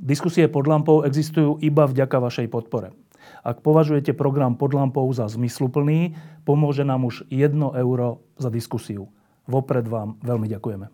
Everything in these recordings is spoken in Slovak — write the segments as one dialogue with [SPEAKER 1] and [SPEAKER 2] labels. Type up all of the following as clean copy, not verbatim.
[SPEAKER 1] Diskusie pod lampou existujú iba vďaka vašej podpore. Ak považujete program Pod lampou za zmysluplný, pomôže nám už 1 euro za diskusiu. Vopred vám veľmi ďakujeme.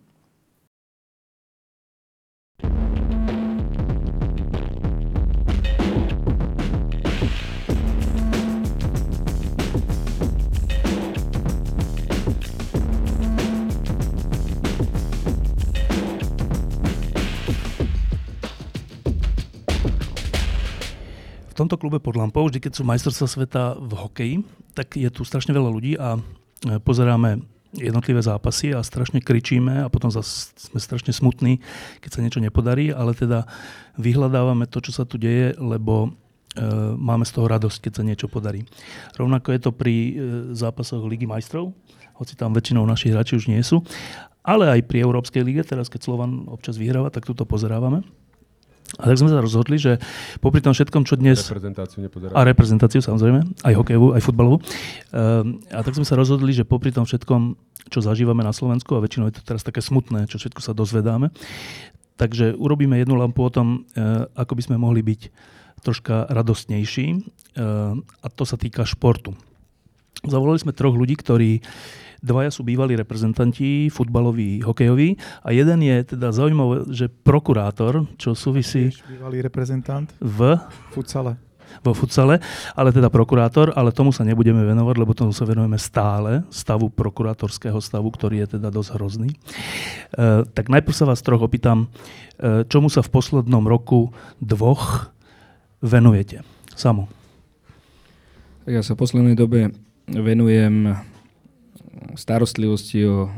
[SPEAKER 1] V tomto klube Pod lampou, vždy keď sú majstrovstvá sveta v hokeji, tak je tu strašne veľa ľudí a pozeráme jednotlivé zápasy a strašne kričíme a potom zase sme strašne smutní, keď sa niečo nepodarí, ale teda vyhľadávame to, čo sa tu deje, lebo máme z toho radosť, keď sa niečo podarí. Rovnako je to pri zápasoch Ligy majstrov, hoci tam väčšinou naši hráči už nie sú, ale aj pri Európskej lige, teraz keď Slovan občas vyhráva, tak tu to pozerávame. A tak sme sa rozhodli, že popri tom všetkom, čo dnes...
[SPEAKER 2] Reprezentáciu nepodará.
[SPEAKER 1] A reprezentáciu, samozrejme, aj hokejovú, aj futbalovú. A tak sme sa rozhodli, že popri tom všetkom, čo zažívame na Slovensku, a väčšinou je to teraz také smutné, čo všetko sa dozvedáme, takže urobíme jednu lampu o tom, ako by sme mohli byť troška radostnejší. A to sa týka športu. Zavolali sme 3 ľudí, ktorí 2 sú bývalí reprezentanti, futbaloví, hokejoví a jeden je teda zaujímavé, že prokurátor, čo súvisí...
[SPEAKER 3] Bývalý reprezentant
[SPEAKER 1] v
[SPEAKER 3] futsale.
[SPEAKER 1] Vo futsale, ale teda prokurátor, ale tomu sa nebudeme venovať, lebo tomu sa venujeme stále, stavu prokurátorského stavu, ktorý je teda dosť hrozný. Tak najprv sa vás troch opýtam, čomu sa v poslednom roku 2 venujete? Samo.
[SPEAKER 4] Ja sa v poslednej dobe venujem starostlivosti o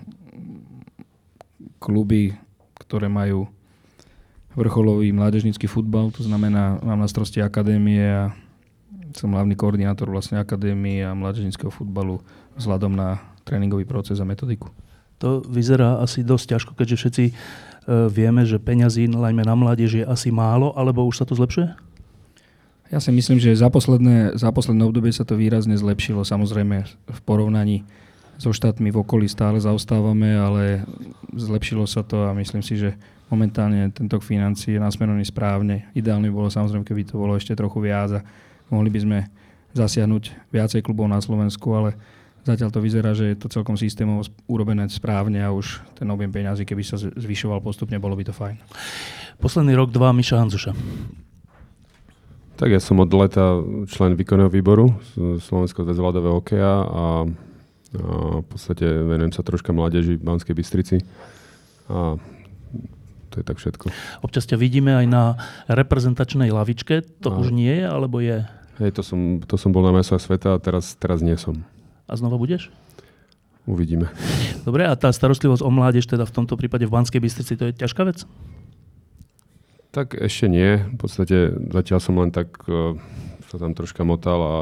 [SPEAKER 4] kluby, ktoré majú vrcholový mládežnícky futbal, to znamená, mám na starosti akadémie a som hlavný koordinátor vlastne akadémie a mládežníckeho futbalu vzhľadom na tréningový proces a metodiku.
[SPEAKER 1] To vyzerá asi dosť ťažko, keďže všetci vieme, že peňazí najmä na mládež je asi málo, alebo už sa to zlepšuje?
[SPEAKER 4] Ja si myslím, že za posledné obdobie sa to výrazne zlepšilo. Samozrejme v porovnaní so štátmi v okolí stále zaostávame, ale zlepšilo sa to a myslím si, že momentálne tento financií je nasmerovaný správne. Ideálne by bolo samozrejme, keby to bolo ešte trochu viac a mohli by sme zasiahnuť viacej klubov na Slovensku, ale zatiaľ to vyzerá, že je to celkom systémovo urobené správne a už ten objem peňazí, keby sa zvyšoval postupne, bolo by to fajn.
[SPEAKER 1] Posledný rok 2 Miša Hanzuša.
[SPEAKER 2] Tak ja som od leta člen výkonného výboru Slovenského zväzu ľadového hokeja a v podstate venujem sa troška mládeži v Banskej Bystrici a to je tak všetko.
[SPEAKER 1] Občas ťa vidíme aj na reprezentačnej lavičke, to už nie je, alebo je?
[SPEAKER 2] Hej, to som bol na majstrovstvách sveta a teraz nie som.
[SPEAKER 1] A znova budeš?
[SPEAKER 2] Uvidíme.
[SPEAKER 1] Dobre, a tá starostlivosť o mládež, teda v tomto prípade v Banskej Bystrici, to je ťažká vec?
[SPEAKER 2] Tak ešte nie. V podstate zatiaľ som len tak sa tam troška motal a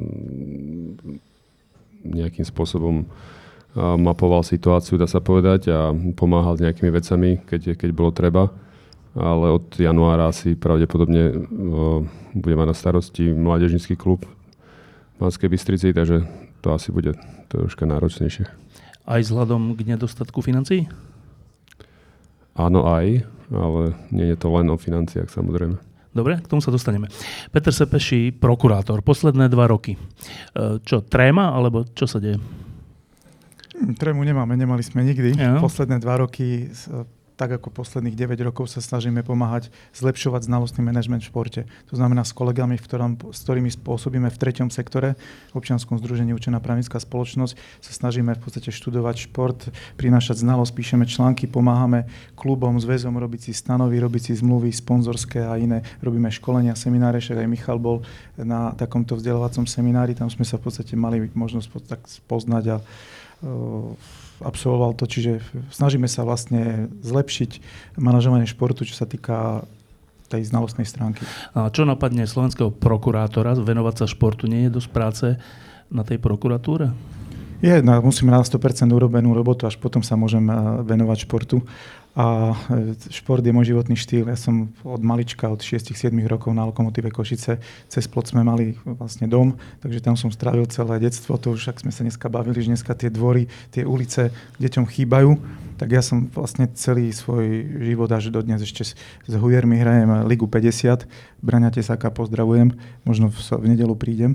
[SPEAKER 2] nejakým spôsobom mapoval situáciu, dá sa povedať, a pomáhal s nejakými vecami, keď bolo treba. Ale od januára asi pravdepodobne bude mať na starosti mládežnícky klub v Banskej Bystrici, takže to asi bude troška náročnejšie.
[SPEAKER 1] Aj vzhľadom k nedostatku financií?
[SPEAKER 2] Áno, aj, ale nie je to len o financiách, samozrejme.
[SPEAKER 1] Dobre, k tomu sa dostaneme. Peter Sepeši, prokurátor, posledné 2 roky. Čo, tréma, alebo čo sa deje?
[SPEAKER 3] Trému nemali sme nikdy.
[SPEAKER 1] Ja.
[SPEAKER 3] Posledné 2 roky, tak ako posledných 9 rokov, sa snažíme pomáhať zlepšovať znalostný manažment v športe. To znamená s kolegami, s ktorými pôsobíme v 3. sektore, v občianskom združení Učená právnická spoločnosť, sa snažíme v podstate študovať šport, prinášať znalosť, píšeme články, pomáhame klubom, zväzom robiť si stanovy, robiť si zmluvy sponzorské a iné. Robíme školenia, semináre, však aj Michal bol na takomto vzdelávacom seminári, tam sme sa v podstate mali možnosť tak spoznať a absolvoval to, čiže snažíme sa vlastne zlepšiť manažovanie športu, čo sa týka tej znalostnej stránky.
[SPEAKER 1] A čo napadne slovenského prokurátora venovať sa športu? Nie je dosť práce na tej prokuratúre?
[SPEAKER 3] Musím na 100% urobenú robotu, až potom sa môžem venovať športu. A šport je môj životný štýl. Ja som od malička, od 6-7 rokov na Lokomotíve Košice. Cez plot sme mali vlastne dom, takže tam som strávil celé detstvo. To už, ak sme sa dneska bavili, že dneska tie dvory, tie ulice deťom chýbajú, tak ja som vlastne celý svoj život až dodnes ešte s Hujermi hrajem Ligu 50. Braňa Tesáka pozdravujem, možno v nedeľu prídem.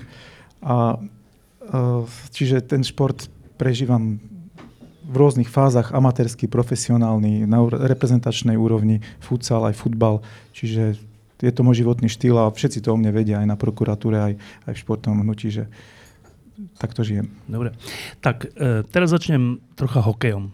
[SPEAKER 3] Čiže ten šport prežívam v rôznych fázach, amatérsky, profesionálny, na reprezentačnej úrovni, futsal aj futbal. Čiže je to môj životný štýl a všetci to o mne vedia aj na prokuratúre, aj v športovom hnutí, že takto žijem.
[SPEAKER 1] Dobre. Tak teraz začnem trocha hokejom.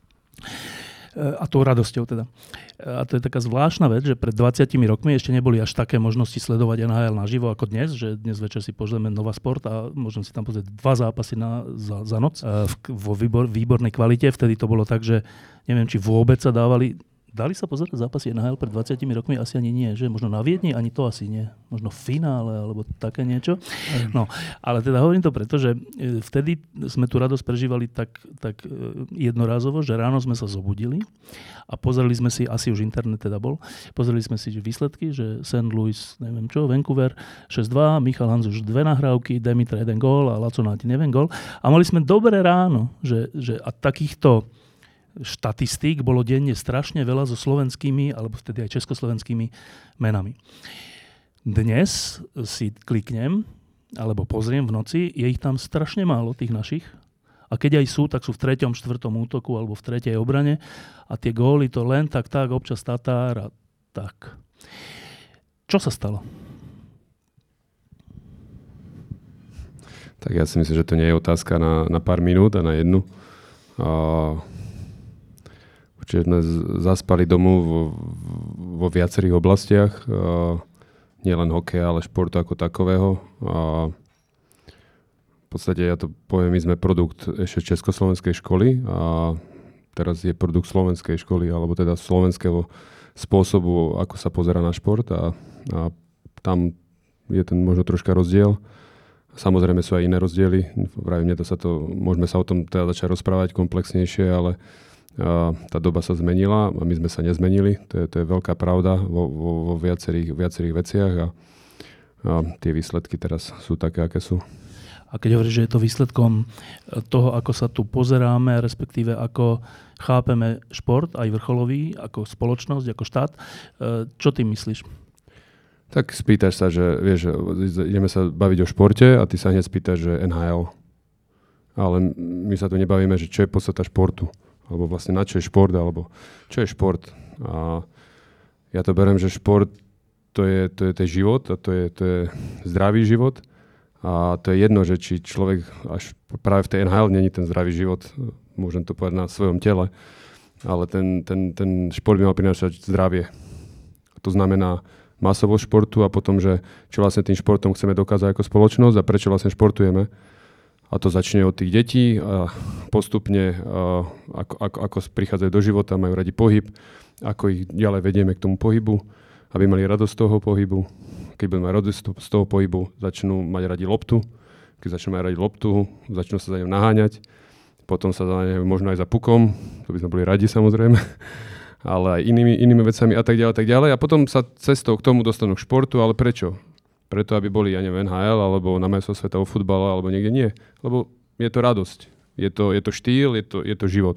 [SPEAKER 1] A tou radosťou teda. A to je taká zvláštna vec, že pred 20 rokmi ešte neboli až také možnosti sledovať NHL naživo ako dnes, že dnes večer si pozrieme Nova Sport a môžem si tam pozrieť 2 zápasy za noc vo výbornej kvalite. Vtedy to bolo tak, že neviem, či vôbec sa dali sa pozerať zápasy NHL pred 20 rokmi? Asi ani nie, že? Možno na Viedni? Ani to asi nie. Možno v finále, alebo také niečo. No, ale teda hovorím to preto, že vtedy sme tú radosť prežívali tak jednorázovo, že ráno sme sa zobudili a pozreli sme si, asi už internet teda bol, pozreli sme si výsledky, že St. Louis, neviem čo, Vancouver 6-2, Michal Hanzuš 2 nahrávky, Demitra 1 gól a Laco Nátin 1 gól. A mali sme dobré ráno, že a takýchto štatistík bolo denne strašne veľa so slovenskými, alebo vtedy aj československými menami. Dnes si kliknem, alebo pozriem v noci, je ich tam strašne málo, tých našich. A keď aj sú, tak sú v 3., 4. útoku, alebo v 3. obrane. A tie góly to len tak, občas Tatár a tak. Čo sa stalo?
[SPEAKER 2] Tak ja si myslím, že to nie je otázka na pár minút a na jednu. Určite sme zaspali domu vo viacerých oblastiach, nie len hokeja, ale športu ako takového. V podstate ja to poviem, my sme produkt ešte československej školy a teraz je produkt slovenskej školy, alebo teda slovenského spôsobu, ako sa pozerá na šport a tam je ten možno troška rozdiel. Samozrejme sú aj iné rozdiely. Vravím, môžeme sa o tom teda začať rozprávať komplexnejšie, ale tá doba sa zmenila a my sme sa nezmenili. To je veľká pravda vo viacerých veciach a tie výsledky teraz sú také, aké sú.
[SPEAKER 1] A keď hovoríš, že je to výsledkom toho, ako sa tu pozeráme, respektíve ako chápeme šport, aj vrcholový, ako spoločnosť, ako štát, čo ty myslíš?
[SPEAKER 2] Tak spýtaš sa, že vieš, ideme sa baviť o športe a ty sa hneď spýtaš, že NHL. Ale my sa tu nebavíme, že čo je podstata športu. Alebo vlastne na čo je šport, alebo čo je šport. A ja to beriem, že šport to je život a to je zdravý život. A to je jedno, že či človek až práve v tej NHL není ten zdravý život, môžem to povedať na svojom tele, ale ten šport by mal prinášať zdravie. A to znamená masovosť športu a potom, že čo vlastne tým športom chceme dokázať ako spoločnosť a prečo vlastne športujeme. A to začne od tých detí a postupne, ako prichádzajú do života, majú radi pohyb, ako ich ďalej vedieme k tomu pohybu, aby mali radosť z toho pohybu. Keď budú mať radosť z toho pohybu, začnú mať radi loptu. Keď začnú mať radi loptu, začnú sa za ňou naháňať. Potom sa zaháňajú možno aj za pukom, to by sme boli radi samozrejme, ale aj inými vecami a tak ďalej. A potom sa cestou k tomu dostanú k športu, ale prečo? Preto, aby boli, ja neviem, NHL, alebo na majstrovstvách sveta vo futbale, alebo niekde nie. Lebo je to radosť. Je to štýl, je to život.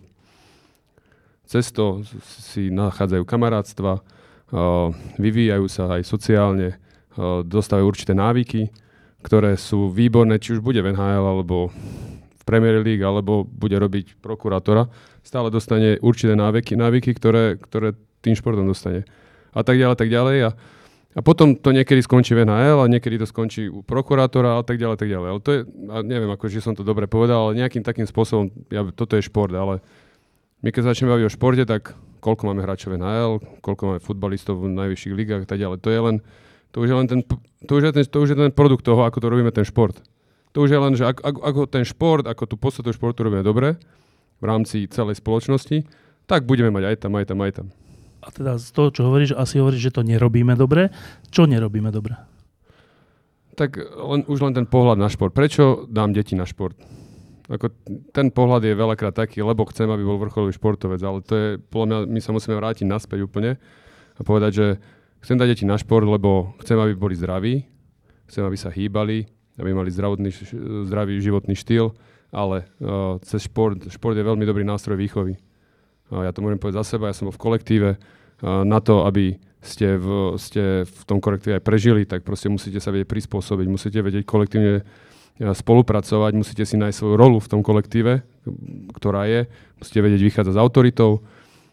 [SPEAKER 2] Cesto si nachádzajú kamarátstva, vyvíjajú sa aj sociálne, dostávajú určité návyky, ktoré sú výborné, či už bude v NHL, alebo v Premier League, alebo bude robiť prokurátora. Stále dostane určité návyky, ktoré tým športom dostane. A tak ďalej. A potom to niekedy skončí v NHL a niekedy to skončí u prokurátora a tak ďalej. Ale to je, neviem, že som to dobre povedal, ale nejakým takým spôsobom, toto je šport, ale my keď začneme baviť o športe, tak koľko máme hráčov v NHL, koľko máme futbalistov v najvyšších ligách a tak ďalej. To už je ten produkt toho, ako to robíme ten šport. To už je len, že ako ten šport, ako tú podstatu športu robíme dobre v rámci celej spoločnosti, tak budeme mať aj tam.
[SPEAKER 1] A teda z toho, čo hovoríš, asi hovoríš, že to nerobíme dobre. Čo nerobíme dobre?
[SPEAKER 2] Tak už len ten pohľad na šport. Prečo dám deti na šport? Ako ten pohľad je veľakrát taký, lebo chcem, aby bol vrcholový športovec, ale to je, podľa mňa, my sa musíme vrátiť naspäť úplne a povedať, že chcem dať deti na šport, lebo chcem, aby boli zdraví, chcem, aby sa hýbali, aby mali zdravý životný štýl, ale cez šport je veľmi dobrý nástroj výchovy. Ja to môžem povedať za seba, ja som bol v kolektíve, na to, aby ste v tom kolektíve aj prežili, tak proste musíte sa vedieť prispôsobiť, musíte vedieť kolektívne spolupracovať, musíte si nájsť svoju rolu v tom kolektíve, ktorá je, musíte vedieť vychádzať s autoritou,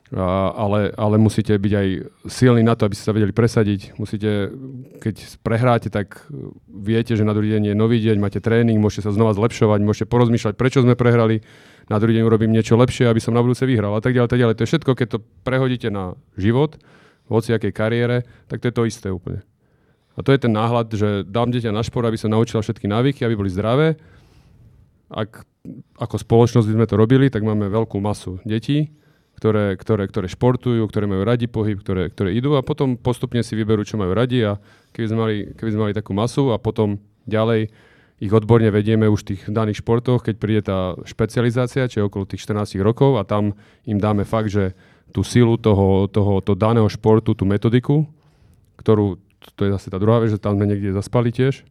[SPEAKER 2] ale musíte byť aj silní na to, aby ste sa vedeli presadiť. Musíte, keď prehráte, tak viete, že na druhý deň je nový deň, máte tréning, môžete sa znova zlepšovať, môžete porozmýšľať, prečo sme prehrali, na druhý deň urobím niečo lepšie, aby som na budúce vyhral a tak ďalej, tak ďalej. To je všetko, keď to prehodíte na život, v hociakej kariére, tak to je to isté úplne. A to je ten náhľad, že dám dieťa na šport, aby sa naučila všetky návyky, aby boli zdravé. Ak ako spoločnosť by sme to robili, tak máme veľkú masu detí, ktoré športujú, ktoré majú radi pohyb, ktoré idú a potom postupne si vyberú, čo majú radi a keby sme mali takú masu a potom ďalej ich odborne vedieme už v tých daných športoch, keď príde tá špecializácia, čiže okolo tých 14 rokov a tam im dáme fakt, že tú silu toho daného športu, tú metodiku, ktorú, to je zase tá druhá vec, že tam sme niekde zaspali tiež,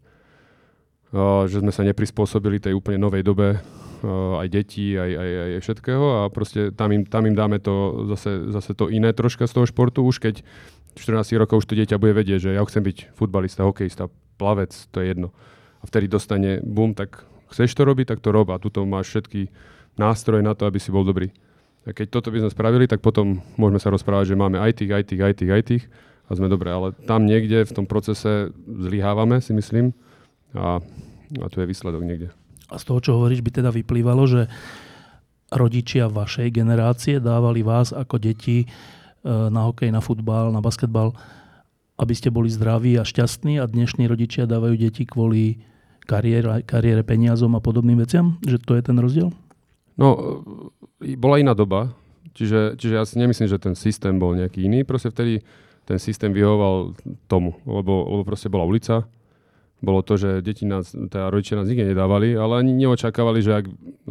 [SPEAKER 2] že sme sa neprispôsobili tej úplne novej dobe aj detí, aj všetkého a proste tam im dáme to zase to iné troška z toho športu, už keď 14 rokov už to dieťa bude vedieť, že ja chcem byť futbalista, hokejista, plavec, to je jedno. A vtedy dostane boom, tak chceš to robiť, tak to rob a tuto máš všetky nástroje na to, aby si bol dobrý. A keď toto by sme spravili, tak potom môžeme sa rozprávať, že máme aj tých a sme dobré. Ale tam niekde v tom procese zlyhávame, si myslím. A tu je výsledok niekde.
[SPEAKER 1] A z toho, čo hovoríš, by teda vyplývalo, že rodičia vašej generácie dávali vás ako deti na hokej, na futbal, na basketbal, aby ste boli zdraví a šťastní a dnešní rodičia dávajú deti kvôli kariére, peniazom a podobným veciam? Že to je ten rozdiel?
[SPEAKER 2] No, bola iná doba, čiže ja si nemyslím, že ten systém bol nejaký iný. Proste vtedy ten systém vyhovoval tomu, lebo proste bola ulica. Bolo to, že rodičia nás nikde nedávali, ale ani neočakávali, že ak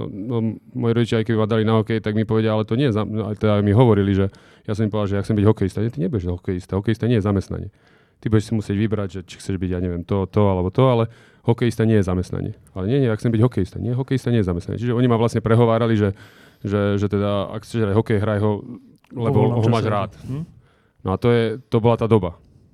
[SPEAKER 2] moji rodičia, aj keby ma dali na hokej, tak mi povedia, ale to nie je, teda mi hovorili, že ja som im povedal, že ja chcem byť hokejista. Nie, ty nebudeš hokejista nie je zamestnanie. Ty budeš si musieť vybrať, že či chceš byť, ja neviem, to alebo to, ale hokejista nie je zamestnanie. Ale nie, ja chcem byť hokejista. Nie, hokejista nie je zamestnanie. Čiže oni ma vlastne prehovárali, že teda, ak chceš hrať hokej, hraj ho, lebo ho máš rád. No a to bola tá doba.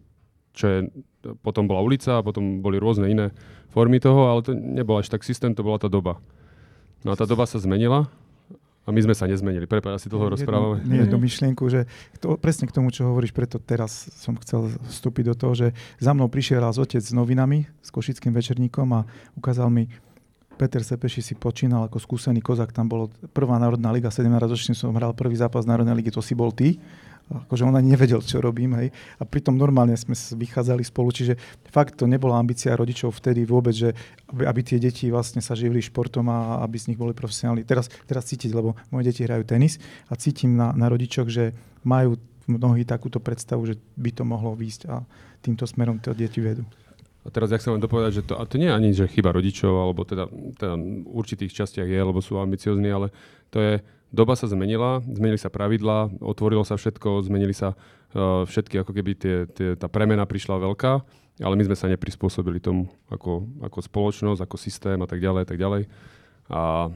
[SPEAKER 2] Potom bola ulica, potom boli rôzne iné formy toho, ale to nebol až tak systém, to bola tá doba. No a tá doba sa zmenila a my sme sa nezmenili. Prepáč, asi dlho rozprávame.
[SPEAKER 3] Jednu myšlienku, že presne k tomu, čo hovoríš, preto teraz som chcel vstúpiť do toho, že za mnou prišiel raz otec s novinami, s Košickým večerníkom a ukázal mi, Peter Sepeši si počínal ako skúsený kozák, tam bolo prvá národná liga, 17-ročný som hral prvý zápas národnej ligy, to si bol ty. Akože on ani nevedel, čo robím, hej. A pritom normálne sme vychádzali spolu, čiže fakt to nebola ambícia rodičov vtedy vôbec, že aby tie deti vlastne sa živili športom a aby z nich boli profesionálni. Teraz cítiť, lebo moje deti hrajú tenis a cítim na rodičoch, že majú mnohí takúto predstavu, že by to mohlo výjsť a týmto smerom tie deti vedú.
[SPEAKER 2] A teraz ja chcem len dopovedať, že to nie je ani že chyba rodičov, alebo teda v určitých častiach je, lebo sú ambiciozní, ale to je doba sa zmenili sa pravidlá, otvorilo sa všetko, zmenili sa všetky, ako keby tá premena prišla veľká, ale my sme sa neprispôsobili tomu ako spoločnosť, ako systém a tak ďalej. A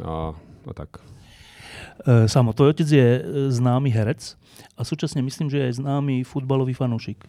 [SPEAKER 2] tak.
[SPEAKER 1] Samo, tvoj otec je známy herec a súčasne myslím, že je aj známy futbalový fanúšik.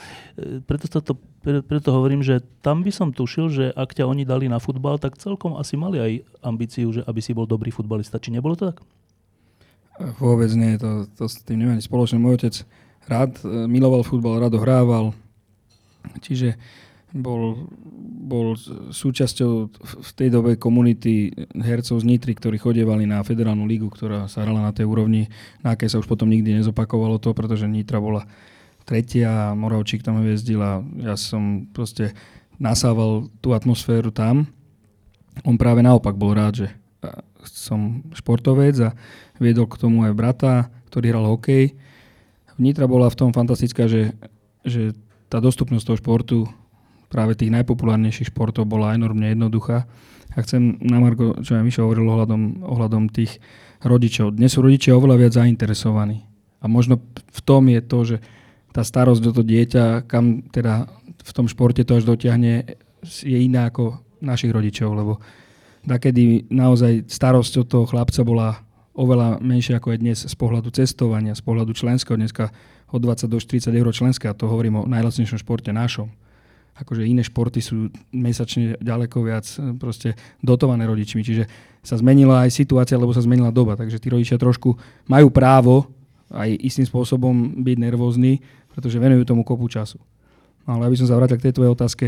[SPEAKER 1] Preto hovorím, že tam by som tušil, že ak ťa oni dali na futbal, tak celkom asi mali aj ambíciu, že aby si bol dobrý futbalista. Či nebolo to tak?
[SPEAKER 4] Vôbec nie. To s tým nemá nič spoločné. Môj otec rád miloval futbal, rád hrával. Čiže bol súčasťou v tej dobe komunity hercov z Nitry, ktorí chodievali na federálnu ligu, ktorá sa hrala na tej úrovni, na akej sa už potom nikdy nezopakovalo to, pretože Nitra bola tretia, Moravčík tam hviezdil a ja som proste nasával tú atmosféru tam. On práve naopak bol rád, že som športovec a viedol k tomu aj brata, ktorý hral hokej. Nitra bola v tom fantastická, že tá dostupnosť toho športu práve tých najpopulárnejších športov bola enormne jednoduchá. A chcem na margo, čo aj Mišo hovoril ohľadom tých rodičov. Dnes sú rodičia oveľa viac zainteresovaní. A možno v tom je to, že tá starosť do toho dieťa, kam teda v tom športe to až dotiahne, je iná ako našich rodičov, lebo takedy naozaj starosť od toho chlapca bola oveľa menšia ako je dnes z pohľadu cestovania, z pohľadu členského. Dneska od 20 do 40 eur členské, a to hovorím o najlacnejšom športe našom. Akože iné športy sú mesačne ďaleko viac proste dotované rodičmi. Čiže sa zmenila aj situácia, lebo sa zmenila doba. Takže tí rodičia trošku majú právo aj istým spôsobom byť nervózni, pretože venujú tomu kopu času. Ale aby som sa vrátil k tej tvojej otázke,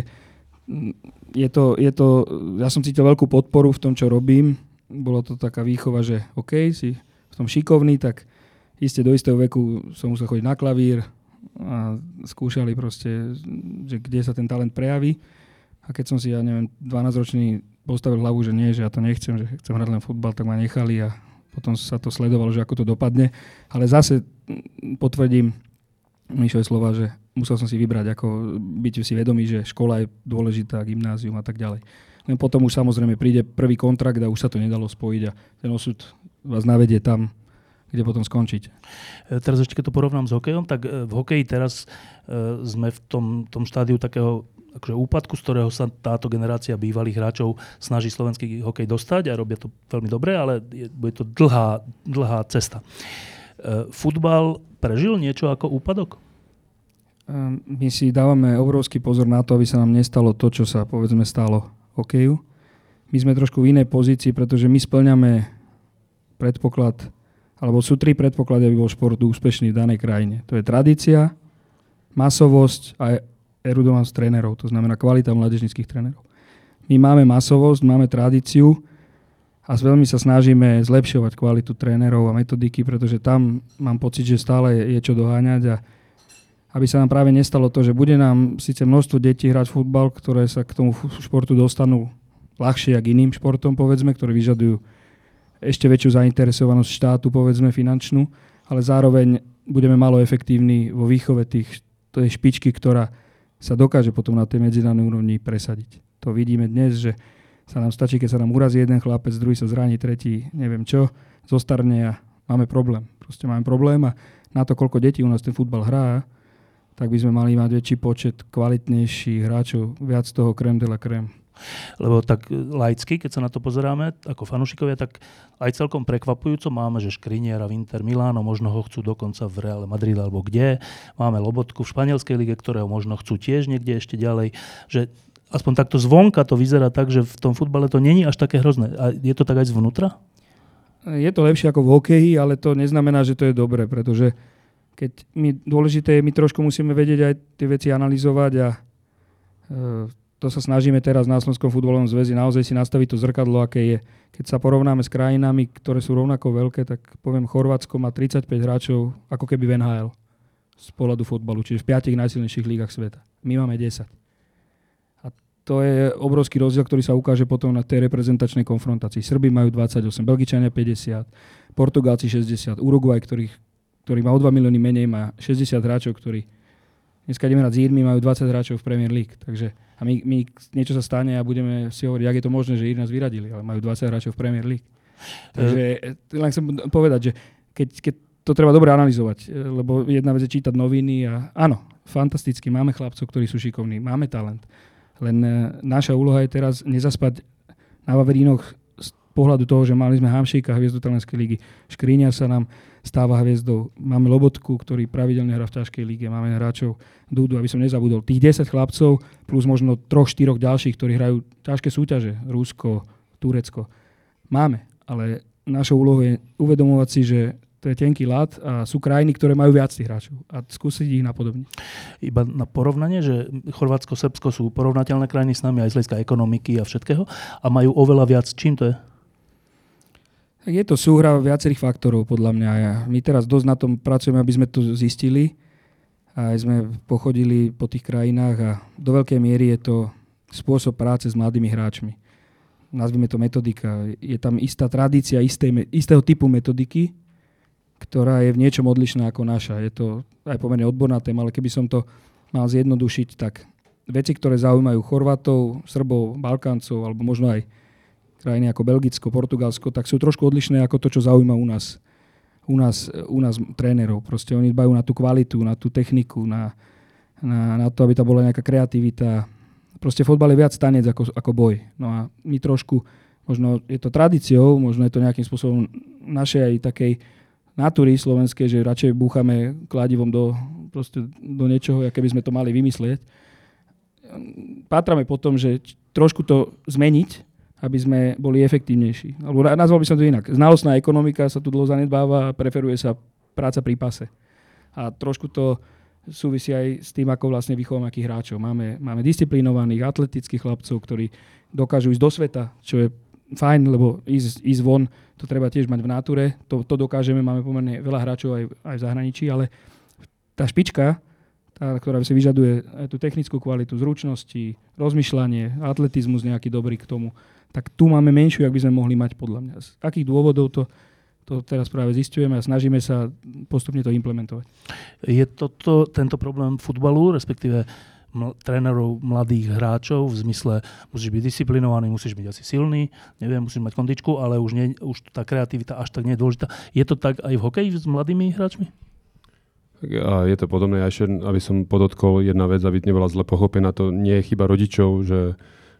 [SPEAKER 4] ja som cítil veľkú podporu v tom, čo robím. Bolo to taká výchova, že OK, si v tom šikovný, tak iste do istého veku som musel chodiť na klavír a skúšali proste, že kde sa ten talent prejaví. A keď som si, 12-ročný postavil hlavu, že nie, že ja to nechcem, že chcem hrať len futbal, tak ma nechali a potom sa to sledovalo, že ako to dopadne. Ale zase potvrdím Mišové slova, že musel som si vybrať, ako byť si vedomý, že škola je dôležitá, gymnázium a tak ďalej. Len potom už samozrejme príde prvý kontrakt a už sa to nedalo spojiť a ten osud vás navedie tam, kde potom skončíte.
[SPEAKER 1] Teraz ešte keď to porovnám s hokejom, tak v hokeji teraz sme v tom štádiu takého akože úpadku, z ktorého sa táto generácia bývalých hráčov snaží slovenský hokej dostať a robia to veľmi dobre, ale bude to dlhá cesta. Futbal prežil niečo ako úpadok?
[SPEAKER 4] My si dávame obrovský pozor na to, aby sa nám nestalo to, čo sa povedzme stalo hokeju. My sme trošku v inej pozícii, pretože my spĺňame predpoklad, alebo sú 3 predpoklady, aby bol šport úspešný v danej krajine. To je tradícia, masovosť a erudovanosť trénerov, to znamená kvalita mládežníckych trénerov. My máme masovosť, máme tradíciu a veľmi sa snažíme zlepšovať kvalitu trénerov a metodiky, pretože tam mám pocit, že stále je čo doháňať a aby sa nám práve nestalo to, že bude nám síce množstvo detí hrať futbal, ktoré sa k tomu športu dostanú ľahšie ako iným športom, povedzme, ktoré vyžadujú ešte väčšiu zainteresovanosť štátu, povedzme, finančnú, ale zároveň budeme málo efektívni vo výchove tej špičky, ktorá sa dokáže potom na tej medzinárodnej úrovni presadiť. To vidíme dnes, že sa nám stačí, keď sa nám urazí jeden chlapec, druhý sa zraní, tretí neviem čo, zostarne a máme problém. Proste máme problém a na to, koľko detí u nás ten futbal hrá, tak by sme mali mať väčší počet kvalitnejších hráčov, viac toho crème de la crème.
[SPEAKER 1] Lebo tak laicky, keď sa na to pozeráme, ako fanúšikovia, tak aj celkom prekvapujúco máme, že Škriniara v Inter Miláno, možno ho chcú dokonca v Reále Madrid alebo kde. Máme Lobotku v španielskej lige, ktorého možno chcú tiež niekde ešte ďalej. Že aspoň takto zvonka to vyzerá tak, že v tom futbale to není až také hrozné. A je to tak aj zvnútra?
[SPEAKER 4] Je to lepšie ako v hokeji, ale to neznamená, že to je dobré, pretože dôležité je, my trošku musíme vedieť aj tie veci analyzovať a to sa snažíme teraz na Slovenskom futbalovom zväzi naozaj si nastaviť to zrkadlo, aké je. Keď sa porovnáme s krajinami, ktoré sú rovnako veľké, tak poviem, Chorvátsko má 35 hráčov ako keby v NHL z pohľadu futbalu, čiže v 5 najsilnejších lígach sveta. My máme 10. A to je obrovský rozdiel, ktorý sa ukáže potom na tej reprezentačnej konfrontácii. Srbi majú 28, Belgičania 50, Portugálci 60, Uruguay, ktorý má o 2 milióny menej, má 60 hráčov, ktorí dneska ideme hrať s Írmi, majú 20 hráčov v Premier League. Takže a my niečo sa stane a budeme si hovoriť, jak je to možné, že Ír nás vyradili, ale majú 20 hráčov v Premier League. Takže len chcem povedať, že keď to treba dobre analyzovať, lebo jedna vec je čítať noviny a áno, fantasticky, máme chlapcov, ktorí sú šikovní, máme talent. Len naša úloha je teraz nezaspať na Vaverínoch z pohľadu toho, že mali sme Hamšíka, hviezdu Talianskej ligy. Škriňar sa nám stáva hviezdou. Máme Lobotku, ktorý pravidelne hrá v ťažkej líge. Máme hráčov Dudu, aby som nezabudol. Tých 10 chlapcov plus možno 3-4 ďalších, ktorí hrajú ťažké súťaže. Rusko, Turecko. Máme, ale našou úlohou je uvedomovať si, že to je tenký ľad a sú krajiny, ktoré majú viac tých hráčov a skúsiť ich napodobniť.
[SPEAKER 1] Iba na porovnanie, že Chorvátsko, Srbsko sú porovnateľné krajiny s nami aj z hľadiska ekonomiky a všetkého a majú oveľa viac. Čím to je?
[SPEAKER 4] Je to súhra viacerých faktorov, podľa mňa. My teraz dosť na tom pracujeme, aby sme to zistili. A sme pochodili po tých krajinách a do veľkej miery je to spôsob práce s mladými hráčmi. Nazvime to metodika. Je tam istá tradícia istého typu metodiky, ktorá je v niečom odlišná ako naša. Je to aj pomerne odborná téma, ale keby som to mal zjednodušiť, tak veci, ktoré zaujímajú Chorvátov, Srbov, Balkáncov, alebo možno aj krajiny ako Belgicko, Portugalsko, tak sú trošku odlišné ako to, čo zaujíma u nás trénerov. Proste oni dbajú na tú kvalitu, na tú techniku, na to, aby tam bola nejaká kreativita. Proste fotbal je viac tanec ako boj. No a my trošku, možno je to tradíciou, možno je to nejakým spôsobom našej aj takej natúry slovenskej, že radšej búchame kladivom do niečoho, aké by sme to mali vymyslieť. Pátrame po tom, že trošku to zmeniť, aby sme boli efektívnejší. Alebo nazval by som to inak. Znalostná ekonomika sa tu dlho zanedbáva a preferuje sa práca pri pase. A trošku to súvisí aj s tým, ako vlastne vychovávame akých hráčov. Máme disciplinovaných, atletických chlapcov, ktorí dokážu ísť do sveta, čo je fajn, lebo ísť von, to treba tiež mať v náture. To dokážeme, máme pomerne veľa hráčov aj v zahraničí, ale tá špička, ktorá si vyžaduje aj tú technickú kvalitu, zručnosti, rozmýšľanie, atletizmus nejaký dobrý k tomu, tak tu máme menšiu, ak by sme mohli mať podľa mňa. Z akých dôvodov to teraz práve zisťujeme a snažíme sa postupne to implementovať. Je
[SPEAKER 1] tento problém futbalu, respektíve trénerov mladých hráčov v zmysle musíš byť disciplinovaný, musíš byť asi silný, neviem, musíš mať kondičku, ale už tá kreativita až tak nie je dôležitá. Je to tak aj v hokeji s mladými hráčmi?
[SPEAKER 2] A je to podobné. Ja ešte, aby som podotkol jedna vec, aby nebola zle pochopená, to nie je chyba rodičov, že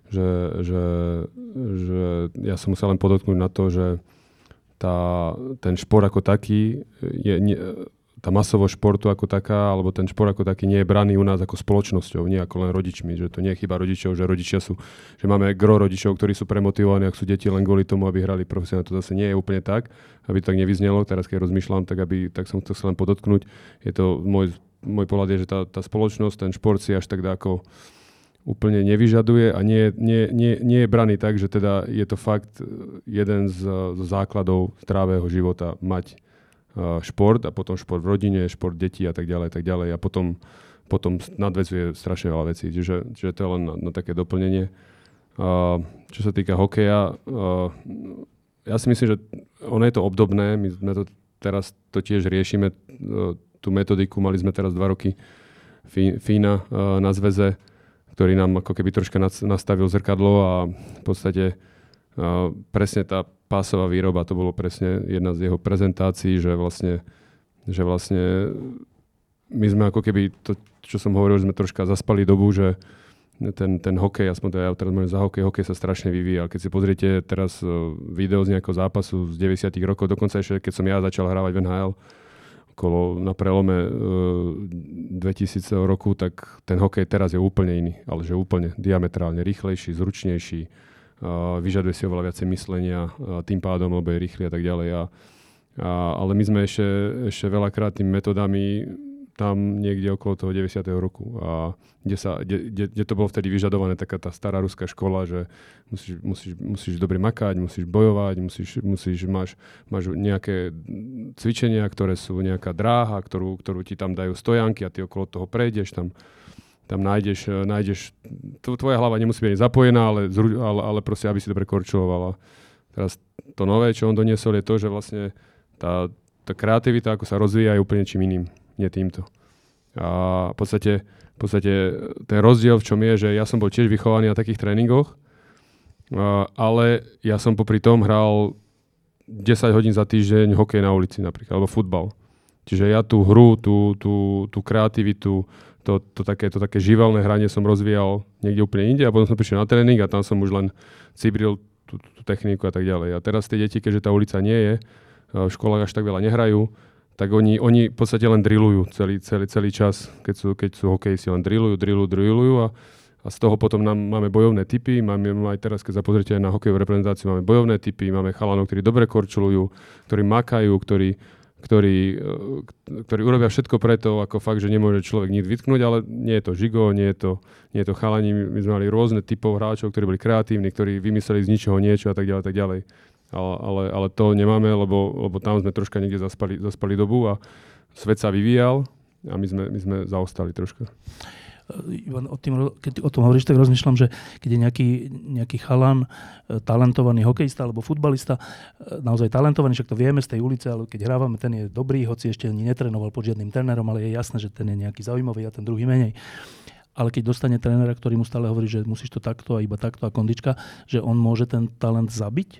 [SPEAKER 2] ja som musel len podotknúť na to, že ten šport ako taký tá masovosť športu ako taká, alebo ten šport ako taký nie je braný u nás ako spoločnosťou, nie ako len rodičmi, že to nie je chyba rodičov, že rodičia že máme gro rodičov, ktorí sú premotivovaní, ak sú deti len kvôli tomu, aby hrali profesionálne. To zase nie je úplne tak, aby to tak nevyznelo. Teraz keď rozmýšľam, tak som to chcel len podotknúť. Je to môj pohľad je, že tá spoločnosť, ten šport si až tak ako úplne nevyžaduje a nie je braný tak, že teda je to fakt jeden z základov zdravého života mať šport a potom šport v rodine, šport detí a tak ďalej. A potom nadväzuje strašne veľa vecí. Čiže to je len na také doplnenie. Čo sa týka hokeja, ja si myslím, že ono je to obdobné. My sme to teraz tiež riešime, tú metodiku. Mali sme teraz 2 roky Fína na zväze, ktorý nám ako keby troška nastavil zrkadlo a v podstate presne tá pásová výroba, to bolo presne jedna z jeho prezentácií, že vlastne my sme ako keby to, čo som hovoril, že sme troška zaspali dobu, že ten hokej, aspoň to ja teraz môžem za hokej sa strašne vyvíjal. Keď si pozriete teraz video z nejakého zápasu z 90. rokov, dokonca ešte keď som ja začal hrávať v NHL na prelome 2000 roku, tak ten hokej teraz je úplne iný, ale že úplne diametrálne rýchlejší, zručnejší, vyžaduje si oveľa viacej myslenia, tým pádom lebo je rýchly a tak ďalej. Ale my sme ešte veľakrát tými metodami tam niekde okolo toho 90. roku. A kde to bolo vtedy vyžadované, taká tá stará ruská škola, že musíš dobre makať, musíš bojovať, máš nejaké cvičenia, ktoré sú nejaká dráha, ktorú ti tam dajú stojanky a ty okolo toho prejdeš, tam nájdeš, tvoja hlava nemusí byť zapojená, ale proste, aby si dobre korčulovala. Teraz to nové, čo on doniesol, je to, že vlastne tá kreativita, ako sa rozvíja, je úplne čím iným, nie týmto. A v podstate ten rozdiel v čom je, že ja som bol tiež vychovaný na takých tréningoch, ale ja som popri tom hral 10 hodín za týždeň hokej na ulici napríklad, alebo futbal. Čiže ja tú hru, tú kreativitu, to také živelné hranie som rozvíjal niekde úplne inde a potom som prišiel na tréning a tam som už len cibril tú techniku a tak ďalej. A teraz tie deti, keďže tá ulica nie je, v školách až tak veľa nehrajú, tak oni v podstate len drillujú celý čas. Keď sú hokejisti, len drillujú a z toho potom máme bojovné typy. Máme aj teraz, keď sa pozrite aj na hokejovú reprezentáciu, máme bojovné typy, máme chalanov, ktorí dobre korčulujú, ktorí makajú, ktorí urobia všetko preto, ako fakt, že nemôže človek nič vytknúť, ale nie je to žigo, nie je to chalani. My sme mali rôzne typov hráčov, ktorí boli kreatívni, ktorí vymysleli z ničoho niečo a tak ďalej. Ale to nemáme, lebo tam sme troška niekde zaspali dobu a svet sa vyvíjal a my sme zaostali troška.
[SPEAKER 1] Ivan, keď o tom hovoríš, tak rozmýšľam, že keď je nejaký chalan, talentovaný hokejista alebo futbalista, naozaj talentovaný, však to vieme z tej ulice, ale keď hrávame, ten je dobrý, hoci ešte ani netrénoval pod žiadnym trénerom, ale je jasné, že ten je nejaký zaujímavý a ten druhý menej. ale keď dostane trénera, ktorý mu stále hovorí, že musíš to takto a iba takto a kondička, že on môže ten talent zabiť?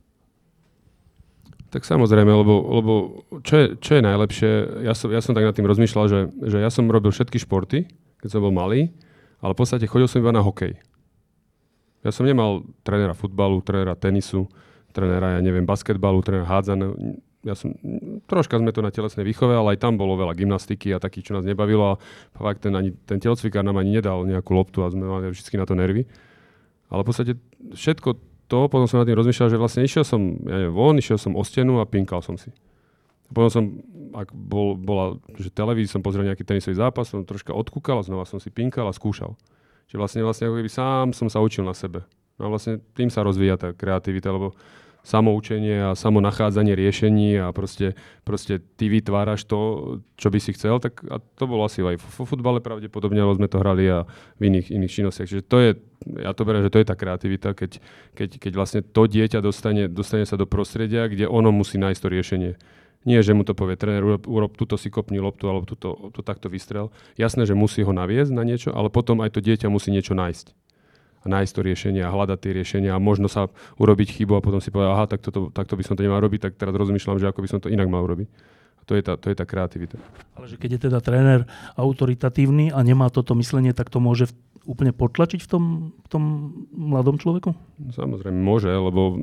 [SPEAKER 2] Tak samozrejme, lebo čo je najlepšie, ja som tak nad tým rozmýšľal, že ja som robil všetky športy, keď som bol malý, ale v podstate chodil som iba na hokej. Ja som nemal trénera futbalu, trénera tenisu, trénera, basketbalu, trénera hádzania. Troška sme to na telesnej výchove, ale aj tam bolo veľa gymnastiky a takých, čo nás nebavilo a fakt ten telocvikár nám ani nedal nejakú loptu a sme mali vždy na to nervy. Ale v podstate všetko to, potom som nad tým rozmýšľal, že vlastne išiel som o stenu a pinkal som si. Potom som, ak bola televízia, som pozrel nejaký tenisový zápas, som troška odkúkal a znova som si pinkal a skúšal. Čiže vlastne ako keby sám som sa učil na sebe. No a vlastne tým sa rozvíja tá kreativita, lebo samoučenie a samonachádzanie riešení a proste ty vytváraš to, čo by si chcel, tak a to bolo asi aj vo futbale pravdepodobne, lebo sme to hrali a v iných činnostiach. Čiže ja to beriem, že to je tá kreativita, keď vlastne to dieťa dostane sa do prostredia, kde ono musí nájsť to riešenie. Nie, že mu to povie tréner, urob tuto si kopni loptu, alebo to takto vystrel. Jasné, že musí ho naviesť na niečo, ale potom aj to dieťa musí niečo nájsť. Nájsť to riešenie a hľadať tie riešenia a možno sa urobiť chybu a potom si povedať, aha, takto by som to nemal robiť, tak teraz rozmýšľam, že ako by som to inak mal robiť. To je tá kreativita. Ale
[SPEAKER 1] že keď je teda tréner autoritatívny a nemá toto myslenie, tak to môže úplne potlačiť v tom mladom človeku?
[SPEAKER 2] Samozrejme môže, lebo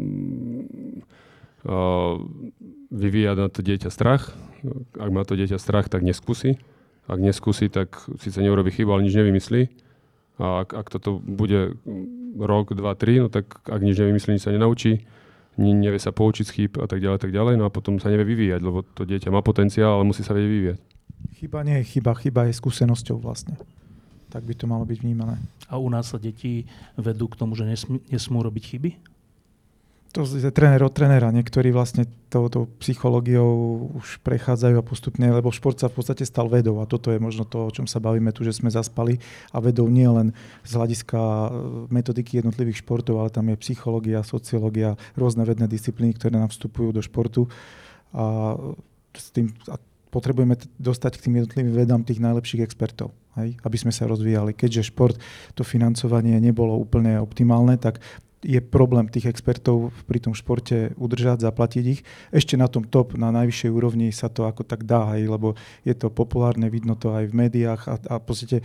[SPEAKER 2] vyvíja na to dieťa strach. Ak má to dieťa strach, tak neskúsi. Ak neskúsi, tak síce neurobi chybu, ale nič nevymyslí. A ak toto bude rok, 2, 3, no tak ak nič nevymyslí, nič sa nenaučí, nevie sa poučiť z chýb a tak ďalej, no a potom sa nevie vyvíjať, lebo to dieťa má potenciál, ale musí sa vedieť vyvíjať.
[SPEAKER 3] Chyba nie je chyba je skúsenosťou vlastne. Tak by to malo byť vnímané.
[SPEAKER 1] A u nás sa deti vedú k tomu, že nesmú robiť chyby?
[SPEAKER 3] To je tréner od trénera. Niektorí vlastne touto psychológiou už prechádzajú a postupne, lebo šport sa v podstate stal vedou a toto je možno to, o čom sa bavíme tu, že sme zaspali a vedou nie len z hľadiska metodiky jednotlivých športov, ale tam je psychológia, sociológia, rôzne vedné disciplíny, ktoré nám vstupujú do športu a potrebujeme dostať k tým jednotlivým vedám tých najlepších expertov, hej? Aby sme sa rozvíjali. Keďže šport, to financovanie nebolo úplne optimálne, tak je problém tých expertov pri tom športe udržať, zaplatiť ich. Ešte na tom top, na najvyššej úrovni sa to ako tak dá, hej, lebo je to populárne, vidno to aj v médiách a v podstate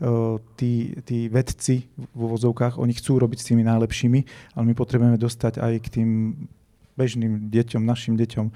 [SPEAKER 3] tí vedci v uvozovkách, oni chcú robiť s tými najlepšími, ale my potrebujeme dostať aj k tým bežným deťom, našim deťom,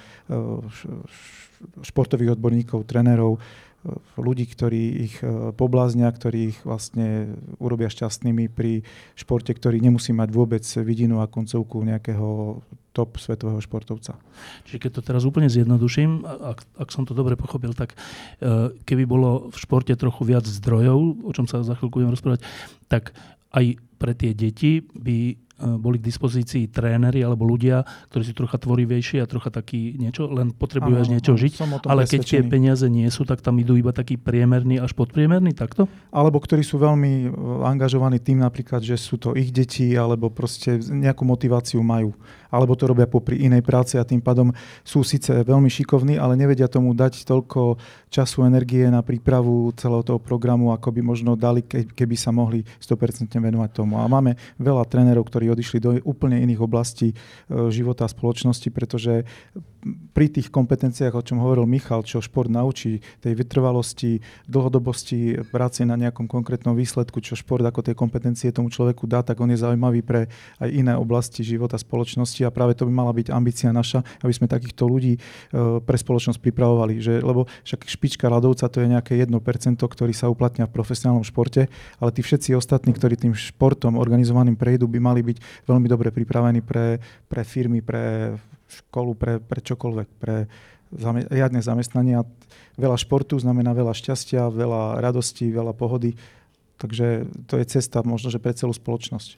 [SPEAKER 3] športových odborníkov, trénerov, ľudí, ktorí ich pobláznia, ktorí ich vlastne urobia šťastnými pri športe, ktorý nemusí mať vôbec vidinu a koncovku nejakého top svetového športovca.
[SPEAKER 1] Čiže keď to teraz úplne zjednoduším, ak som to dobre pochopil, tak keby bolo v športe trochu viac zdrojov, o čom sa za chvíľku budem rozprávať, tak aj pre tie deti by boli k dispozícii tréneri alebo ľudia, ktorí sú trocha tvorivejší a trocha taký niečo, len potrebujú až niečo žiť. Ale keď tie peniaze nie sú, tak tam idú iba takí priemerní až podpriemerní, takto?
[SPEAKER 3] Alebo ktorí sú veľmi angažovaní tým napríklad, že sú to ich deti, alebo proste nejakú motiváciu majú. Alebo to robia popri inej práci a tým pádom sú síce veľmi šikovní, ale nevedia tomu dať toľko času, energie na prípravu celého toho programu, ako by možno dali, keby sa mohli 100% venovať tomu. A máme veľa trénerov, ktorí odišli do úplne iných oblastí života a spoločnosti, pretože pri tých kompetenciách, o čom hovoril Michal, čo šport naučí, tej vytrvalosti, dlhodobosti, práce na nejakom konkrétnom výsledku, čo šport ako tie kompetencie tomu človeku dá, tak on je zaujímavý pre aj iné oblasti života spoločnosti a práve to by mala byť ambícia naša, aby sme takýchto ľudí pre spoločnosť pripravovali. Lebo však špička ľadovca to je nejaké 1%, ktorý sa uplatňa v profesionálnom športe, ale tí všetci ostatní, ktorí tým športom organizovaným prejdú, by mali byť veľmi dobre pripravení pre firmy, pre školu, pre čokoľvek, pre riadne zamestnania. Veľa športu znamená veľa šťastia, veľa radosti, veľa pohody. Takže to je cesta možno, že pre celú spoločnosť.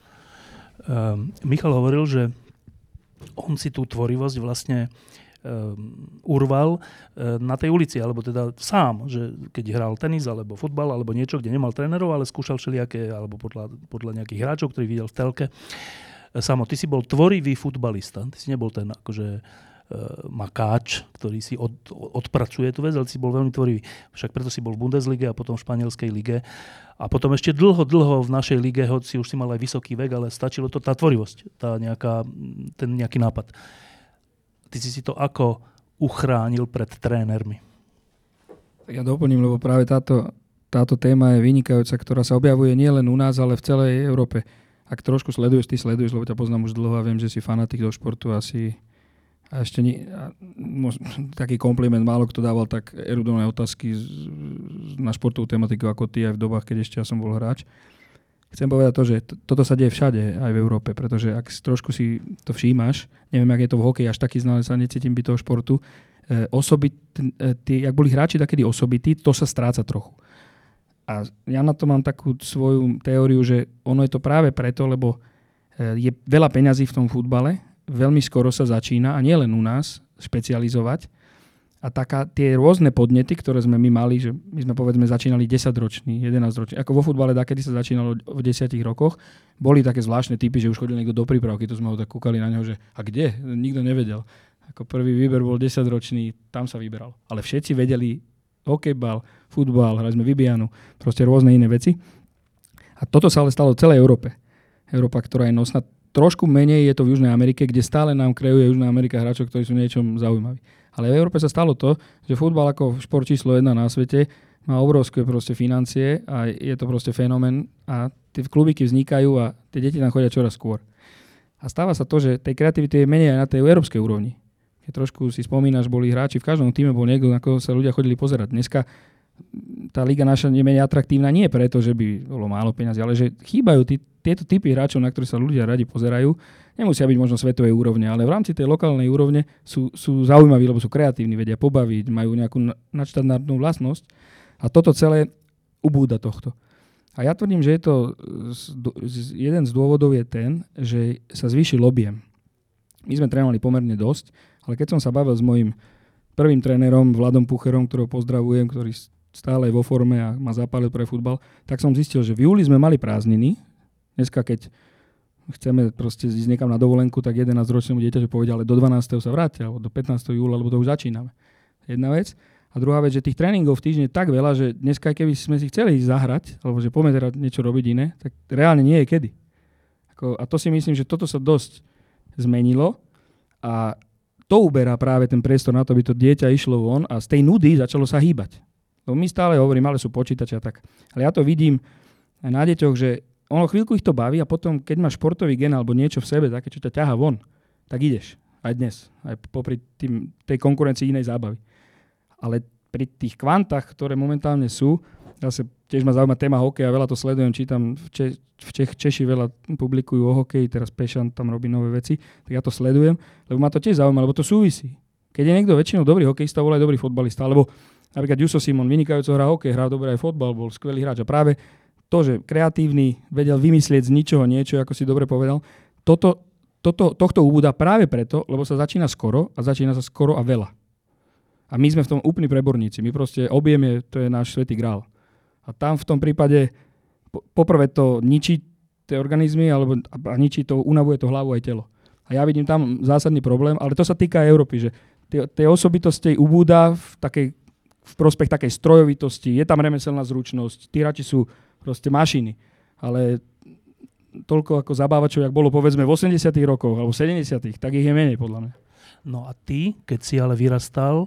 [SPEAKER 1] Michal hovoril, že on si tú tvorivosť vlastne urval na tej ulici, alebo teda sám, že keď hral tenis, alebo futbal, alebo niečo, kde nemal trénerov, ale skúšal všelijaké, alebo podľa nejakých hráčov, ktorých videl v telke. Samo, ty si bol tvorivý futbalista, ty si nebol ten akože makáč, ktorý si odpracuje tú vec, ale si bol veľmi tvorivý. Však preto si bol v Bundeslige a potom v španielskej lige. A potom ešte dlho v našej lige, hoci už si mal aj vysoký vek, ale stačilo to tá tvorivosť, ten nejaký nápad. Ty si to ako uchránil pred trénermi?
[SPEAKER 4] Ja doplním, lebo práve táto téma je vynikajúca, ktorá sa objavuje nielen u nás, ale v celej Európe. Ak trošku ty sleduješ, lebo ťa poznám už dlho a viem, že si fanatik do športu asi. A ešte taký kompliment, málo kto dával tak erudované otázky na športovú tematiku ako ty aj v dobách, keď ešte ja som bol hráč. Chcem povedať to, že toto sa deje všade, aj v Európe, pretože ak trošku si to všímaš, neviem, ak je to v hokeji, až taký znalec sa necítim byť toho športu, jak boli hráči takedy osobití, to sa stráca trochu. A ja na to mám takú svoju teóriu, že ono je to práve preto, lebo je veľa peňazí v tom futbale, veľmi skoro sa začína, a nie len u nás, špecializovať. A tie rôzne podnety, ktoré sme my mali, že my sme povedzme začínali 10-roční, 11-roční, ako vo futbale, kedy sa začínalo v 10 rokoch, boli také zvláštne typy, že už chodil niekto do prípravky, to sme ho tak kúkali na neho, že a kde? Nikto nevedel. Ako prvý výber bol 10-ročný, tam sa vyberal. Ale všetci vedeli hokejbal, futbal, hrali sme Vibianu, proste rôzne iné veci. A toto sa ale stalo v celej Európe. Európa, ktorá je nosná. Trošku menej je to v Južnej Amerike, kde stále nám kreuje Južná Amerika hráčov, ktorí sú niečom zaujímaví. Ale v Európe sa stalo to, že futbal ako šport číslo 1 na svete má obrovské proste financie a je to proste fenomén a tie klubiky vznikajú a tie deti tam chodia čoraz skôr. A stáva sa to, že tej kreativity je menej aj na tej európskej úrovni. Keď trošku si spomínaš, boli hráči, v každom týme bol niekto, na koho sa ľudia chodili pozerať. Dneska tá liga naša je menej atraktívna nie preto, že by bolo málo peňazí, ale že chýbajú tieto typy hráčov, na ktorých sa ľudia radi pozerajú. Nemusia byť možno svetovej úrovne, ale v rámci tej lokálnej úrovne sú zaujímaví, lebo sú kreatívni, vedia pobaviť, majú nejakú nadštandardnú vlastnosť a toto celé ubúda tohto. A ja tvrdím, že je to jeden z dôvodov je ten, že sa zvýši objem. My sme trénovali pomerne dosť, ale keď som sa bavil s mojím prvým trénerom Vladom Pucherom, ktorého pozdravujem, ktorý stále je vo forme a ma zapálil pre futbal, tak som zistil, že v júli sme mali prázdniny. Dneska, keď chceme proste ísť niekam na dovolenku, tak 11-ročnému dieťaťu povedia, ale do 12. sa vrátia, alebo do 15. júla, alebo to už začíname. Jedna vec. A druhá vec, že tých tréningov v týždni je tak veľa, že dneska, keby sme si chceli ísť zahrať, alebo že poďme teda niečo robiť iné, tak reálne nie je kedy. A to si myslím, že toto sa dosť zmenilo a to uberá práve ten priestor na to, aby to dieťa išlo von a z tej nudy začalo sa hýbať. Lebo my stále hovoríme, ale sú počítače a tak. Ale ja to vidím na deťoch, že ono chvíľku ich to baví a potom, keď máš športový gen alebo niečo v sebe, také, čo ťa ťaha von, tak ideš. Aj dnes. Aj popri tej konkurencii inej zábavy. Ale pri tých kvantách, ktoré momentálne sú, zase tiež ma zaujíma téma hokeja, veľa to sledujem, čítam, Češi veľa publikujú o hokeji, teraz Pešan tam robí nové veci, tak ja to sledujem, lebo ma to tiež zaujíma, lebo to súvisí. Keď je niekto väčšinou dobrý hokejista, bol aj dobrý fotbalista, alebo napríklad Juso Simon vynikajúco hrá hokej, hrá dobre aj fotbal, bol skvelý hráč a práve to, že kreatívny vedel vymyslieť z ničoho niečo, ako si dobre povedal, tohto ubúda práve preto, lebo sa začína skoro a začína sa skoro a veľa. A my sme v tom úplní preborníci. My proste objeme, to je náš svätý grál. A tam v tom prípade poprvé to ničí tie organizmy alebo a ničí to, unavuje to hlavu aj telo. A ja vidím tam zásadný problém, ale to sa týka aj Európy, že tie osobitosti ubúda v prospech takej strojovitosti, je tam remeselná zručnosť, tí hráči sú proste mašiny. Ale toľko ako zabávačov, jak bolo povedzme v 80 rokoch alebo 70 tak ich je menej podľa mňa.
[SPEAKER 1] No a ty, keď si ale vyrastal,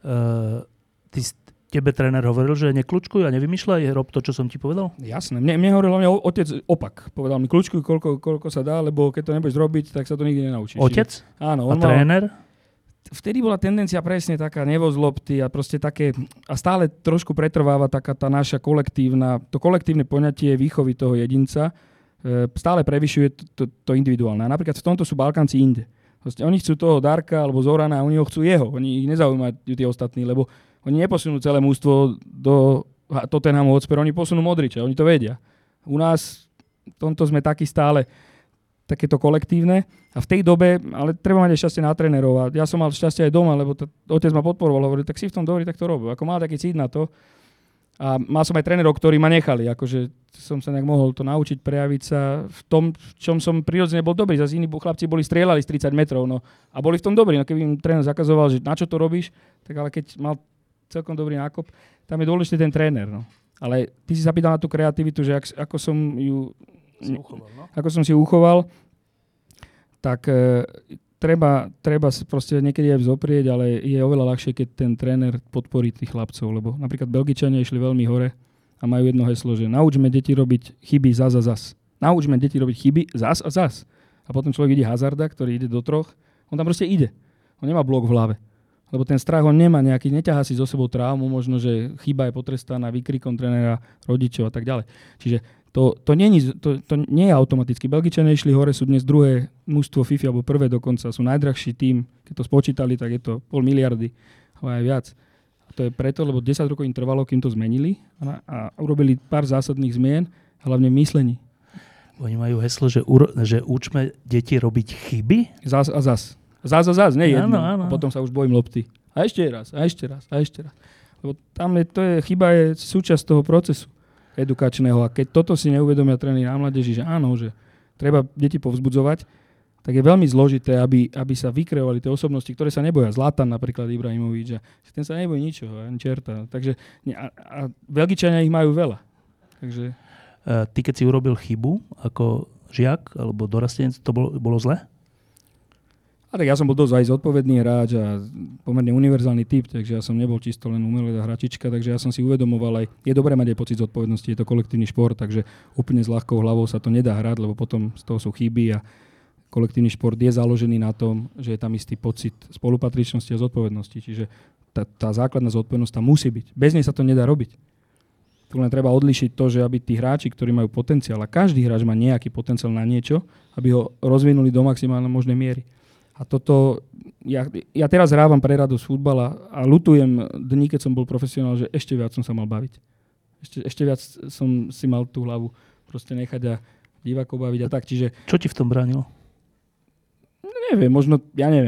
[SPEAKER 1] tebe tréner hovoril, že nekľúčkuj a nevymýšľaj, rob to, čo som ti povedal?
[SPEAKER 4] Jasné. Mne hovoril hlavne otec opak. Povedal mi, kľúčkuj, koľko sa dá, lebo keď to nebudeš robiť, tak sa to nikdy nenaučíš.
[SPEAKER 1] Otec?
[SPEAKER 4] Áno.
[SPEAKER 1] A tréner?
[SPEAKER 4] Vtedy bola tendencia presne taká nevoz lopty a proste také, a stále trošku pretrváva taká tá naša to kolektívne poňatie výchovy toho jedinca, stále prevyšuje to individuálne. A napríklad v tomto sú Balkánci inde. Proste oni chcú toho Darka alebo Zorana a oni ho chcú jeho. Oni ich nezaujímajú tí ostatní, lebo oni neposunú celé mužstvo do Tottenhamu Hotspur, oni posunú Modriča, oni to vedia. U nás v tomto sme takí stále takéto kolektívne a v tej dobe, ale treba mať aj šťastie na trénerov a ja som mal šťastie aj doma, lebo otec ma podporoval, hovoril, tak si v tom dobrý, tak to robil. Ako mal taký cít na to A mal som aj trénerov, ktorí ma nechali, akože som sa nejak mohol to naučiť, prejaviť sa v tom, v čom som prirodzene bol dobrý. Zase iní chlapci boli strieľali z 30 metrov, no a boli v tom dobrí. No keby im tréner zakazoval, že na čo to robíš, tak ale keď mal celkom dobrý nákop, tam je dôležitý ten tréner, no. Ale ty si sa pýtal na tú kreativitu, že ako som si ju uchoval, tak treba proste niekedy aj vzoprieť, ale je oveľa ľahšie, keď ten tréner podporí tých chlapcov, lebo napríklad Belgičania išli veľmi hore a majú jedno heslo, že naučme deti robiť chyby zas a zas. Naučme deti robiť chyby zas a zas. A potom človek vidí Hazarda, ktorý ide do troch, on tam proste ide. On nemá blok v hlave. Lebo ten strach on nemá nejaký, neťahá si so sebou traumu, možno, že chyba je potrestaná výkrikom trénera, rodičov a tak ďalej. Čiže to nie je automaticky. Belgičania išli hore, sú dnes druhé mužstvo FIFA, alebo prvé dokonca, sú najdrahší tím. Keď to spočítali, tak je to 500 miliardy, ale aj viac. A to je preto, lebo 10 rokov im trvalo, kým to zmenili a urobili pár zásadných zmien, hlavne v myslení.
[SPEAKER 1] Oni majú heslo, že učme deti robiť chyby?
[SPEAKER 4] Zas a zas. Zas a zas, nie jedno.
[SPEAKER 1] Áno.
[SPEAKER 4] A potom sa už bojím lopty. A ešte raz. Lebo tam chyba je súčasť toho procesu edukačného. A keď toto si neuvedomia tréneri na mládeži, že áno, že treba deti povzbudzovať, tak je veľmi zložité, aby sa vykreovali tie osobnosti, ktoré sa neboja. Zlatan napríklad Ibrahimovič, ten sa nebojí ničoho, ani čerta. Takže, a Belgičania ich majú veľa. Takže...
[SPEAKER 1] Ty, keď si urobil chybu ako žiak alebo dorastenec, to bolo zle?
[SPEAKER 4] A tak ja som bol dosť aj zodpovedný hráč a pomerne univerzálny typ, takže ja som nebol čisto len umelá hračička, takže ja som si uvedomoval aj, je dobré mať aj pocit zodpovednosti, je to kolektívny šport, takže úplne s ľahkou hlavou sa to nedá hrať, lebo potom z toho sú chyby a kolektívny šport je založený na tom, že je tam istý pocit spolupatričnosti a zodpovednosti, čiže tá základná zodpovednosť tam musí byť. Bez nej sa to nedá robiť. Tu len treba odlišiť to, že aby tí hráči, ktorí majú potenciál, a každý hráč má nejaký potenciál na niečo, aby ho rozvinuli do maximálnej možnej miery. A toto, ja teraz hrávam pre radosť futbala a ľutujem dní, keď som bol profesionál, že ešte viac som sa mal baviť. Ešte viac som si mal tú hlavu proste nechať a divákov baviť a tak. Čiže...
[SPEAKER 1] Čo ti v tom bránilo?
[SPEAKER 4] Neviem, možno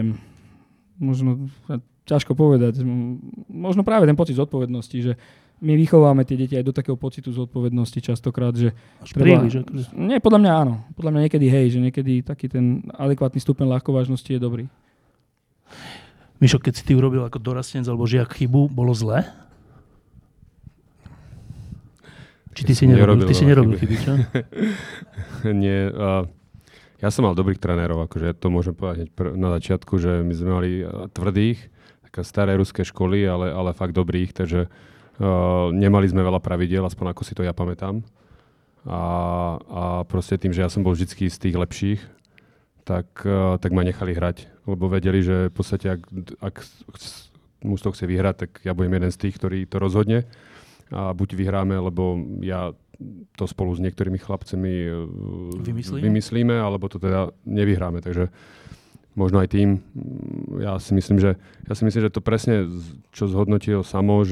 [SPEAKER 4] ťažko povedať. Možno práve ten pocit zodpovednosti, že my vychováme tie deti aj do takého pocitu zodpovednosti častokrát, že
[SPEAKER 1] príliš.
[SPEAKER 4] Nie, podľa mňa áno. Podľa mňa niekedy že niekedy taký ten adekvátny stupeň ľahkovážnosti je dobrý.
[SPEAKER 1] Mišo, keď si ty urobil ako dorastenec alebo žiak chybu, bolo zle? Či ty si nerobil? Ty si nerobil chyby, čo?
[SPEAKER 2] Nie. Ja som mal dobrých trénerov, akože to môžem povedať na začiatku, že my sme mali tvrdých, také staré ruské školy, ale fakt dobrých, takže nemali sme veľa pravidiel, aspoň ako si to ja pamätám. A proste tým, že ja som bol vždycky z tých lepších, tak ma nechali hrať. Lebo vedeli, že v podstate ak mužstvo chce vyhrať, tak ja budem jeden z tých, ktorý to rozhodne. A buď vyhráme, lebo ja to spolu s niektorými chlapcami vymyslíme, alebo to teda nevyhráme. Takže možno aj tým, ja si myslím, že to presne, čo zhodnotil Samo,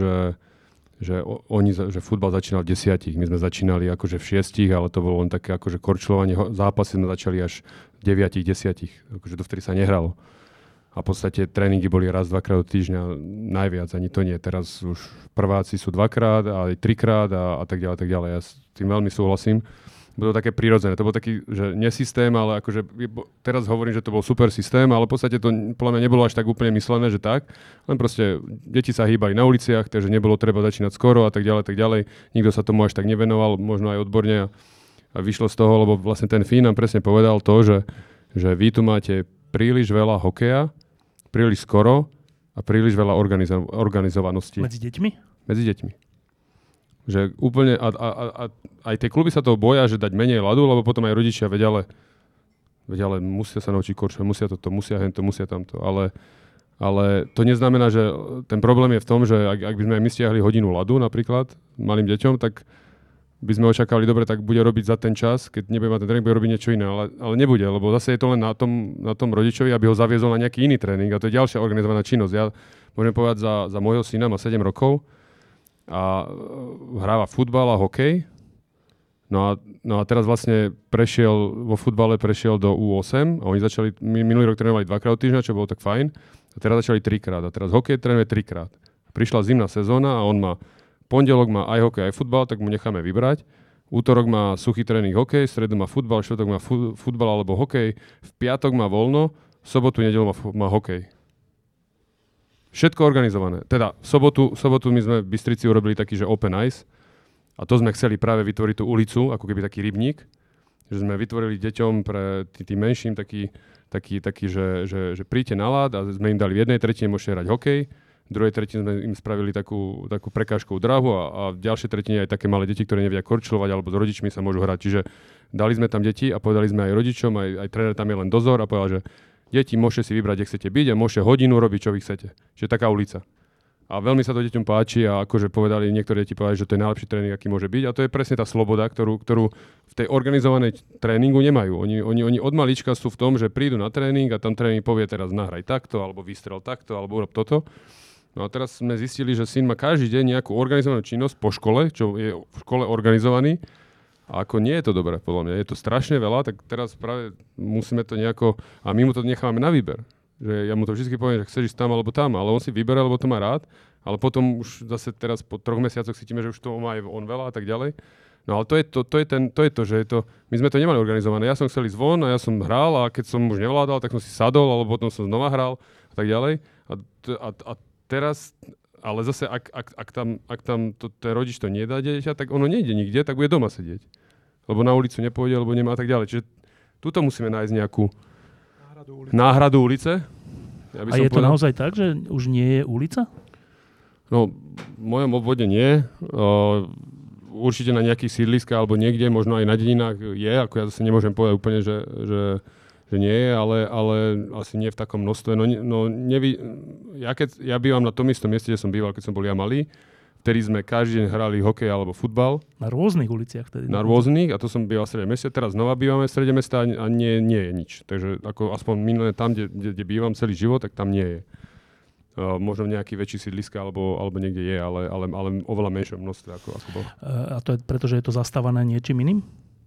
[SPEAKER 2] že futbal začínal v 10, my sme začínali akože v 6, ale to bolo len také akože korčľovanie, zápasy sme začali až v 9, 10, akože dovtedy sa nehralo. A v podstate tréningy boli raz, dvakrát do týždňa najviac, ani to nie. Teraz už prváci sú 2-krát a aj 3-krát a tak ďalej, tak ďalej. Ja s tým veľmi súhlasím. Bolo to také prirodzené. To bol taký, že nesystém, ale akože teraz hovorím, že to bol super systém, ale v podstate to podľa mňa nebolo až tak úplne myslené, že tak. Len proste deti sa hýbali na uliciach, takže nebolo treba začínať skoro a tak ďalej, tak ďalej. Nikto sa tomu až tak nevenoval, možno aj odborne. A vyšlo z toho, lebo vlastne ten Fín nám presne povedal to, že vy tu máte príliš veľa hokeja, príliš skoro a príliš veľa organizovanosti.
[SPEAKER 1] Medzi deťmi?
[SPEAKER 2] Medzi deťmi. Že úplne, a aj tie kluby sa toho boja, že dať menej ľadu, lebo potom aj rodičia vedia, ale musia sa naučiť korčovať, musia toto, musia hento, musia tamto. Ale to neznamená, že ten problém je v tom, že ak by sme aj my stiahli hodinu ľadu napríklad malým deťom, tak by sme očakávali, dobre, tak bude robiť za ten čas, keď nebude mať ten tréning, bude robiť niečo iné, ale nebude, lebo zase je to len na tom rodičovi, aby ho zaviezol na nejaký iný tréning a to je ďalšia organizovaná činnosť. Ja môžem povedať za môjho syna, má 7 rokov, a hráva futbal a hokej. No a teraz vlastne vo futbale prešiel do U8 a oni začali, minulý rok trénovali 2-krát týždňa, čo bolo tak fajn. A teraz začali 3-krát. A teraz hokej trénuje 3-krát. Prišla zimná sezóna a on má pondelok má aj hokej, aj futbal, tak mu necháme vybrať. Útorok má suchý tréning hokej, stredu má futbal, štvrtok má futbal alebo hokej, v piatok má voľno, sobotu, nedeľu má hokej. Všetko organizované. Teda v sobotu my sme v Bystrici urobili taký, že open ice a to sme chceli práve vytvoriť tú ulicu, ako keby taký rybník, že sme vytvorili deťom pre tým menším taký že príďte na ľad a sme im dali v jednej tretine môžete hrať hokej, v druhej tretine sme im spravili takú prekážkovú dráhu a v ďalšej tretine aj také malé deti, ktoré nevedia korčulovať alebo s rodičmi sa môžu hrať. Čiže dali sme tam deti a povedali sme aj rodičom, aj tréner tam je len dozor a povedal, že deti môžete si vybrať, kde chcete byť a môžete hodinu robiť, čo vy chcete. Čiže taká ulica. A veľmi sa to deťom páči a akože povedali, niektoré deti povedali, že to je najlepší tréning, aký môže byť. A to je presne tá sloboda, ktorú v tej organizovanej tréningu nemajú. Oni od malička sú v tom, že prídu na tréning a tam tréning povie teraz nahraj takto, alebo vystrel takto, alebo urob toto. No a teraz sme zistili, že syn má každý deň nejakú organizovanú činnosť po škole, čo je v škole organizovaný. A ako nie je to dobré, podľa mňa. Je to strašne veľa, tak teraz práve musíme to nejako... A my mu to nechávame na výber. Že ja mu to vždy poviem, že chceš ísť tam alebo tam, ale on si vyberá, lebo to má rád. Ale potom už zase teraz po 3 mesiacoch cítime, že už to má aj on veľa a tak ďalej. No ale to je to, že je to... My sme to nemali organizované. Ja som chcel ísť von a ja som hral a keď som už nevládal, tak som si sadol, alebo potom som znova hral a tak ďalej. A teraz... Ale zase, ak tam ten rodič to nedá dieťa, tak ono nejde nikde, tak bude doma sedieť. Lebo na ulicu nepôjde, lebo nemá a tak ďalej. Čiže tuto musíme nájsť nejakú náhradu ulice. Ja by
[SPEAKER 1] a je to naozaj tak, že už nie je ulica?
[SPEAKER 2] No, v mojom obvode nie. Určite na nejakých sídliskách alebo niekde, možno aj na dedinách je. Ako ja zase nemôžem povedať úplne, že nie je, ale asi nie v takom množstve. Ja bývam na tom istom mieste, kde som býval, keď som bol ja malý. Vtedy sme každý deň hrali hokej alebo futbal.
[SPEAKER 1] Na rôznych uliciach tedy.
[SPEAKER 2] Na rôznych, a to som býval v strede mesta. Teraz znova bývame v strede mesta a nie je nič. Takže ako aspoň minulé tam, kde bývam celý život, tak tam nie je. Možno nejaký väčší sídliska alebo niekde je, ale oveľa menšie množstve ako bol.
[SPEAKER 1] A to je preto, že je to zastávané niečím iným?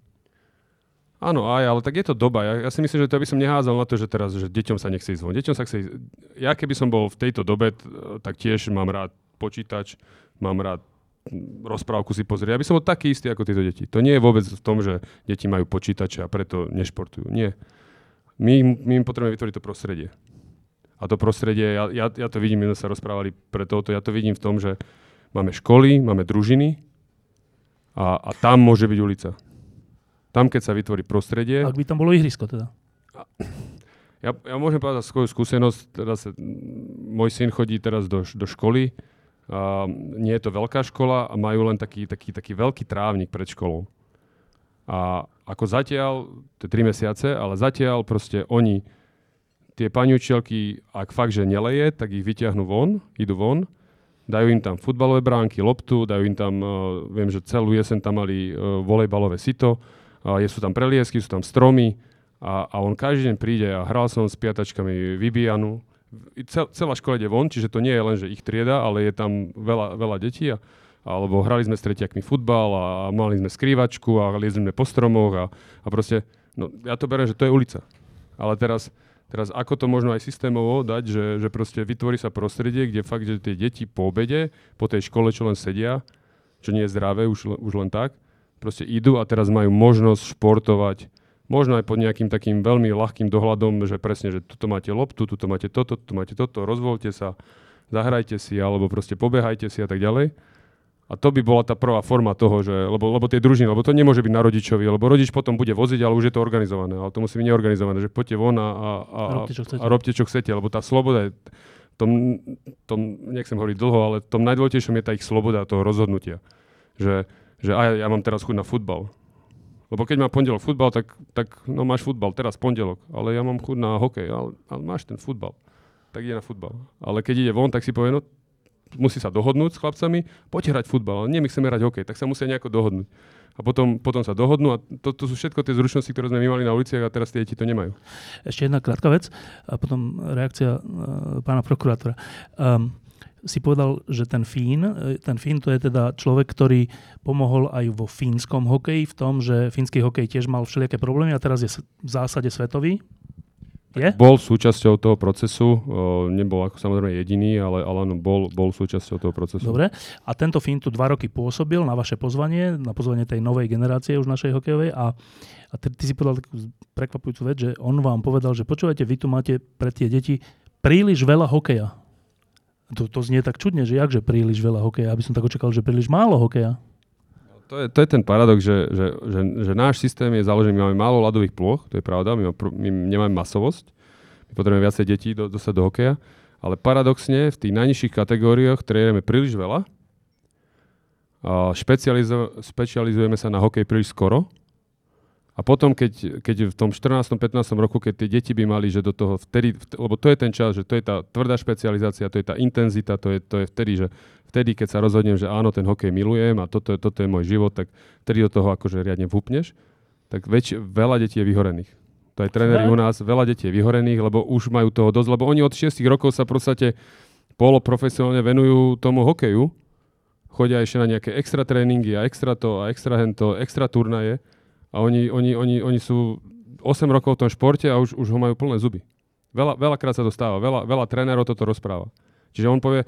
[SPEAKER 2] Áno, ale tak je to doba. Ja si myslím, že to by som nehádzal na to, že teraz, že deťom sa nechce ísť von. Ja keby som bol v tejto dobe, tak tiež mám rád počítač, mám rád rozprávku si pozrieť. Ja by som bol taký istý ako tieto deti. To nie je vôbec v tom, že deti majú počítače a preto nešportujú. Nie. My im potrebujeme vytvoriť to prostredie. A to prostredie, ja to vidím, my sme sa rozprávali pre toto, ja to vidím v tom, že máme školy, máme družiny a tam môže byť ulica. Tam, keď sa vytvorí prostredie...
[SPEAKER 1] Ak by tam bolo ihrisko teda.
[SPEAKER 2] Ja môžem povedať svoju skúsenosť. Môj syn chodí teraz do školy. Nie je to veľká škola a majú len taký veľký trávnik pred školou. A ako zatiaľ, to je 3 mesiace, ale zatiaľ proste oni, tie pani učiteľky, ak fakt, že neleje, tak ich vyťahnú von, idú von, dajú im tam futbalové bránky, loptu, dajú im tam, viem, že celú jeseň tam mali volejbalové sito, sú tam preliesky, sú tam stromy a on každý deň príde a hral som s piatačkami vybíjanú. Celá škola ide von, čiže to nie je len, že ich trieda, ale je tam veľa detí. Alebo hrali sme s tretiakmi futbal a mali sme skrývačku a liezli sme po stromoch a proste, no ja to beriem, že to je ulica. Ale teraz ako to možno aj systémovo dať, že proste vytvorí sa prostredie, kde fakt, že tie deti po obede, po tej škole, čo len sedia, čo nie je zdravé už len tak, proste idú a teraz majú možnosť športovať, možno aj pod nejakým takým veľmi ľahkým dohľadom, že presne, že tuto máte loptu, tuto máte toto, rozvoľte sa, zahrajte si, alebo proste pobehajte si a tak ďalej. A to by bola tá prvá forma toho, že, lebo tie družiny, lebo to nemôže byť na rodičovi, lebo rodič potom bude voziť, ale už je to organizované, ale to musí byť neorganizované, že poďte von a robte, čo chcete, lebo tá sloboda je, nechcem hovoriť dlho, ale v tom najdôležitejšom je tá ich sloboda toho rozhodnutia. Že ja mám teraz chuť na futbal. Lebo keď má pondelok futbal, tak no máš futbal teraz pondelok, ale ja mám chuť na hokej, ale máš ten futbal. Tak ide na futbal. Ale keď ide von, tak si povie, no musí sa dohodnúť s chlapcami, poďte hrať futbal, ale nie, my chceme hrať hokej, tak sa musia nejako dohodnúť. A potom sa dohodnú a to sú všetko tie zručnosti, ktoré sme my mali na uliciach a teraz tie deti to nemajú. Ešte
[SPEAKER 1] jedna krátka vec a potom reakcia pána prokurátora. Si povedal, že ten Fín to je teda človek, ktorý pomohol aj vo fínskom hokeji, v tom, že fínsky hokej tiež mal všelijaké problémy a teraz je v zásade svetový. Je?
[SPEAKER 2] Bol súčasťou toho procesu, nebol ako samozrejme jediný, ale bol súčasťou toho procesu.
[SPEAKER 1] Dobre. A tento Fín tu 2 roky pôsobil na vaše pozvanie, na pozvanie tej novej generácie už našej hokejovej a ty si povedal takú prekvapujúcu vec, že on vám povedal, že počúvajte, vy tu máte pre tie deti príliš veľa hokeja. To znie tak čudne, že jakže príliš veľa hokeja? Aby som tak očakal, že príliš málo hokeja.
[SPEAKER 2] To je ten paradox, že náš systém je založený, my máme málo ľadových plôch, to je pravda, my nemáme masovosť, my potrebujeme viacej detí dostať do hokeja, ale paradoxne v tých najnižších kategóriách trénujeme príliš veľa, špecializujeme sa na hokej príliš skoro a potom, keď v tom 14. 15. roku, keď tie deti by mali, že do toho vtedy, lebo to je ten čas, že to je tá tvrdá špecializácia, to je tá intenzita, to je vtedy, že vtedy, keď sa rozhodnem, že áno, ten hokej milujem a toto je môj život, tak vtedy do toho akože riadne vhupneš, tak veľa detí je vyhorených. To aj tréneri u nás, veľa detí je vyhorených, lebo už majú toho dosť, lebo oni od 6 rokov sa v podstate poloprofesionálne venujú tomu hokeju, chodia ešte na nejaké extra tréningy a extra to a extra hento, extra turnaje a oni sú 8 rokov v tom športe a už ho majú plné zuby. Veľakrát sa to stáva, veľa trénerov toto rozpráva. Čiže on povie,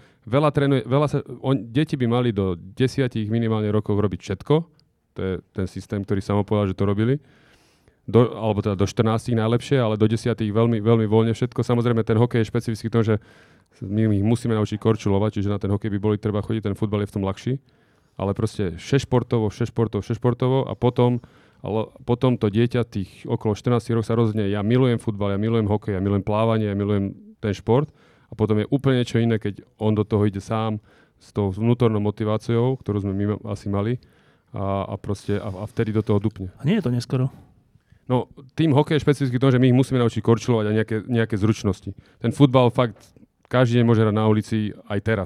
[SPEAKER 2] deti by mali do 10 minimálne rokov robiť všetko, to je ten systém, ktorý sám povedal, že to robili, alebo teda do 14 najlepšie, ale do 10 veľmi, veľmi voľne všetko. Samozrejme, ten hokej je špecifický v tom, že my ich musíme naučiť korčulovať, čiže na ten hokej by boli treba chodiť, ten futbal je v tom ľahší, ale proste 6 športovo a potom to dieťa tých okolo 14 rokov sa rozhodne, ja milujem futbal, ja milujem hokej, ja milujem plávanie, ja milujem ten šport. A potom je úplne niečo iné, keď on do toho ide sám s tou vnútornou motiváciou, ktorú sme my asi mali a vtedy do toho dupne. A
[SPEAKER 1] nie je to neskoro?
[SPEAKER 2] No, tým hokej je špecificky to, že my ich musíme naučiť korčulovať a nejaké zručnosti. Ten futbal fakt každý deň môže hrať na ulici aj teraz.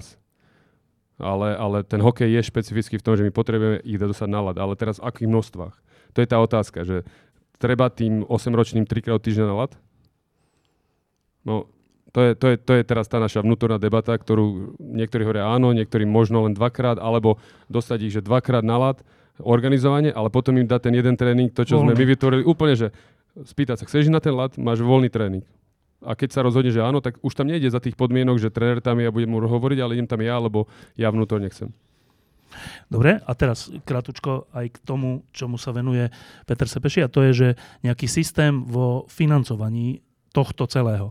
[SPEAKER 2] Ale ten hokej je špecificky v tom, že my potrebujeme ich dostať na ľad. Ale teraz v akých množstvách? To je tá otázka, že treba tým 8-ročným 3-krát týždňa na ľad? No, to je teraz tá naša vnútorná debata, ktorú niektorí hovoria áno, niektorí možno len 2-krát, alebo dostať ich, že 2-krát na ľad, organizovanie, ale potom im dá ten jeden tréning, to, čo sme my vytvorili, úplne, že spýtať sa, chceš na ten ľad, máš voľný tréning. A keď sa rozhodne, že áno, tak už tam nejde za tých podmienok, že tréner tam ja budem mu hovoriť, ale idem tam ja, lebo ja vnútorne chcem.
[SPEAKER 1] Dobre, a teraz krátko aj k tomu, čomu sa venuje Peter Sepeši, a to je, že nejaký systém vo financovaní tohto celého.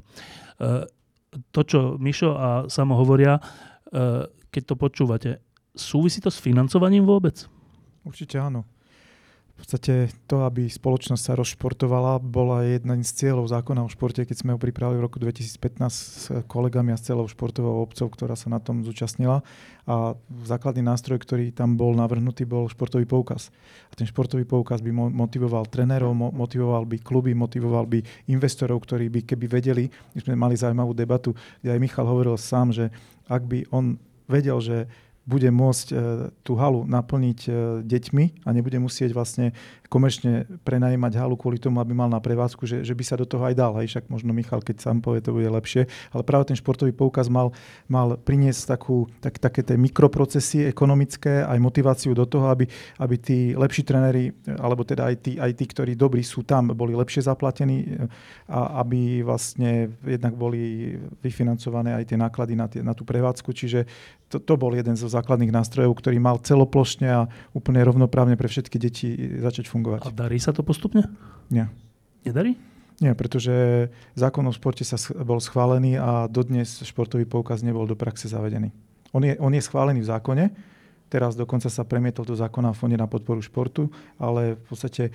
[SPEAKER 1] To, čo Mišo a Samo hovoria, keď to počúvate, súvisí to s financovaním vôbec?
[SPEAKER 3] Určite áno. V podstate to, aby spoločnosť sa rozšportovala, bola jedna z cieľov zákona o športe, keď sme ho pripravili v roku 2015 s kolegami a s celou športovou obcov, ktorá sa na tom zúčastnila. A základný nástroj, ktorý tam bol navrhnutý, bol športový poukaz. A ten športový poukaz by motivoval trénerov, motivoval by kluby, motivoval by investorov, ktorí by, keby vedeli, my sme mali zaujímavú debatu, kde aj Michal hovoril sám, že ak by on vedel, že bude môcť tú halu naplniť deťmi a nebude musieť vlastne komerčne prenajímať halu kvôli tomu, aby mal na prevádzku, že by sa do toho aj dal. Hej, však možno Michal, keď sám povie, to bude lepšie. Ale práve ten športový poukaz mal priniesť také tie mikroprocesy ekonomické, aj motiváciu do toho, aby tí lepší tréneri, alebo teda aj tí, ktorí dobrí sú tam, boli lepšie zaplatení a aby vlastne jednak boli vyfinancované aj tie náklady na tú prevádzku. Čiže to bol jeden zo základných nástrojov, ktorý mal celoplošne a úplne rovnoprávne pre všetky deti začať fungovať.
[SPEAKER 1] A darí sa to postupne?
[SPEAKER 3] Nie.
[SPEAKER 1] Nedarí?
[SPEAKER 3] Nie, pretože zákon o športe bol schválený a dodnes športový poukaz nebol do praxe zavedený. On je schválený v zákone, teraz dokonca sa premietol do zákona o fonde na podporu športu, ale v podstate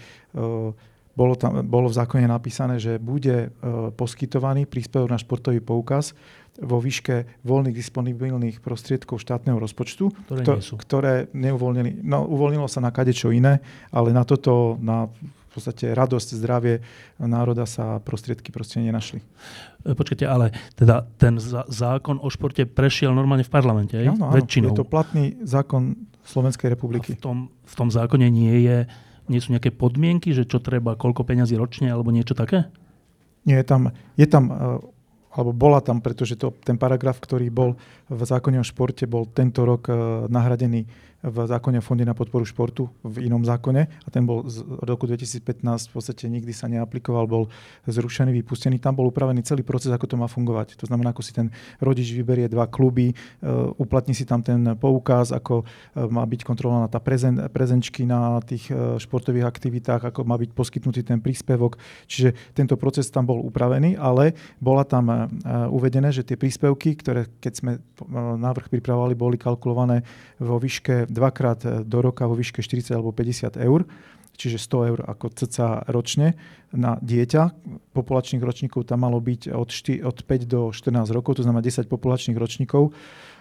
[SPEAKER 3] bolo v zákone napísané, že bude poskytovaný príspevok na športový poukaz vo výške voľných disponibilných prostriedkov štátneho rozpočtu, ktoré neuvoľnili. No, uvoľnilo sa na kadečo iné, ale na toto, na v podstate radosť, zdravie národa sa prostriedky proste nenašli.
[SPEAKER 1] Počkajte, ale teda ten zákon o športe prešiel normálne v parlamente, aj?
[SPEAKER 3] Áno,
[SPEAKER 1] väčšinou.
[SPEAKER 3] Je to platný zákon Slovenskej republiky.
[SPEAKER 1] A v tom zákone nie sú nejaké podmienky, že čo treba, koľko peňazí ročne, alebo niečo také?
[SPEAKER 3] Nie, je tam alebo bola tam, pretože ten paragraf, ktorý bol v zákone o športe, bol tento rok nahradený v zákone o fonde na podporu športu, v inom zákone, a ten bol z roku 2015 v podstate nikdy sa neaplikoval, bol zrušený, vypustený. Tam bol upravený celý proces, ako to má fungovať. To znamená, ako si ten rodič vyberie 2 kluby, uplatní si tam ten poukaz, ako má byť kontrolovaná tá prezenčky na tých športových aktivitách, ako má byť poskytnutý ten príspevok. Čiže tento proces tam bol upravený, ale bola tam uvedené, že tie príspevky, ktoré keď sme návrh pripravovali, boli kalkulované vo výške 2-krát do roka vo výške 40 alebo 50 eur, čiže 100 eur ako cca ročne na dieťa. Populačných ročníkov tam malo byť od 5 do 14 rokov, to znamená 10 populačných ročníkov.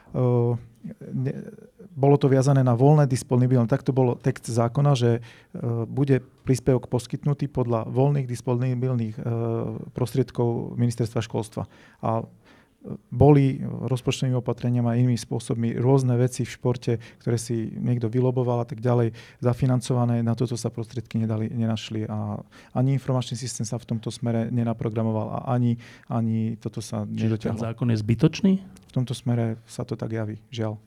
[SPEAKER 3] Bolo to viazané na voľné disponibilné. Takto bol text zákona, že bude príspevok poskytnutý podľa voľných disponibilných prostriedkov ministerstva školstva. A boli rozpočtovými opatreniami a inými spôsobmi rôzne veci v športe, ktoré si niekto vyloboval a tak ďalej, zafinancované. Na toto sa prostriedky nenašli a ani informačný systém sa v tomto smere nenaprogramoval a ani toto sa nedotiahlo.
[SPEAKER 1] Ten zákon je zbytočný?
[SPEAKER 3] V tomto smere sa to tak javí, žiaľ.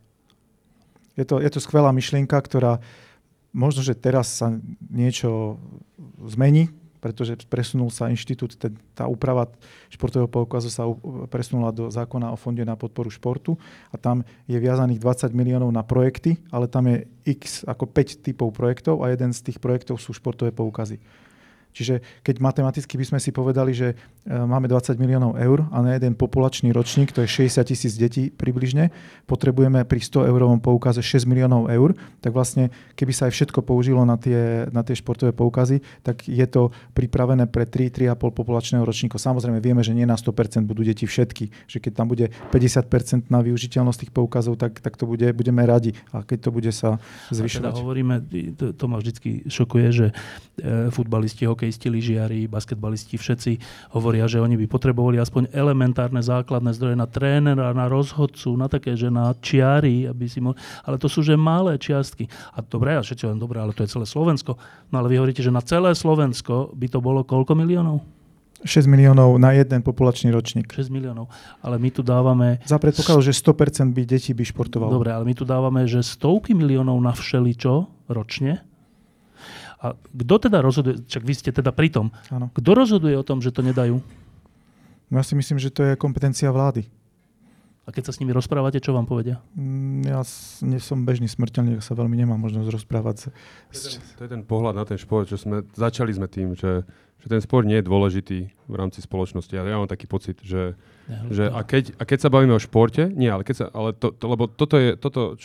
[SPEAKER 3] Je to skvelá myšlienka, ktorá možno, že teraz sa niečo zmení, pretože presunul sa inštitút, tá úprava športového poukazu sa presunula do zákona o fonde na podporu športu a tam je viazaných 20 miliónov na projekty, ale tam je ako 5 typov projektov a jeden z tých projektov sú športové poukazy. Čiže keď matematicky by sme si povedali, že máme 20 miliónov eur a na jeden populačný ročník, to je 60 000 detí približne, potrebujeme pri 100 eurovom poukaze 6 miliónov eur, tak vlastne keby sa aj všetko použilo na tie športové poukazy, tak je to pripravené pre 3,5 populačného ročníka. Samozrejme vieme, že nie na 100% budú deti všetky, že keď tam bude 50% na využiteľnosť tých poukazov, tak to budeme radi, a keď to bude sa zvyšovať.
[SPEAKER 1] A teda hovoríme, to ma vždycky šokuje, že futbalisti, hokejisti, lyžiari, basketbalisti, všetci hovoria, že oni by potrebovali aspoň elementárne základné zdroje na trénera, na rozhodcu, na také, že na čiary, aby si ale to sú že malé čiastky. A dobre, a všetci len dobre, ale to je celé Slovensko. No ale vy hovoríte, že na celé Slovensko by to bolo koľko miliónov?
[SPEAKER 3] 6 miliónov na jeden populačný ročník.
[SPEAKER 1] 6 miliónov. Ale my tu dávame...
[SPEAKER 3] Za predpokladu, že 100% by detí by športovalo.
[SPEAKER 1] Dobre, ale my tu dávame, že stovky miliónov na všeličo ročne. A kto teda rozhoduje, čak vy ste teda pri tom, kto rozhoduje o tom, že to nedajú?
[SPEAKER 3] No ja si myslím, že to je kompetencia vlády.
[SPEAKER 1] A keď sa s nimi rozprávate, čo vám povedia?
[SPEAKER 3] Ja nie som bežný smrteľník, sa veľmi nemám možnosť rozprávať.
[SPEAKER 2] To je ten pohľad na ten šport, že začali sme tým, že ten šport nie je dôležitý v rámci spoločnosti. Ja mám taký pocit, že keď sa bavíme o športe, lebo toto je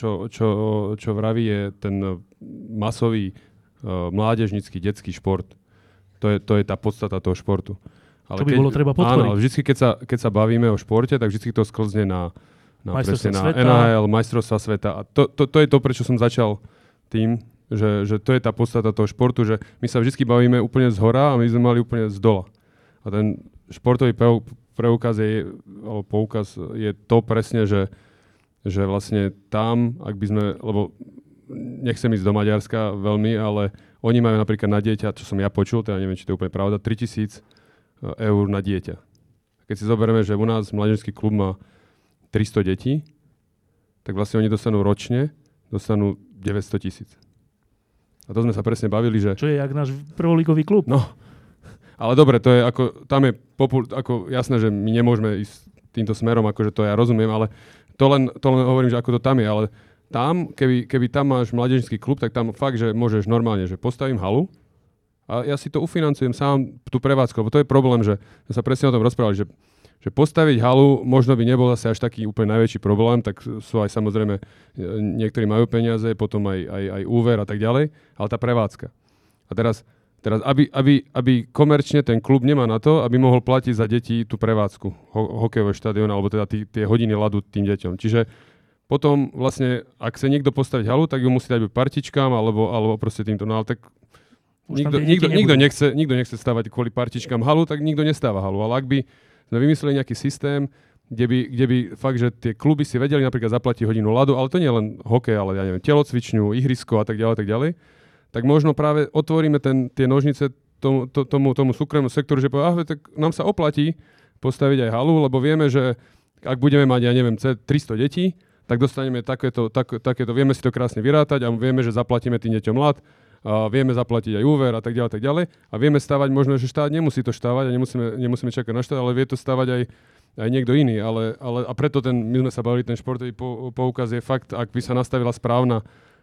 [SPEAKER 2] čo vraví, je ten masový mládežnícky detský šport. To je tá podstata toho športu.
[SPEAKER 1] Ale to by bolo treba podporiť.
[SPEAKER 2] Áno, ale vždy, keď sa bavíme o športe, tak vždy to sklzne na
[SPEAKER 1] sveta.
[SPEAKER 2] NHL, majstrovstvá sveta. A to je to, prečo som začal tým, že to je tá podstata toho športu, že my sa vždy bavíme úplne zhora a my sme mali úplne zdola. A ten športový preukaz alebo poukaz je to presne, že vlastne tam, ak by sme, lebo nechcem ísť do Maďarska veľmi, ale oni majú napríklad na dieťa, čo som ja počul, teda neviem, či to je úplne pravda, 3 000 eur na dieťa. Keď si zoberieme, že u nás mládežnícky klub má 300 detí, tak vlastne oni dostanú ročne 900 000. A to sme sa presne bavili, že...
[SPEAKER 1] Čo je jak náš prvoligový klub.
[SPEAKER 2] No, ale dobre, to je ako, tam je ako jasné, že my nemôžeme ísť týmto smerom, akože to ja rozumiem, ale to len hovorím, že ako to tam je, ale tam, keby tam máš mládežnícky klub, tak tam fakt, že môžeš normálne, že postavím halu, a ja si to ufinancujem sám, tú prevádzku, lebo to je problém, že sa presne o tom rozprávali, že postaviť halu možno by nebol asi až taký úplne najväčší problém, tak sú aj samozrejme, niektorí majú peniaze, potom aj úver a tak ďalej, ale tá prevádzka. A teraz aby komerčne ten klub nemá na to, aby mohol platiť za deti tú prevádzku hokejového štadióna, alebo teda tie hodiny ľadu tým deťom. Čiže potom vlastne, ak sa niekto postaviť halu, tak ju musí dať partičkám, alebo proste týmto. No ale tak nikto nechce stavať kvôli partičkám halu, tak nikto nestáva halu. Ale ak by sme vymysleli nejaký systém, kde by fakt, že tie kluby si vedeli napríklad zaplatiť hodinu ľadu, ale to nie len hokej, ale ja neviem, telocvičňu, ihrisko a tak ďalej, tak možno práve otvoríme tie nožnice tomu súkromnému sektoru, že povie, tak nám sa oplatí postaviť aj halu, lebo vieme, že ak budeme mať, 300 detí, tak dostaneme takéto, vieme si to krásne vyrátať a vieme, že zaplatíme tým deťom lat, a vieme zaplatiť aj úver a tak ďalej. A vieme stavať, možno, že štát nemusí to stavať a nemusíme čakať na štát, ale vie to stavať aj niekto iný. A preto my sme sa bavili, ten športový poukaz je fakt, ak by sa nastavila správna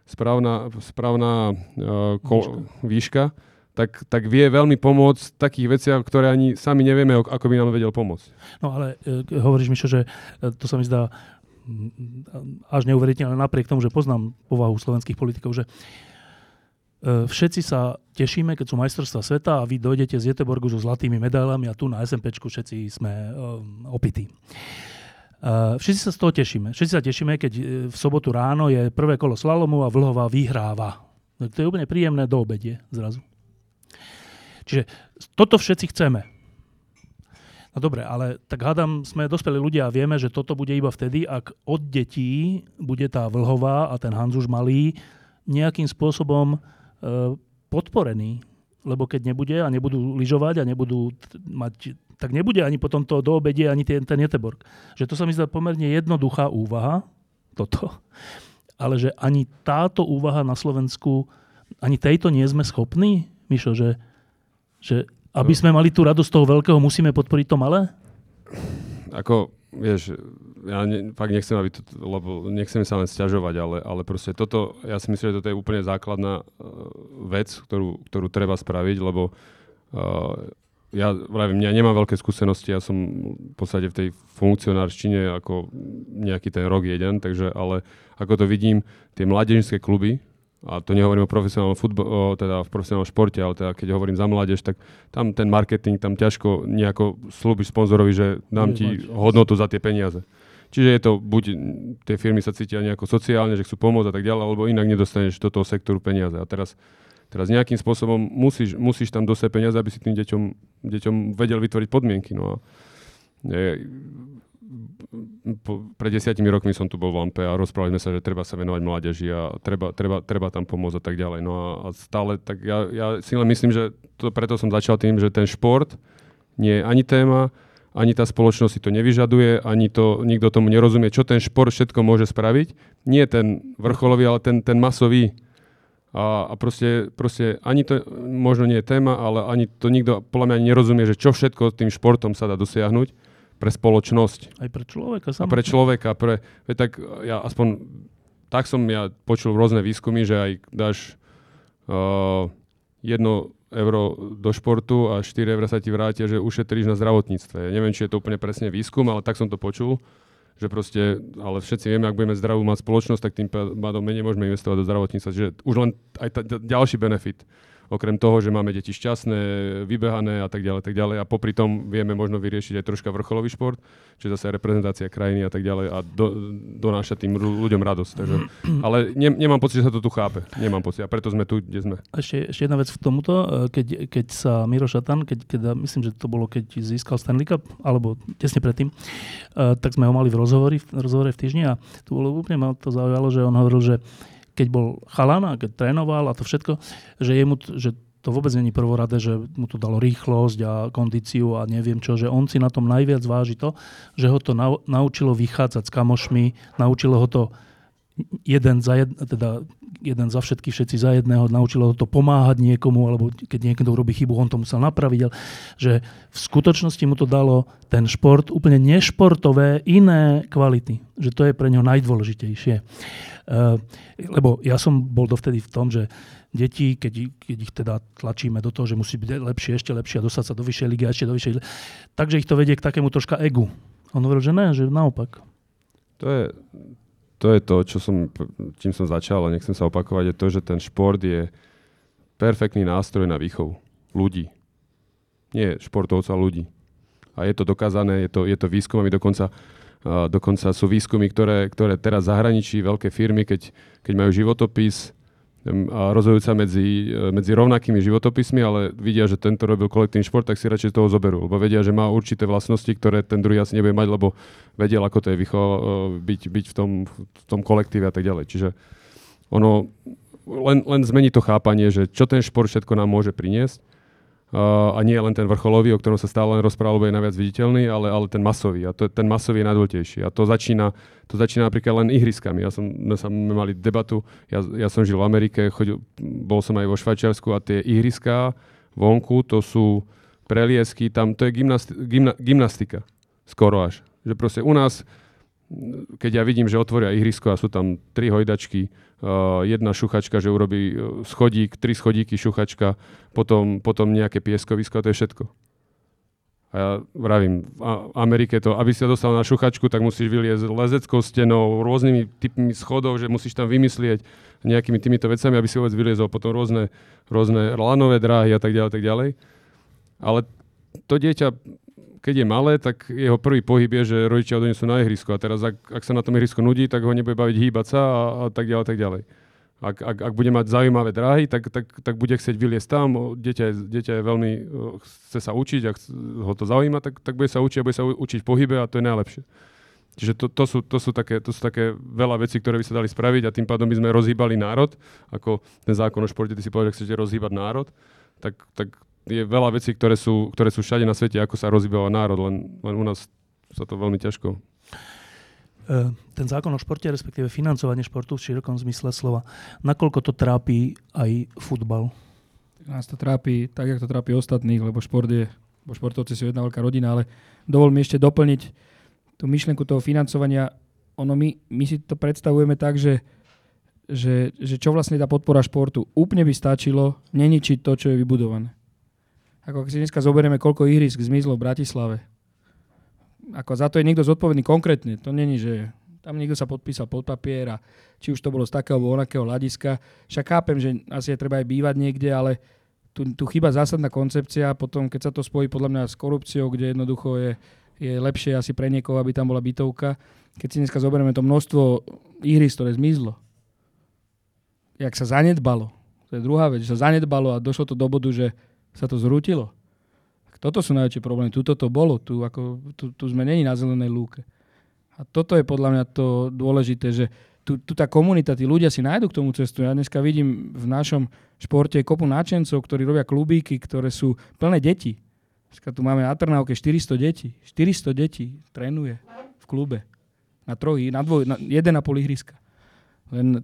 [SPEAKER 2] výška, tak vie veľmi pomôcť v takých veciach, ktoré ani sami nevieme, ako by nám vedel pomôcť.
[SPEAKER 1] No ale hovoríš, Mišo, že to sa mi zdá až neuveriteľné, napriek tomu, že poznám povahu slovenských politikov, že všetci sa tešíme, keď sú majstrovstvá sveta a vy dojdete z Göteborgu so zlatými medailami a tu na SMPčku všetci sme opití. Všetci sa z toho tešíme. Všetci sa tešíme, keď v sobotu ráno je prvé kolo slalomu a Vlhová vyhráva. To je úplne príjemné do obedie zrazu. Čiže toto všetci chceme. No dobre, ale tak hádam, sme dospelí ľudia a vieme, že toto bude iba vtedy, ak od detí bude tá Vlhová a ten Hanzuš malý nejakým spôsobom podporený. Lebo keď nebude a nebudú lyžovať a nebudú mať, tak nebude ani potom to do obedie, ani ten Göteborg. Že to sa mi zdá pomerne jednoduchá úvaha, toto, ale že ani táto úvaha na Slovensku, ani tejto nie sme schopní, Mišo, že aby sme mali tú radosť toho veľkého, musíme podporiť to malé?
[SPEAKER 2] Ako, vieš, ja fakt nechcem, lebo nechcem sa len sťažovať, ale proste toto, ja si myslím, že toto je úplne základná vec, ktorú treba spraviť, lebo ja nemám veľké skúsenosti, ja som v podstate v tej funkcionárčine ako nejaký ten rok jeden, takže, ale ako to vidím, tie mládežnícke kluby, a to nehovorím o profesionálnom teda v profesionálnom športe, ale teda keď hovorím za mládež, tak tam ten marketing, tam ťažko nejako slúbiš sponzorovi, že dám ti hodnotu za tie peniaze. Čiže je to, buď tie firmy sa cítia nejako sociálne, že chcú pomôcť a tak ďalej, alebo inak nedostaneš do toho sektoru peniaze. A teraz nejakým spôsobom musíš tam dostať peniaze, aby si tým deťom vedel vytvoriť podmienky. No a pred 10 rokmi som tu bol v Lampe a rozprávali sme sa, že treba sa venovať mládeži a treba tam pomôcť a tak ďalej. No a stále, tak ja si len myslím, že preto som začal tým, že ten šport nie je ani téma, ani tá spoločnosť si to nevyžaduje, ani to nikto tomu nerozumie, čo ten šport všetko môže spraviť. Nie ten vrcholový, ale ten masový. A proste ani to možno nie je téma, ale ani to nikto podľa mňa nerozumie, že čo všetko tým športom sa dá dosiahnuť pre spoločnosť.
[SPEAKER 1] Aj pre človeka samotného.
[SPEAKER 2] A pre človeka. Tak ja aspoň tak som počul rôzne výskumy, že aj dáš 1 euro do športu a 4 € sa ti vrátia, že ušetríš na zdravotníctve. Ja neviem, či je to úplne presne výskum, ale tak som to počul, že proste, ale všetci vieme, ak budeme zdravú mať spoločnosť, tak tým pádom menej môžeme investovať do zdravotníctva. Čiže už len aj ďalší benefit. Okrem toho, že máme deti šťastné, vybehané a tak ďalej. A popri tom vieme možno vyriešiť aj troška vrcholový šport, čiže zase reprezentácia krajiny a tak ďalej a donáša tým ľuďom radosť. Takže, ale nemám pocit, že sa to tu chápe. Nemám pocit a preto sme tu, kde sme.
[SPEAKER 1] Ešte jedna vec v tomuto, keď sa Miro Šatan, keď myslím, že to bolo, keď získal Stanley Cup, alebo tesne predtým, tak sme ho mali v rozhovore v Týždni a tu bolo úplne ma to zaujalo, že on hovoril, že keď bol chalan a keď trénoval a to všetko, že to vôbec není prvoradé, že mu to dalo rýchlosť a kondíciu a neviem čo, že on si na tom najviac váži to, že ho to naučilo vychádzať s kamošmi, naučilo ho to jeden za všetkých, všetci za jedného, naučilo ho to pomáhať niekomu, alebo keď niekto urobí chybu, on to musel napraviť, že v skutočnosti mu to dalo ten šport úplne nešportové iné kvality, že to je pre ňo najdôležitejšie. Lebo ja som bol dovtedy v tom, že deti, keď ich teda tlačíme do toho, že musí byť lepšie, ešte lepšie a dostať sa do vyššej ligy a ešte do vyššej ligy, takže ich to vedie k takému troška egu. On hovoril, že ne, že naopak.
[SPEAKER 2] To je to, čím som začal, ale nechcem sa opakovať, je to, že ten šport je perfektný nástroj na výchovu ľudí. Nie športovcov, ale ľudí. A je to dokázané, je to výskumami, dokonca sú výskumy, ktoré teraz zahraničí veľké firmy, keď majú životopis a rozhodujú sa medzi rovnakými životopismi, ale vidia, že tento robil kolektívny šport, tak si radšej toho zoberú, lebo vedia, že má určité vlastnosti, ktoré ten druhý asi nebude mať, lebo vedel, ako to je byť v tom kolektíve a tak ďalej. Čiže ono len zmení to chápanie, že čo ten šport všetko nám môže priniesť a nie len ten vrcholový, o ktorom sa stále len rozprával, lebo je najviac viditeľný, ale ten masový. A ten masový je najdôležitejší. A to začína napríklad len ihriskami. My mali debatu, ja som žil v Amerike, bol som aj vo Švajčiarsku a tie ihriská vonku, to sú preliesky, tam to je gymnastika. Skoro až. Že proste u nás, keď ja vidím, že otvoria ihrisko a sú tam 3 hojdačky, jedna šuchačka, že urobí schodík, 3 schodíky, šuchačka, potom nejaké pieskovisko, to je všetko. A ja vravím, v Amerike to, aby si sa dostal na šuchačku, tak musíš vyliezť lezeckou stenou, rôznymi typmi schodov, že musíš tam vymyslieť nejakými týmito vecami, aby si vôbec vyliezol, potom rôzne lanové dráhy a tak ďalej. Ale to dieťa, keď je malé, tak jeho prvý pohyb je, že rodičia odnesú na ihrisko. A teraz, ak sa na tom ihrisku nudí, tak ho nebude baviť hýbať sa a tak ďalej. Ak bude mať zaujímavé dráhy, tak bude chcieť vyliesť tam. Dieťa je veľmi, chce sa učiť a ho to zaujíma, tak bude sa učiť a bude sa učiť v pohybe a to je najlepšie. Čiže to sú také veľa vecí, ktoré by sa dali spraviť a tým pádom by sme rozhýbali národ. Ako ten zákon o športe, ty si povedal, že chcete rozhýbať národ, tak je veľa vecí, ktoré sú všade na svete, ako sa rozhýbava národ, len u nás sa to veľmi ťažko.
[SPEAKER 1] Ten zákon o športe, respektíve financovanie športu v širokom zmysle slova, nakoľko to trápi aj futbal?
[SPEAKER 4] Nás to trápi tak, jak to trápi ostatných, lebo športovci sú jedna veľká rodina, ale dovol mi ešte doplniť tú myšlienku toho financovania. My si to predstavujeme tak, že čo vlastne tá podpora športu. Úplne by stačilo neničiť to, čo je vybudované. Ako ak si dneska zoberieme, koľko ihrisk zmizlo v Bratislave. Ako za to je niekto zodpovedný konkrétne. To není, že tam niekto sa podpísal pod papier a či už to bolo z takého alebo onakého hľadiska. Však chápem, že asi je treba aj bývať niekde, ale tu chýba zásadná koncepcia. Potom, keď sa to spojí podľa mňa s korupciou, kde jednoducho je lepšie asi pre niekoho, aby tam bola bytovka. Keď si dneska zoberieme to množstvo ihrisk, ktoré zmizlo. Jak sa zanedbalo. To je druhá vec, že sa zanedbalo a došlo to do bodu, že sa to zrútilo. Toto sú najväčšie problémy. Tuto to bolo. Tu sme není na zelenej lúke. A toto je podľa mňa to dôležité, že tu tá komunita, tí ľudia si nájdu k tomu cestu. Ja dneska vidím v našom športe kopu náčencov, ktorí robia klubíky, ktoré sú plné detí. Dneska tu máme na Trnávke 400 detí. 400 detí trénuje v klube. Na 1,5 ihriska. Len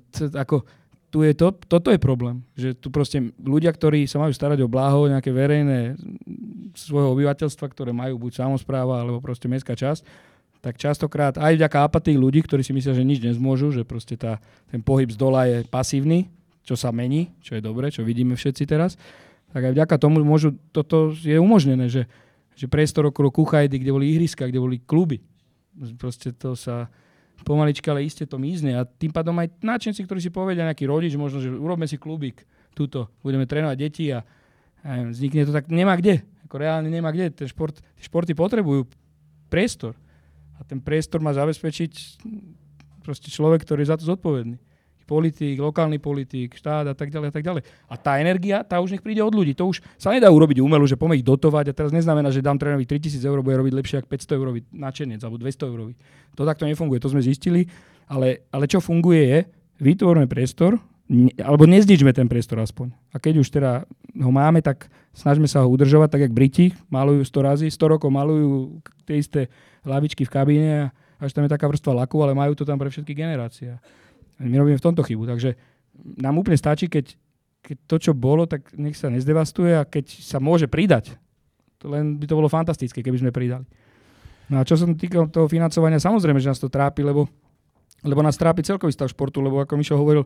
[SPEAKER 4] toto je problém, že tu proste ľudia, ktorí sa majú starať o bláho, nejaké verejné svojho obyvateľstva, ktoré majú buď samospráva, alebo proste mestská časť, tak častokrát aj vďaka apatii ľudí, ktorí si myslia, že nič nezmôžu, že proste ten pohyb z dola je pasívny, čo sa mení, čo je dobre, čo vidíme všetci teraz, tak aj vďaka tomu toto je umožnené, že priestor okolo Kuchajdy, kde boli ihriska, kde boli kluby, proste to sa pomalička, ale iste to mizne. A tým pádom aj náčenci, ktorí si povedia, nejaký rodič, možno, že urobme si klubík tuto, budeme trénovať deti a vznikne to tak, nemá kde. Ako reálne nemá kde. Tie športy potrebujú priestor. A ten priestor má zabezpečiť proste človek, ktorý je za to zodpovedný. Politík, lokálny politík, štát a tak ďalej a tak ďalej. A tá energia, tá už nech príde od ľudí. To už sa nedá urobiť umelú, že poďme ich dotovať a teraz neznamená, že dám trénovi 3,000 €, bude robiť lepšie ako 500 € načenec alebo 200 €. To takto nefunguje, to sme zistili, ale čo funguje je, vytvorme priestor, alebo nezničme ten priestor aspoň. A keď už teda ho máme, tak snažme sa ho udržovať, tak jak Briti malujú 100 razy, 100 rokov malujú tie isté lavičky v kabíne a až tam je taká vrstva laku, ale majú to tam pre všetky generácie. My robíme v tomto chybu, takže nám úplne stačí, keď to, čo bolo, tak nech sa nezdevastuje a keď sa môže pridať, to len by to bolo fantastické, keby sme pridali. No a čo sa týka toho financovania, samozrejme, že nás to trápi, lebo nás trápi celkový stav športu, lebo ako Mišo hovoril,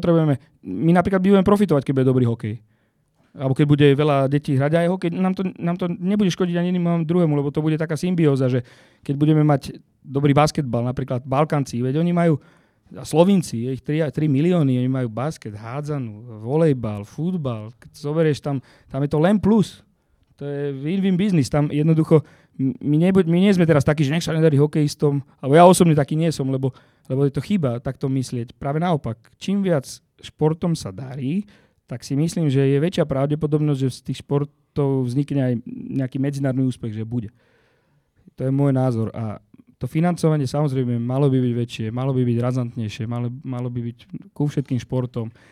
[SPEAKER 4] my napríklad budeme profitovať, keď bude dobrý hokej. Alebo keď bude veľa detí hrať aj hokej, nám to nebude škodiť ani jednému druhému, lebo to bude taká symbióza, že keď budeme mať dobrý basketbal, napríklad Balkánci, veď oni majú a Slovinci, je ich 3 milióny, oni majú basket, hádzanú, volejbal, futbal. Keď zoberieš tam je to len plus. To je win-win business. Tam jednoducho, my nie sme teraz takí, že nech sa nedarí hokejistom, alebo ja osobne taký nie som, lebo je to chyba takto myslieť. Práve naopak, čím viac športom sa darí, tak si myslím, že je väčšia pravdepodobnosť, že z tých športov vznikne aj nejaký medzinárodný úspech, že bude. To je môj názor. A to financovanie samozrejme malo by byť väčšie, malo by byť razantnejšie, malo by byť ku všetkým športom.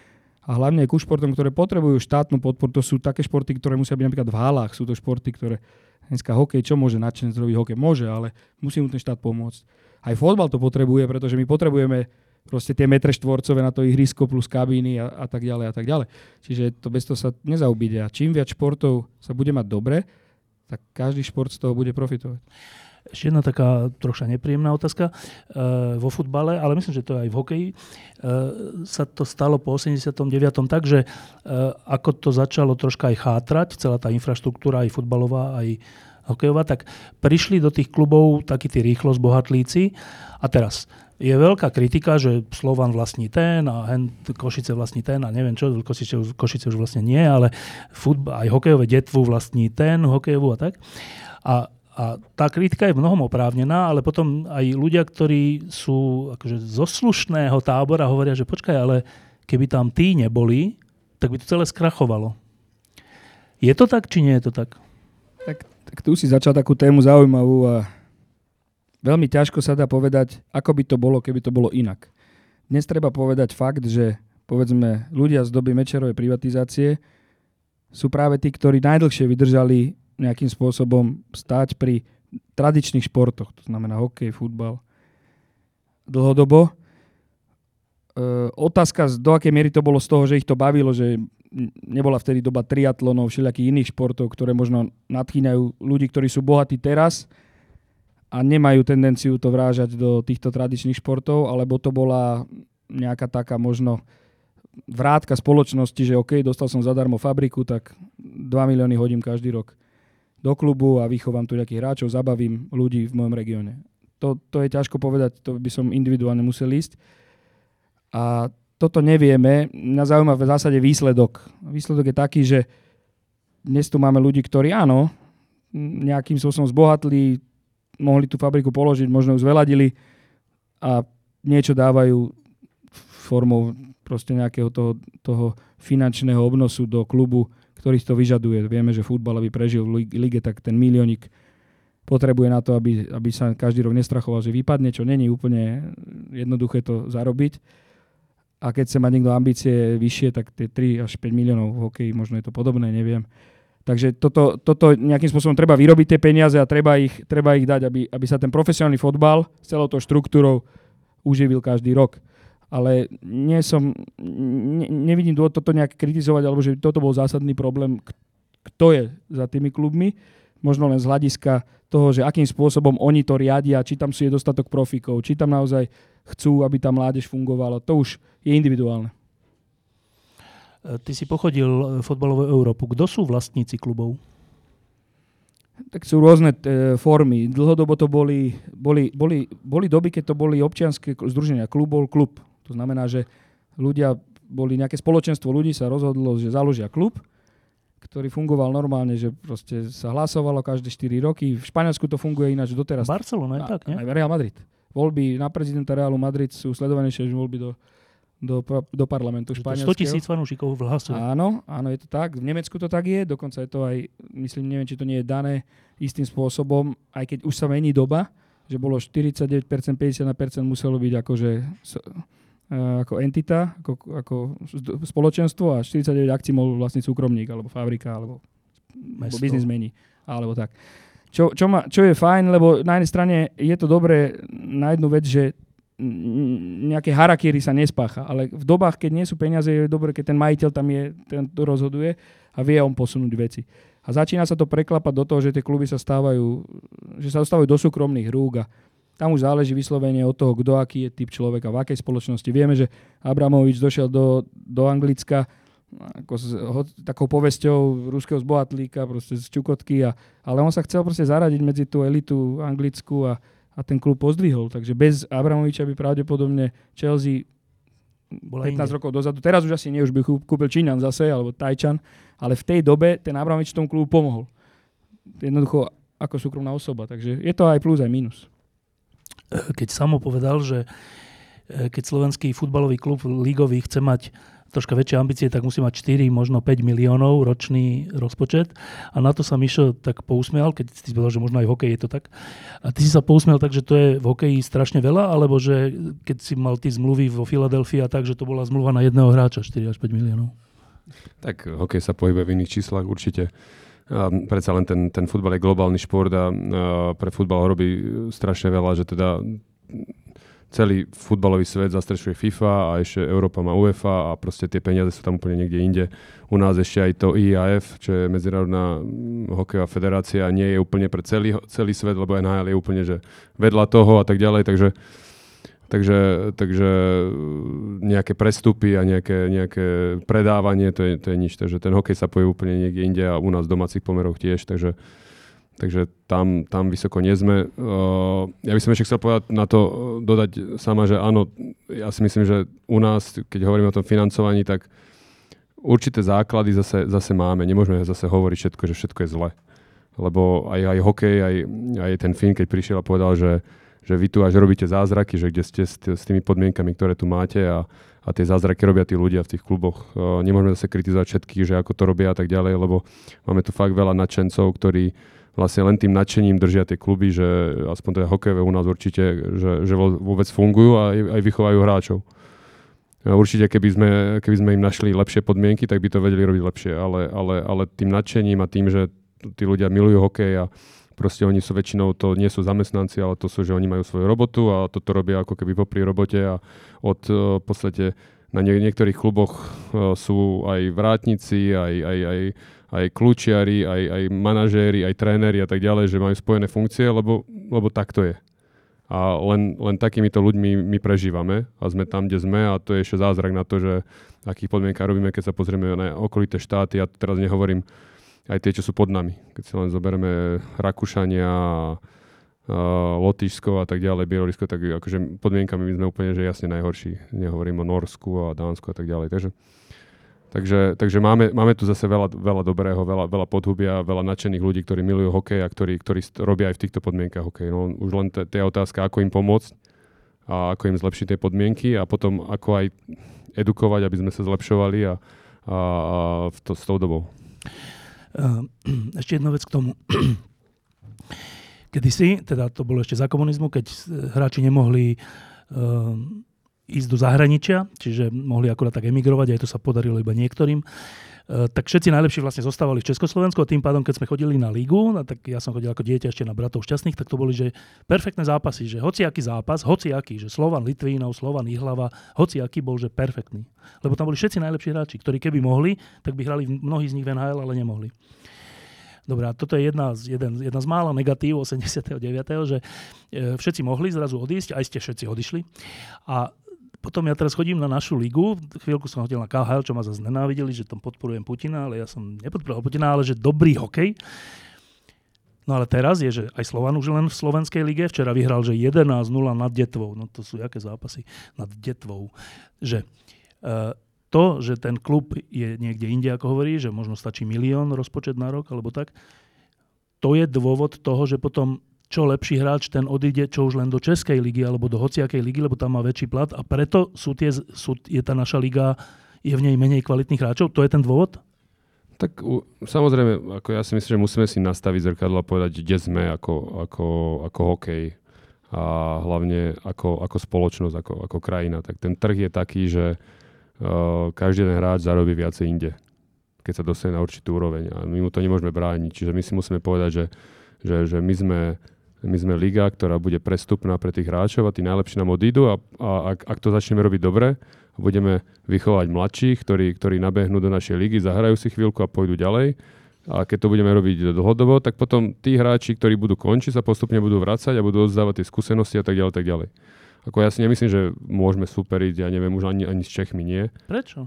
[SPEAKER 4] A hlavne ku športom, ktoré potrebujú štátnu podporu, to sú také športy, ktoré musia byť napríklad v halách. Sú to športy, ktoré dneska hokej, čo môže nadšenec robiť? Hokej môže, ale musí mu ten štát pomôcť. Aj fotbal to potrebuje, pretože my potrebujeme proste tie metre štvorcové na to ihrisko plus kabíny a tak ďalej a tak ďalej. Čiže to bez toho sa nezaobíde. A čím viac športov sa bude mať dobre, tak každý šport z toho bude profitovať.
[SPEAKER 1] Ešte jedna taká troša nepríjemná otázka. Vo futbale, ale myslím, že to aj v hokeji, sa to stalo po 89. tak, že ako to začalo troška aj chátrať, celá tá infraštruktúra, aj futbalová, aj hokejová, tak prišli do tých klubov takí tí rýchlo zbohatlíci. A teraz je veľká kritika, že Slovan vlastní ten a Košice vlastní ten a neviem čo, Košice už vlastne nie, ale aj hokejové Detvu vlastní ten, hokejovú a tak. A tá kritika je mnohom oprávnená, ale potom aj ľudia, ktorí sú akože zo slušného tábora, hovoria, že počkaj, ale keby tam tí neboli, tak by to celé skrachovalo. Je to tak, či nie je to tak?
[SPEAKER 4] Tak tu si začal takú tému zaujímavú a veľmi ťažko sa dá povedať, ako by to bolo, keby to bolo inak. Dnes treba povedať fakt, že povedzme ľudia z doby Mečiarovej privatizácie sú práve tí, ktorí najdlhšie vydržali nejakým spôsobom stáť pri tradičných športoch, to znamená hokej, futbal, dlhodobo. Otázka, do akej miery to bolo z toho, že ich to bavilo, že nebola vtedy doba triatlonov, všelijakých iných športov, ktoré možno nadchýňajú ľudí, ktorí sú bohatí teraz a nemajú tendenciu to vrážať do týchto tradičných športov, alebo to bola nejaká taká možno vrátka spoločnosti, že OK, dostal som zadarmo fabriku, tak 2 milióny hodím každý rok do klubu a vychovám tu nejakých hráčov, zabavím ľudí v mojom regióne. To je ťažko povedať, to by som individuálne musel ísť. A toto nevieme. Mňa zaujíma v zásade výsledok. Výsledok je taký, že dnes tu máme ľudí, ktorí áno, nejakým spôsobom zbohatli, mohli tú fabriku položiť, možno ju zveladili a niečo dávajú formou proste nejakého toho finančného obnosu do klubu, ktorý to vyžaduje. Vieme, že futbal, aby prežil v lige, tak ten miliónik potrebuje na to, aby sa každý rok nestrachoval, že vypadne, čo není úplne jednoduché to zarobiť. A keď sa má niekto ambície vyššie, tak tie 3 až 5 miliónov v hokeji, možno je to podobné, neviem. Takže toto nejakým spôsobom treba vyrobiť tie peniaze a treba ich dať, aby sa ten profesionálny fotbal s celou tou štruktúrou uživil každý rok. Ale nevidím dôvod toto nejak kritizovať, alebo že toto bol zásadný problém, kto je za tými klubmi. Možno len z hľadiska toho, že akým spôsobom oni to riadia, či tam sú dostatok profíkov, či tam naozaj chcú, aby tá mládež fungovala. To už je individuálne.
[SPEAKER 1] Ty si pochodil fotbalovú Európu. Kto sú vlastníci klubov?
[SPEAKER 4] Tak sú rôzne formy. Dlhodobo to boli doby, keď to boli občianske združenia. Klub bol klub. To znamená, že boli nejaké spoločenstvo ľudí, sa rozhodlo, že založia klub, ktorý fungoval normálne, že proste sa hlasovalo každé 4 roky. V Španielsku to funguje ináč doteraz.
[SPEAKER 1] Barcelona je tak, nie?
[SPEAKER 4] Aj Real Madrid. Voľby na prezidenta Realu Madrid sú sledovanejšie než voľby do parlamentu španielského.
[SPEAKER 1] 100 000 fanúšikov hlasuje.
[SPEAKER 4] Áno, je to tak. V Nemecku to tak je, dokonca je to aj, neviem, či to nie je dané istým spôsobom, aj keď už sa mení doba, že bolo 49%, 51% muselo byť akože ako entita, ako spoločenstvo a 49 akcií mohol vlastniť súkromník, alebo fabrika, alebo biznismeni, alebo tak. Čo je fajn, lebo na jednej strane je to dobré na jednu vec, že nejaké harakiri sa nespácha, ale v dobách, keď nie sú peniaze, je dobré, keď ten majiteľ tam je, ten to rozhoduje a vie on posunúť veci. A začína sa to preklapať do toho, že tie kluby sa dostávajú do súkromných rúk a tam už záleží vyslovene od toho, kto aký je typ človeka, v akej spoločnosti. Vieme, že Abramovič došiel do Anglicka ako takou povesťou ruského zbohatlíka, proste z Čukotky, ale on sa chcel proste zaradiť medzi tú elitu anglickú a ten klub pozdvihol. Takže bez Abramoviča by pravdepodobne Chelsea 15 rokov dozadu, teraz už asi nie, už by kúpil Číňan zase, alebo Tajčan, ale v tej dobe ten Abramovič tomu klubu pomohol. Jednoducho ako súkromná osoba, takže je to aj plus, aj minus.
[SPEAKER 1] Keď Samo povedal, že keď slovenský futbalový klub lígový chce mať troška väčšie ambície, tak musí mať 4, možno 5 miliónov ročný rozpočet. A na to sa Mišo tak pousmial, keď si povedal, že možno aj v hokeji je to tak. A ty si sa pousmial tak, že to je v hokeji strašne veľa, alebo že keď si mal ty zmluvy vo Filadelfii a tak, že to bola zmluva na jedného hráča, 4 až 5 miliónov.
[SPEAKER 2] Tak hokej sa pohybuje v iných číslach určite. Predsa len ten futbal je globálny šport a pre futbal robí strašne veľa, že teda celý futbalový svet zastrešuje FIFA a ešte Európa má UEFA a proste tie peniaze sú tam úplne niekde inde. U nás ešte aj to IAF, čo je Medzinárodná hokejová federácia, nie je úplne pre celý svet, lebo NHL je úplne že vedľa toho a tak ďalej, takže nejaké prestupy a nejaké predávanie, to je nič. Takže ten hokej sa poje úplne niekde inde a u nás v domácich pomeroch tiež, takže tam vysoko nie sme. Ja by som ešte chcel povedať na to, dodať sama, že áno, ja si myslím, že u nás, keď hovoríme o tom financovaní, tak určité základy zase máme. Nemôžeme zase hovoriť všetko, že všetko je zle. Lebo aj hokej, aj ten Finn, keď prišiel a povedal, že vy tu až robíte zázraky, že kde ste s tými podmienkami, ktoré tu máte a tie zázraky robia tí ľudia v tých kluboch. Nemôžeme zase kritizovať všetkých, že ako to robia a tak ďalej, lebo máme tu fakt veľa nadšencov, ktorí vlastne len tým nadšením držia tie kluby, že aspoň teda hokejové u nás určite, že vôbec fungujú a aj vychovajú hráčov. Určite, keby sme im našli lepšie podmienky, tak by to vedeli robiť lepšie, ale tým nadšením a tým, že tí ľudia milujú hokej a proste oni sú väčšinou, to nie sú zamestnanci, ale to sú, že oni majú svoju robotu a toto robia ako keby popri robote a v podstate na niektorých kluboch sú aj vrátnici, aj kľúčiari, aj manažéri, aj tréneri a tak ďalej, že majú spojené funkcie, lebo tak to je. A len takýmito ľuďmi my prežívame a sme tam, kde sme a to je ešte zázrak na to, že akých podmienkach robíme, keď sa pozrieme na okolité štáty. Ja teraz nehovorím aj tie, čo sú pod nami. Keď si len zoberieme Rakúšania, Lotyšsko a tak ďalej, Bielorusko, tak akože podmienkami my sme úplne že jasne najhorší. Nehovorím o Norsku a Dánsku a tak ďalej. Takže máme tu zase veľa dobrého, veľa podhubia, veľa nadšených ľudí, ktorí milujú hokej a ktorí robia aj v týchto podmienkach hokej. No, už len tá otázka, ako im pomôcť a ako im zlepšiť tie podmienky a potom ako aj edukovať, aby sme sa zlepšovali a s tou dobou.
[SPEAKER 1] Ešte jedna vec k tomu. Kedysi, teda to bolo ešte za komunizmu, keď hráči nemohli ísť do zahraničia, čiže mohli akorát tak emigrovať, aj to sa podarilo iba niektorým, tak všetci najlepší vlastne zostávali v Československu a tým pádom, keď sme chodili na lígu, tak ja som chodil ako dieťa ešte na Bratov šťastných, tak to boli že perfektné zápasy, že hociaký zápas, hociaký, že Slovan Litvínov, Slovan Ihlava, hociaký bol že perfektný. Lebo tam boli všetci najlepší hráči, ktorí keby mohli, tak by hrali mnohí z nich v NHL, ale nemohli. Dobre, a toto je jedna z mála negatív 89., že všetci mohli zrazu odísť, aj ste všetci odišli. A potom ja teraz chodím na našu ligu, chvíľku som chodil na KHL, čo ma zase nenávideli, že tam podporujem Putina, ale ja som nepodporoval Putina, ale že dobrý hokej. No ale teraz je, že aj Slovan už len v slovenskej lige, včera vyhral, že 11-0 nad Detvou. No to sú jaké zápasy nad Detvou. Že to, že ten klub je niekde inde, ako hovorí, že možno stačí 1 000 000 rozpočet na rok, alebo tak, to je dôvod toho, že potom čo lepší hráč, ten odíde čo už len do Českej ligy alebo do hociakej ligy, lebo tam má väčší plat a preto je tá naša liga, je v nej menej kvalitných hráčov. To je ten dôvod?
[SPEAKER 2] Tak samozrejme, ako ja si myslím, že musíme si nastaviť zrkadlo a povedať, kde sme ako hokej a hlavne ako spoločnosť, ako krajina. Tak ten trh je taký, že každý ten hráč zarobí viacej inde, keď sa dostane na určitú úroveň a my mu to nemôžeme brániť. Čiže my si musíme povedať, že my sme liga, ktorá bude prestupná pre tých hráčov a tí najlepší nám odídu a ak to začneme robiť dobre a budeme vychovať mladších, ktorí nabehnú do našej ligy, zahrajú si chvíľku a pôjdu ďalej a keď to budeme robiť dlhodobo, tak potom tí hráči, ktorí budú končiť, sa postupne budú vracať a budú oddávať tie skúsenosti a tak ďalej. Ako ja si nemyslím, že môžeme superiť, ja neviem, už ani s Čechmi nie.
[SPEAKER 1] Prečo?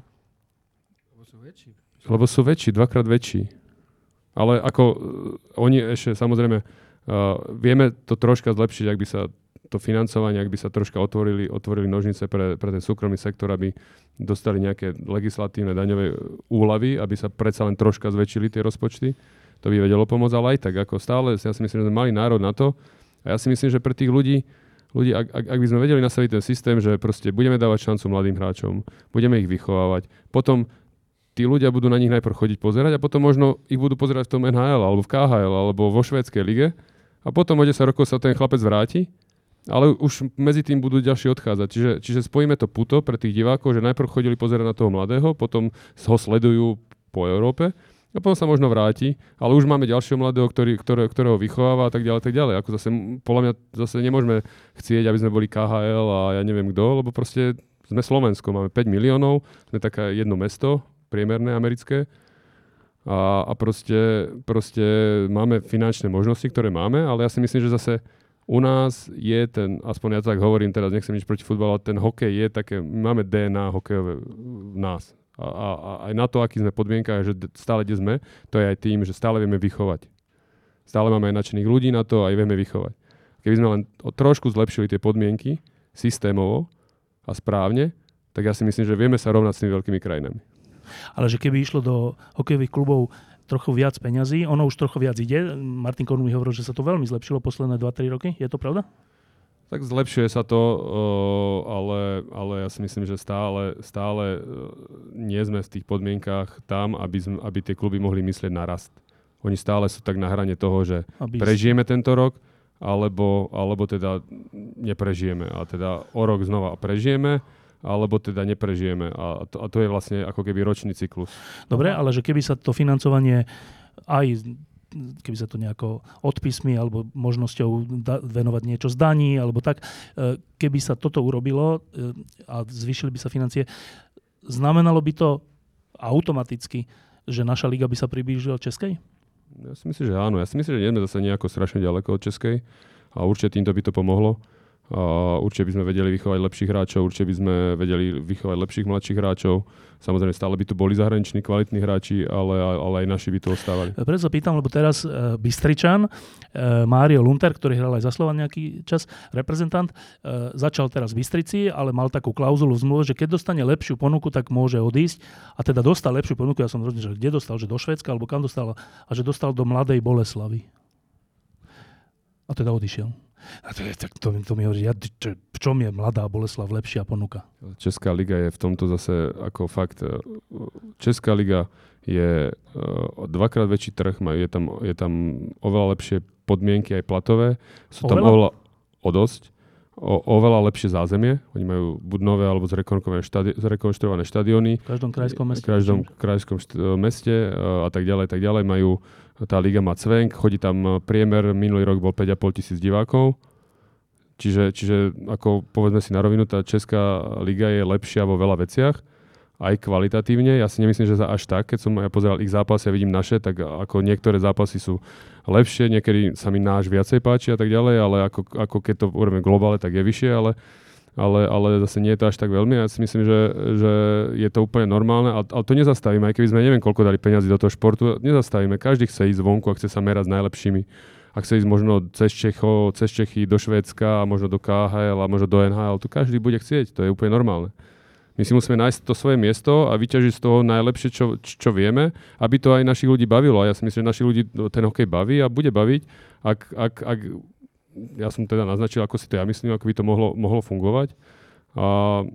[SPEAKER 2] Lebo sú väčší, 2-krát väčší. Ale ako oni ešte samozrejme vieme to troška zlepšiť, ak by sa to financovanie, ak by sa troška otvorili nožnice pre ten súkromný sektor, aby dostali nejaké legislatívne daňové úľavy, aby sa predsa len troška zväčšili tie rozpočty. To by vedelo pomôcť, ale aj tak, ako stále, ja si myslím, že sme mali národ na to a ja si myslím, že pre tých ľudí ľudí, ak by sme vedeli nastaviť ten systém, že proste budeme dávať šancu mladým hráčom, budeme ich vychovávať, potom tí ľudia budú na nich najprv chodiť pozerať a potom možno ich budú pozerať v tom NHL alebo v KHL alebo vo švédskej lige a potom o 10 rokov sa ten chlapec vráti, ale už medzi tým budú ďalší odchádzať. Čiže spojíme to puto pre tých divákov, že najprv chodili pozerať na toho mladého, potom ho sledujú po Európe a potom sa možno vráti, ale už máme ďalšieho mladého, ktorého vychováva a tak ďalej, tak ďalej. Ako zase, podľa mňa zase nemôžeme chcieť, aby sme boli KHL a ja neviem kto, lebo proste sme Slovensko, máme 5 miliónov, sme také jedno mesto, priemerné americké a proste máme finančné možnosti, ktoré máme, ale ja si myslím, že zase u nás je ten, aspoň ja tak hovorím teraz, nechcem nič proti futbalu, ale ten hokej je také, máme DNA hokejové v nás. A aj na to, aký sme podmienkach, že stále kde sme, to je aj tým, že stále vieme vychovať. Stále máme aj nadšených ľudí na to a aj vieme vychovať. Keby sme len trošku zlepšili tie podmienky systémovo a správne, tak ja si myslím, že vieme sa rovnať s tými veľkými krajinami.
[SPEAKER 1] Ale že keby išlo do hokejových klubov trochu viac peňazí, ono už trochu viac ide. Martin Korn mi hovoril, že sa to veľmi zlepšilo posledné 2-3 roky. Je to pravda?
[SPEAKER 2] Tak zlepšuje sa to, ale ja si myslím, že stále nie sme v tých podmienkách tam, aby tie kluby mohli myslieť na rast. Oni stále sú tak na hrane toho, že prežijeme tento rok, alebo teda neprežijeme. A teda o rok znova prežijeme, alebo teda neprežijeme. A to je vlastne ako keby ročný cyklus.
[SPEAKER 1] Dobre, ale že keby sa to financovanie aj keby sa to nejako odpísmi alebo možnosťou venovať niečo z daní alebo tak, keby sa toto urobilo a zvýšili by sa financie, znamenalo by to automaticky, že naša liga by sa priblížila Českej?
[SPEAKER 2] Ja si myslím, že áno. Ja si myslím, že nie sme zase nejako strašne ďaleko od Českej a určite týmto by to pomohlo. Určite by sme vedeli vychovať lepších hráčov, určite by sme vedeli vychovať lepších mladších hráčov. Samozrejme, stále by tu boli zahraniční kvalitní hráči, ale aj naši by tu ostávali.
[SPEAKER 1] Preto sa pýtam, lebo teraz Bystričan, Mário Lunter, ktorý hral aj za Slovan nejaký čas, reprezentant, začal teraz v Bystrici, ale mal takú klauzulu v zmluve, že keď dostane lepšiu ponuku, tak môže odísť. A teda dostal lepšiu ponuku, ja som rozumel, že kde dostal, že do Švédska, alebo kam dostal, a že dostal do Mladej Boleslavy. A teda odišiel. A to mi hovorí, v čom je Mladá Boleslav lepšia ponuka?
[SPEAKER 2] Česká liga je v tomto zase ako fakt. Česká liga je dvakrát väčší trh, je tam oveľa lepšie podmienky aj platové. Sú tam oveľa lepšie zázemie. Oni majú buď nové alebo zrekonštruované štadióny.
[SPEAKER 1] V každom krajskom meste.
[SPEAKER 2] V každom krajskom meste a tak ďalej, tak ďalej. Tá liga má cvenk, chodí tam priemer, minulý rok bol 5,5 tisíc divákov. Čiže ako povedzme si na rovinu, tá Česká liga je lepšia vo veľa veciach, aj kvalitatívne. Ja si nemyslím, že až tak, keď som ja pozeral ich zápasy a vidím naše, tak ako niektoré zápasy sú lepšie, niekedy sa mi náš viacej páči a tak ďalej, ale ako keď to urobíme globále, tak je vyššie, ale zase nie je to až tak veľmi. Ja si myslím, že je to úplne normálne, ale to nezastavíme, aj keby sme neviem, koľko dali peniazy do toho športu, nezastavíme. Každý chce ísť zvonku a chce sa merať s najlepšími. A chce ísť možno cez Čechy do Švédska a možno do KHL a možno do NHL. To každý bude chcieť, to je úplne normálne. My si musíme nájsť to svoje miesto a vyťažiť z toho najlepšie, čo vieme, aby to aj našich ľudí bavilo. A ja si myslím, že našich ľudí ten hokej baví a bude baviť, ak ja som teda naznačil, ako si to ja myslím, ako by to mohlo fungovať. A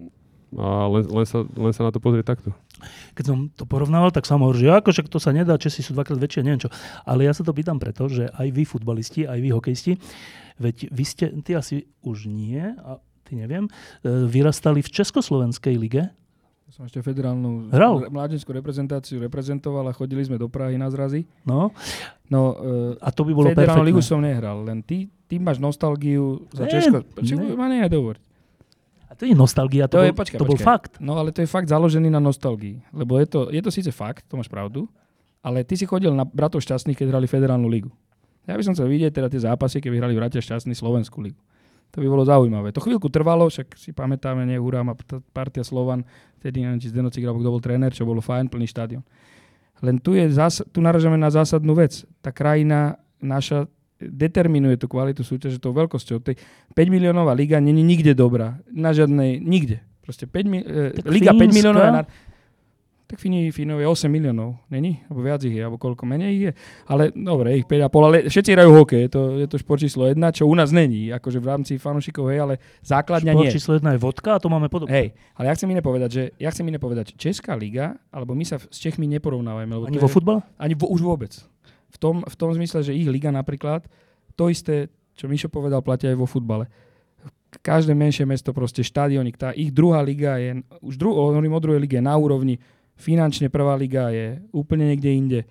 [SPEAKER 2] len sa na to pozrieť takto.
[SPEAKER 1] Keď som to porovnával, tak som hovoril, že akože to sa nedá, Česi sú dvakrát väčšie, neviem čo. Ale ja sa to pýtam preto, že aj vy futbalisti, aj vy hokejisti, veď vy ste, ty asi už nie, a ty neviem, vyrastali v Československej lige.
[SPEAKER 4] Ja som ešte federálnu mládežnickú reprezentáciu reprezentoval a chodili sme do Prahy na zrazy.
[SPEAKER 1] No a to by bolo
[SPEAKER 4] federálnu
[SPEAKER 1] perfektné.
[SPEAKER 4] ligu som nehral, len ty máš nostalgiu za Česko. Ma nejde hovoriť.
[SPEAKER 1] A to je nostalgia, to bol fakt.
[SPEAKER 4] No ale to je fakt založený na nostalgii. Lebo je to síce fakt, to máš pravdu, ale ty si chodil na Bratov Šťastných, keď hrali federálnu ligu. Ja by som chcel vidieť teda tie zápasy, keby hrali Bratia Šťastní Slovenskú ligu. To by bolo zaujímavé. To chvíľku trvalo, však si pamätáme, Hurám a partia Slovan, vtedy neviem, či Zdeno Cigral, kto bol tréner, čo bolo fajn, plný štadión. Len tu naražame na zásadnú vec. Tá krajina naša determinuje tú kvalitu súťaže tou veľkosťou. 5 miliónová liga není nikde dobrá. Na žiadnej, nikde. Proste liga 5 miliónová. Tak Fínov je 8 miliónov, není? Alebo viac ich je, alebo koľko menej ich je. Ale dobre, ich 5,5, ale všetci hrajú hokej, je to šport číslo 1, čo u nás není, akože v rámci fanúšikov, hej, ale základňa nie.
[SPEAKER 1] Šport číslo 1 je vodka a to máme podobne.
[SPEAKER 4] Hej, ale ja chcem iné povedať, že Česká liga, alebo my sa s Čechmi neporovnávame. Lebo
[SPEAKER 1] ani vo futbale?
[SPEAKER 4] Už vôbec. V tom zmysle, že ich liga napríklad, to isté, čo Mišo povedal, platia aj vo futbale. Každé menšie mesto, proste štadiónik, tá ich druhá liga je, hovorím o druhej lige, na úrovni. Finančne prvá liga je úplne niekde inde.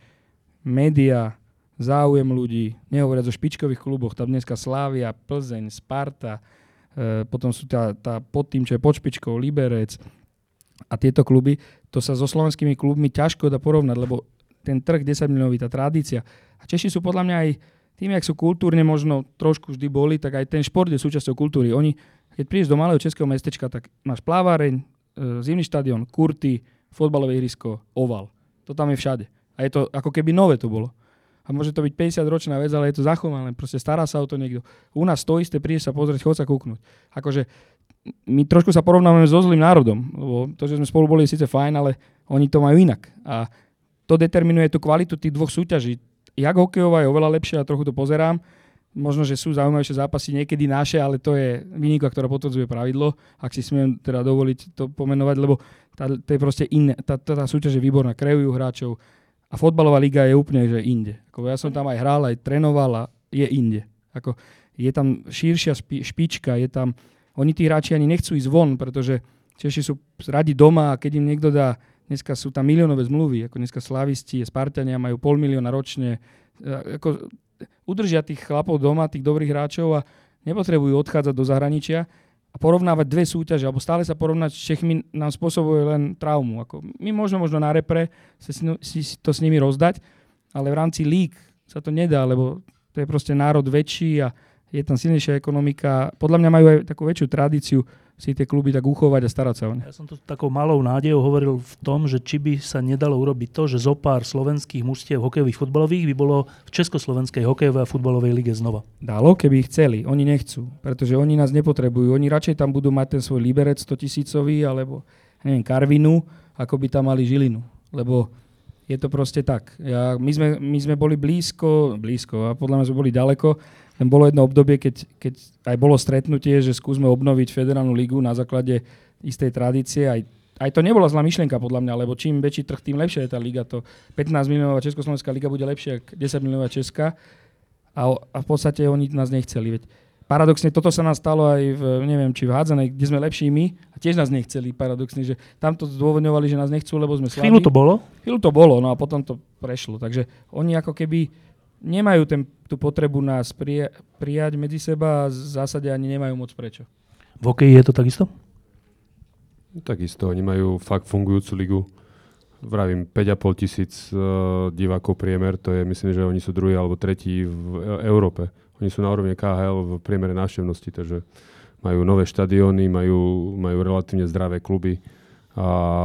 [SPEAKER 4] Média, záujem ľudí, nehovoriac o špičkových kluboch, tam dneska Slavia, Plzeň, Sparta, potom sú tá pod tým, čo je pod špičkou, Liberec a tieto kluby, to sa so slovenskými klubmi ťažko dá porovnať, lebo ten trh 10 miliónový, tá tradícia. A Češi sú podľa mňa aj tým, jak sú kultúrne možno trošku vždy boli, tak aj ten šport je súčasťou kultúry. Oni, keď prídeš do malého českého mestečka, tak máš plávareň, zimný štadión, kurty, fotbalové ihrisko, oval. To tam je všade. A je to ako keby nové to bolo. A môže to byť 50-ročná vec, ale je to zachované. Proste stará sa o to niekto. U nás to isté, prídeš sa pozrieť, chod sa kúknuť. Akože my trošku sa porovnávame so zlým národom. Lebo to, že sme spolu boli, je síce fajn, ale oni to majú inak. A to determinuje tú kvalitu tých dvoch súťaží. Jak hokejová je oveľa lepšia, ja trochu to pozerám. Možno, že sú zaujímavejšie zápasy niekedy naše, ale to je výnimka, ktorá potvrdzuje pravidlo. Ak si smiem teda dovoliť to pomenovať, lebo to je proste iné. Tá súťaž je výborná, kreujú hráčov a fotbalová liga je úplne že inde. Ako ja som tam aj hral, aj trénoval a je inde. Ako je tam širšia špička, je tam... Oni tí hráči ani nechcú ísť von, pretože Češi sú radi doma a keď im niekto dá... Dneska sú tam miliónové zmluvy, ako dneska slavisti, Spartania majú 500 000 ročne. Ako udržia tých chlapov doma, tých dobrých hráčov a nepotrebujú odchádzať do zahraničia a porovnávať dve súťaže, alebo stále sa porovnať s Čechmi nám spôsobuje len traumu. Ako my môžeme možno na repre si to s nimi rozdať, ale v rámci líg sa to nedá, lebo to je proste národ väčší a je tam silnejšia ekonomika. Podľa mňa majú aj takú väčšiu tradíciu si tie kluby tak uchovať a starať sa o ne.
[SPEAKER 1] Ja som tu takou malou nádejou hovoril v tom, že či by sa nedalo urobiť to, že zo pár slovenských mužstiev hokejových futbalových by bolo v Československej hokejovej a futbalovej lige znova.
[SPEAKER 4] Dalo, keby ich chceli. Oni nechcú, pretože oni nás nepotrebujú. Oni radšej tam budú mať ten svoj Liberec 100 000 alebo neviem, Karvinu, ako by tam mali Žilinu. Lebo je to proste tak. My sme boli blízko a podľa mňa sme boli ďaleko. Len bolo jedno obdobie, keď aj bolo stretnutie, že skúsme obnoviť federálnu ligu na základe istej tradície. Aj to nebola zlá myšlienka podľa mňa, lebo čím väčší trh, tým lepšia je tá liga. To 15 miliónová Československá liga bude lepšia ako 10 miliónová Česká. A v podstate oni nás nechceli. Veď paradoxne toto sa nám stalo aj neviem, či v hádzanej, kde sme lepší my, a tiež nás nechceli paradoxne, že tam to zdôvodňovali, že nás nechcú, lebo sme slabí.
[SPEAKER 1] Chvíľu to bolo?
[SPEAKER 4] Chvíľu to bolo, no a potom to prešlo. Takže oni ako keby nemajú tú potrebu nás prijať medzi seba a v zásade ani nemajú moc prečo.
[SPEAKER 1] V hokeji je to takisto?
[SPEAKER 2] Takisto, oni majú fakt fungujúcu ligu. Vravím, 5 500 divákov priemer, to je, myslím, že oni sú druhí alebo tretí v Európe. Oni sú na úrovni KHL v priemere návštevnosti, takže majú nové štadióny, majú relatívne zdravé kluby. A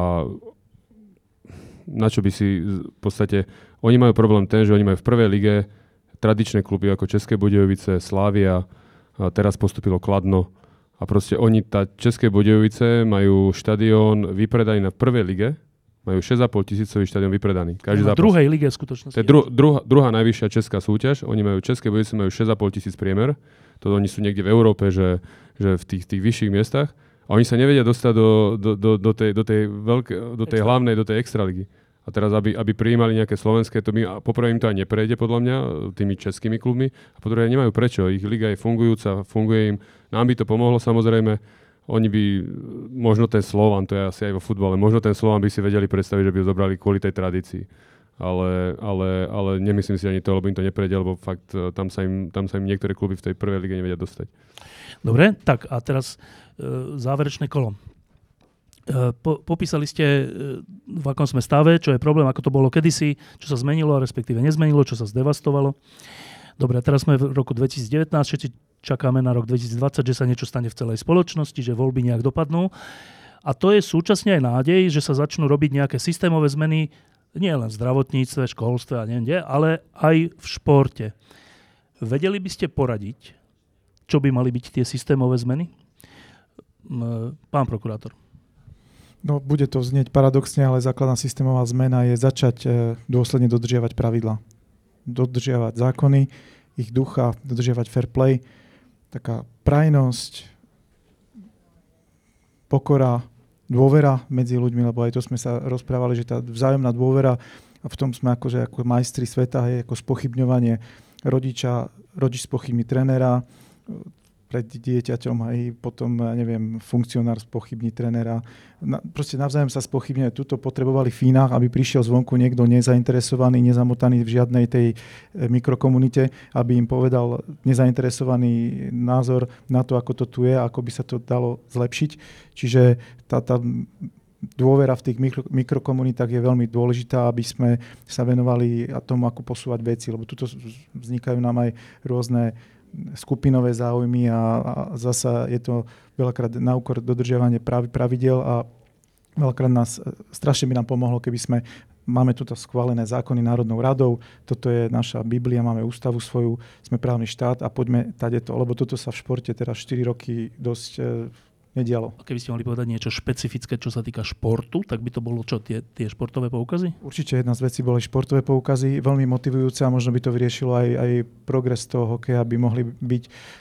[SPEAKER 2] na čo by si v podstate... Oni majú problém ten, že oni majú v prvej lige tradičné kluby ako České Budějovice, Slavia, a teraz postupilo Kladno. A proste tá České Budějovice majú štadión vypredaný na prvej lige, majú 6 500 štadión vypredaný. Každý zápas.
[SPEAKER 1] V druhej lige v skutočnosti.
[SPEAKER 2] To je druhá najvyššia česká súťaž. Oni majú České Budějovice majú 6 500 priemer. To oni sú niekde v Európe, že v tých vyšších miestach. A oni sa nevedia dostať do tej hlavnej, do tej extraligy. A teraz, aby prijímali nejaké slovenské, poprvé im to aj neprejde podľa mňa tými českými klubmi a po druhé nemajú prečo. Ich liga je fungujúca, funguje im. Nám by to pomohlo samozrejme. Oni by, možno ten Slovan, to je asi aj vo futbale, možno ten Slovan by si vedeli predstaviť, že by ho zobrali kvôli tej tradícii. Ale nemyslím si ani to, lebo im to neprejde, lebo fakt tam sa im niektoré kluby v tej prvej lige nevedia dostať.
[SPEAKER 1] Dobre, tak a teraz záverečné kolo. Popísali ste, v akom sme stave, čo je problém, ako to bolo kedysi, čo sa zmenilo, respektíve nezmenilo, čo sa zdevastovalo. Dobre, teraz sme v roku 2019, všetci čakáme na rok 2020, že sa niečo stane v celej spoločnosti, že voľby nejak dopadnú. A to je súčasne aj nádej, že sa začnú robiť nejaké systémové zmeny, nie len v zdravotníctve, školstve a neviem kde, ale aj v športe. Vedeli by ste poradiť, čo by mali byť tie systémové zmeny? Pán prokurátor.
[SPEAKER 3] No, bude to znieť paradoxne, ale základná systémová zmena je začať dôsledne dodržiavať pravidlá. Dodržiavať zákony, ich ducha, dodržiavať fair play, taká prajnosť, pokora, dôvera medzi ľuďmi, lebo aj to sme sa rozprávali, že tá vzájomná dôvera, a v tom sme akože ako majstri sveta, je ako spochybňovanie rodič spochybní trénera, pred dieťaťom aj potom, neviem, funkcionár spochybní trénera. Proste navzájom sa spochybňuje. Tuto potrebovali Fínach, aby prišiel zvonku niekto nezainteresovaný, nezamotaný v žiadnej tej mikrokomunite, aby im povedal nezainteresovaný názor na to, ako to tu je, ako by sa to dalo zlepšiť. Čiže tá dôvera v tých mikrokomunitách je veľmi dôležitá, aby sme sa venovali tomu, ako posúvať veci, lebo tuto vznikajú nám aj rôzne skupinové záujmy a zasa je to veľakrát na úkor dodržiavania pravidel a veľakrát strašne by nám pomohlo, keby máme tuto schválené zákony Národnou radou, toto je naša Biblia, máme ústavu svoju, sme právny štát a poďme tadeto, lebo toto sa v športe teraz 4 roky dosť nedialo.
[SPEAKER 1] A keby ste mohli povedať niečo špecifické, čo sa týka športu, tak by to bolo čo, tie športové poukazy?
[SPEAKER 3] Určite jedna z vecí boli športové poukazy, veľmi motivujúce a možno by to vyriešilo aj progres toho hokeja, aby mohli byť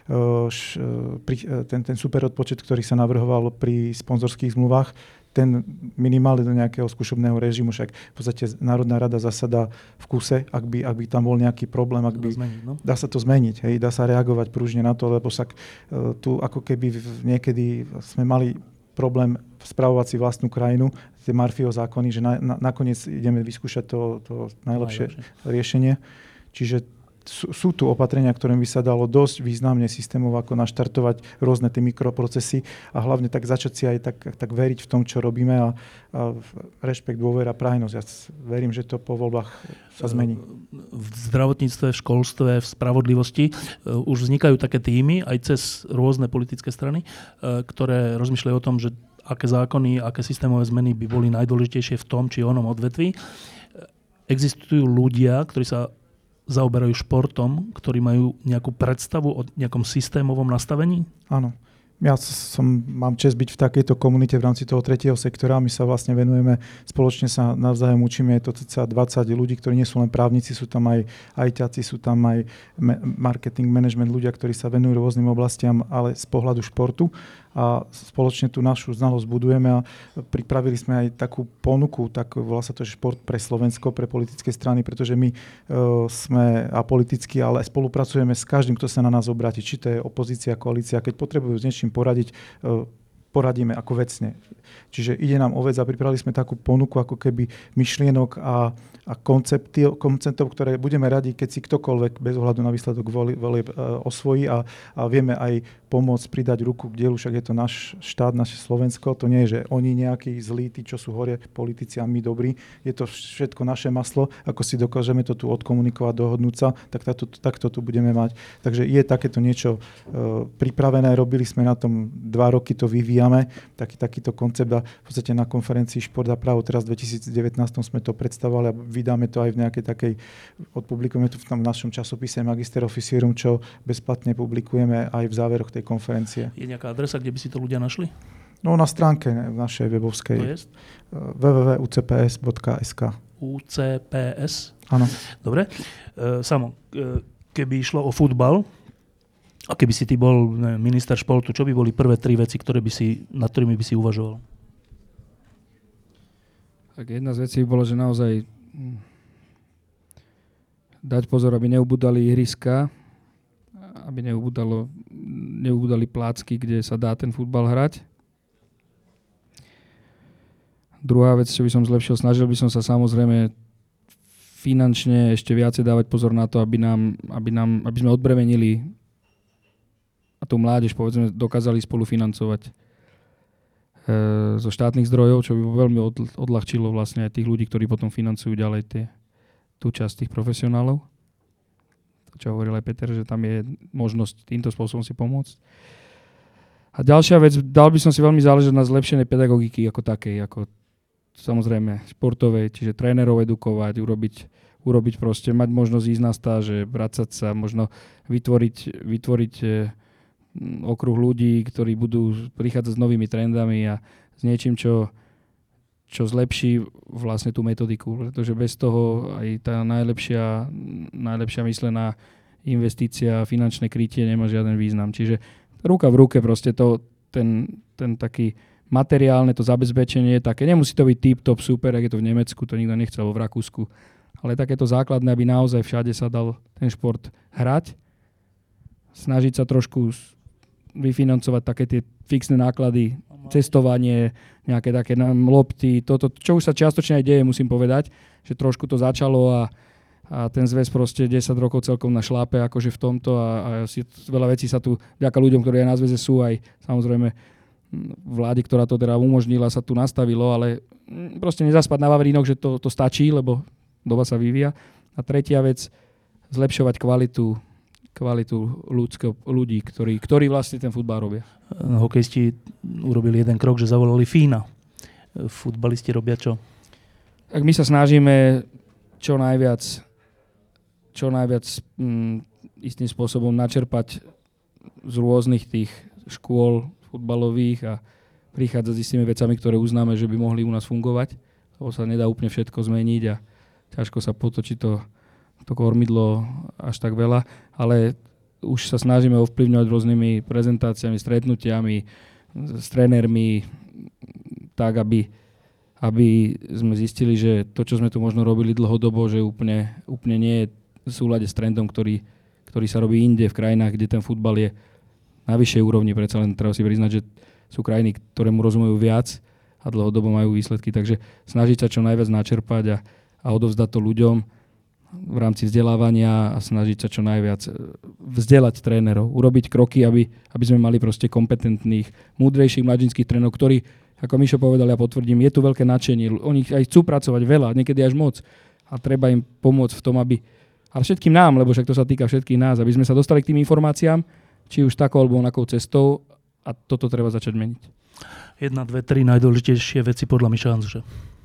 [SPEAKER 3] ten super odpočet, ktorý sa navrhoval pri sponzorských zmluvách, ten minimálne do nejakého skúšobného režimu, však v podstate Národná rada zasadá v kuse, ak by tam bol nejaký problém, dá sa to zmeniť, hej, dá sa reagovať pružne na to, lebo sa tu ako keby niekedy sme mali problém spravovať si vlastnú krajinu, tie Murphyho zákony, že nakoniec ideme vyskúšať to najlepšie riešenie. Čiže sú tu opatrenia, ktorým by sa dalo dosť významne systémovo ako naštartovať rôzne tie mikroprocesy a hlavne tak začať si aj tak veriť v tom, čo robíme a rešpekt, dôvera, prajnosť. Ja verím, že to po voľbách sa zmení.
[SPEAKER 1] V zdravotníctve, v školstve, v spravodlivosti už vznikajú také týmy aj cez rôzne politické strany, ktoré rozmýšľajú o tom, že aké zákony, aké systémové zmeny by boli najdôležitejšie v tom či onom odvetví. Existujú ľudia, ktorí sa zaoberajú športom, ktorí majú nejakú predstavu o nejakom systémovom nastavení?
[SPEAKER 3] Áno. Ja mám čest byť v takejto komunite v rámci toho tretieho sektora. My sa vlastne venujeme, spoločne sa navzájom učíme, je to cca 20 ľudí, ktorí nie sú len právnici, sú tam aj ITáci, sú tam aj marketing, management, ľudia, ktorí sa venujú rôznym oblastiam, ale z pohľadu športu. A spoločne tú našu znalosť budujeme a pripravili sme aj takú ponuku, volá sa to Šport pre Slovensko, pre politické strany, pretože my sme apolitickí, ale spolupracujeme s každým, kto sa na nás obráti, či to je opozícia, koalícia. Keď potrebujú s niečím poradiť, poradíme ako vecne. Čiže ide nám o vec a pripravili sme takú ponuku ako keby myšlienok a konceptov, ktoré budeme radi, keď si ktokoľvek bez ohľadu na výsledok volieb osvojí a vieme aj pomôcť pridať ruku k dielu, však je to náš štát, naše Slovensko. To nie je, že oni nejakí zlí, tí, čo sú hore, politici a my dobrí. Je to všetko naše maslo. Ako si dokážeme to tu odkomunikovať, dohodnúť sa, takto tu budeme mať. Takže je takéto niečo pripravené. Robili sme na tom 2 roky, to vyvíjame. Takýto koncept a v podstate na konferencii Šport a právo teraz v 2019 sme to predstavovali a vydáme to aj v nejakej takej, odpublikujeme to v tom našom časopise Magister Officierum, čo bezplatne publikujeme aj v záveroch tej konferencie.
[SPEAKER 1] Je nejaká adresa, kde by si to ľudia našli?
[SPEAKER 3] No na stránke našej webovskej.
[SPEAKER 1] To je?
[SPEAKER 3] www.ucps.sk.
[SPEAKER 1] UCPS?
[SPEAKER 3] Áno.
[SPEAKER 1] Dobre. Samo, keby išlo o futbal a keby si ty bol minister športu, čo by boli prvé 3 veci, nad ktorými by si uvažoval?
[SPEAKER 4] Tak jedna z vecí by bolo, že naozaj dať pozor, aby neubudali ihriska, aby neubudali plácky, kde sa dá ten futbal hrať. Druhá vec, čo by som zlepšil, snažil by som sa samozrejme finančne ešte viacej dávať pozor na to, aby sme odbremenili a tú mládež, povedzme, dokázali spolufinancovať zo štátnych zdrojov, čo by veľmi odľahčilo vlastne aj tých ľudí, ktorí potom financujú ďalej tú časť tých profesionálov. Čo hovoril aj Peter, že tam je možnosť týmto spôsobom si pomôcť. A ďalšia vec, dal by som si veľmi záležať na zlepšenej pedagogiky ako takej, ako samozrejme športovej, čiže trénerov edukovať, urobiť proste, mať možnosť ísť na stáže, vracať sa, možno vytvoriť okruh ľudí, ktorí budú prichádzať s novými trendami a s niečím, čo čo zlepší vlastne tú metodiku, pretože bez toho aj tá najlepšia myslená investícia, finančné krytie nemá žiaden význam. Čiže ruka v ruke proste ten taký materiálne, to zabezpečenie je také, nemusí to byť tip-top super, ak je to v Nemecku, to nikto nechce, alebo v Rakúsku, ale takéto základné, aby naozaj všade sa dal ten šport hrať, snažiť sa trošku vyfinancovať také tie fixné náklady, cestovanie, nejaké také lopty, toto, čo už sa čiastočne aj deje, musím povedať, že trošku to začalo a ten zväz proste 10 rokov celkom na šlápe akože v tomto a veľa vecí sa tu, vďaka ľuďom, ktorí aj na zväze sú, aj samozrejme vlády, ktorá to teda umožnila, sa tu nastavilo, ale proste nezaspať na vavrínoch, že to stačí, lebo doba sa vyvíja. A tretia vec, zlepšovať kvalitu ľudí, ktorí vlastne ten futbal robia.
[SPEAKER 1] Hokejisti urobili jeden krok, že zavolali Fína. Futbalisti robia čo?
[SPEAKER 4] Tak my sa snažíme čo najviac istým spôsobom načerpať z rôznych tých škôl futbalových a prichádzať s istými vecami, ktoré uznáme, že by mohli u nás fungovať. Lebo sa nedá úplne všetko zmeniť a ťažko sa potočí to kormidlo až tak veľa, ale už sa snažíme ovplyvňovať rôznymi prezentáciami, stretnutiami s trénermi, tak aby sme zistili, že to, čo sme tu možno robili dlhodobo, že úplne nie je v súlade s trendom, ktorý sa robí inde v krajinách, kde ten futbal je na vyššej úrovni. Predsa len treba si priznať, že sú krajiny, ktoré mu rozumejú viac a dlhodobo majú výsledky. Takže snažiť sa čo najviac načerpať a odovzdať to ľuďom v rámci vzdelávania a snažiť sa čo najviac vzdelať trénerov. Urobiť kroky, aby sme mali proste kompetentných, múdrejších mladžinských trénerov, ktorí, ako Mišo povedal, ja potvrdím, je tu veľké nadšenie. Oni aj chcú pracovať veľa, niekedy až moc. A treba im pomôcť v tom, ale všetkým nám, lebo však to sa týka všetkých nás, aby sme sa dostali k tým informáciám, či už takou alebo onakou cestou, a toto treba začať meniť.
[SPEAKER 1] 1, 2, 3 najdôležitejšie veci podľa Miša Hanzuša.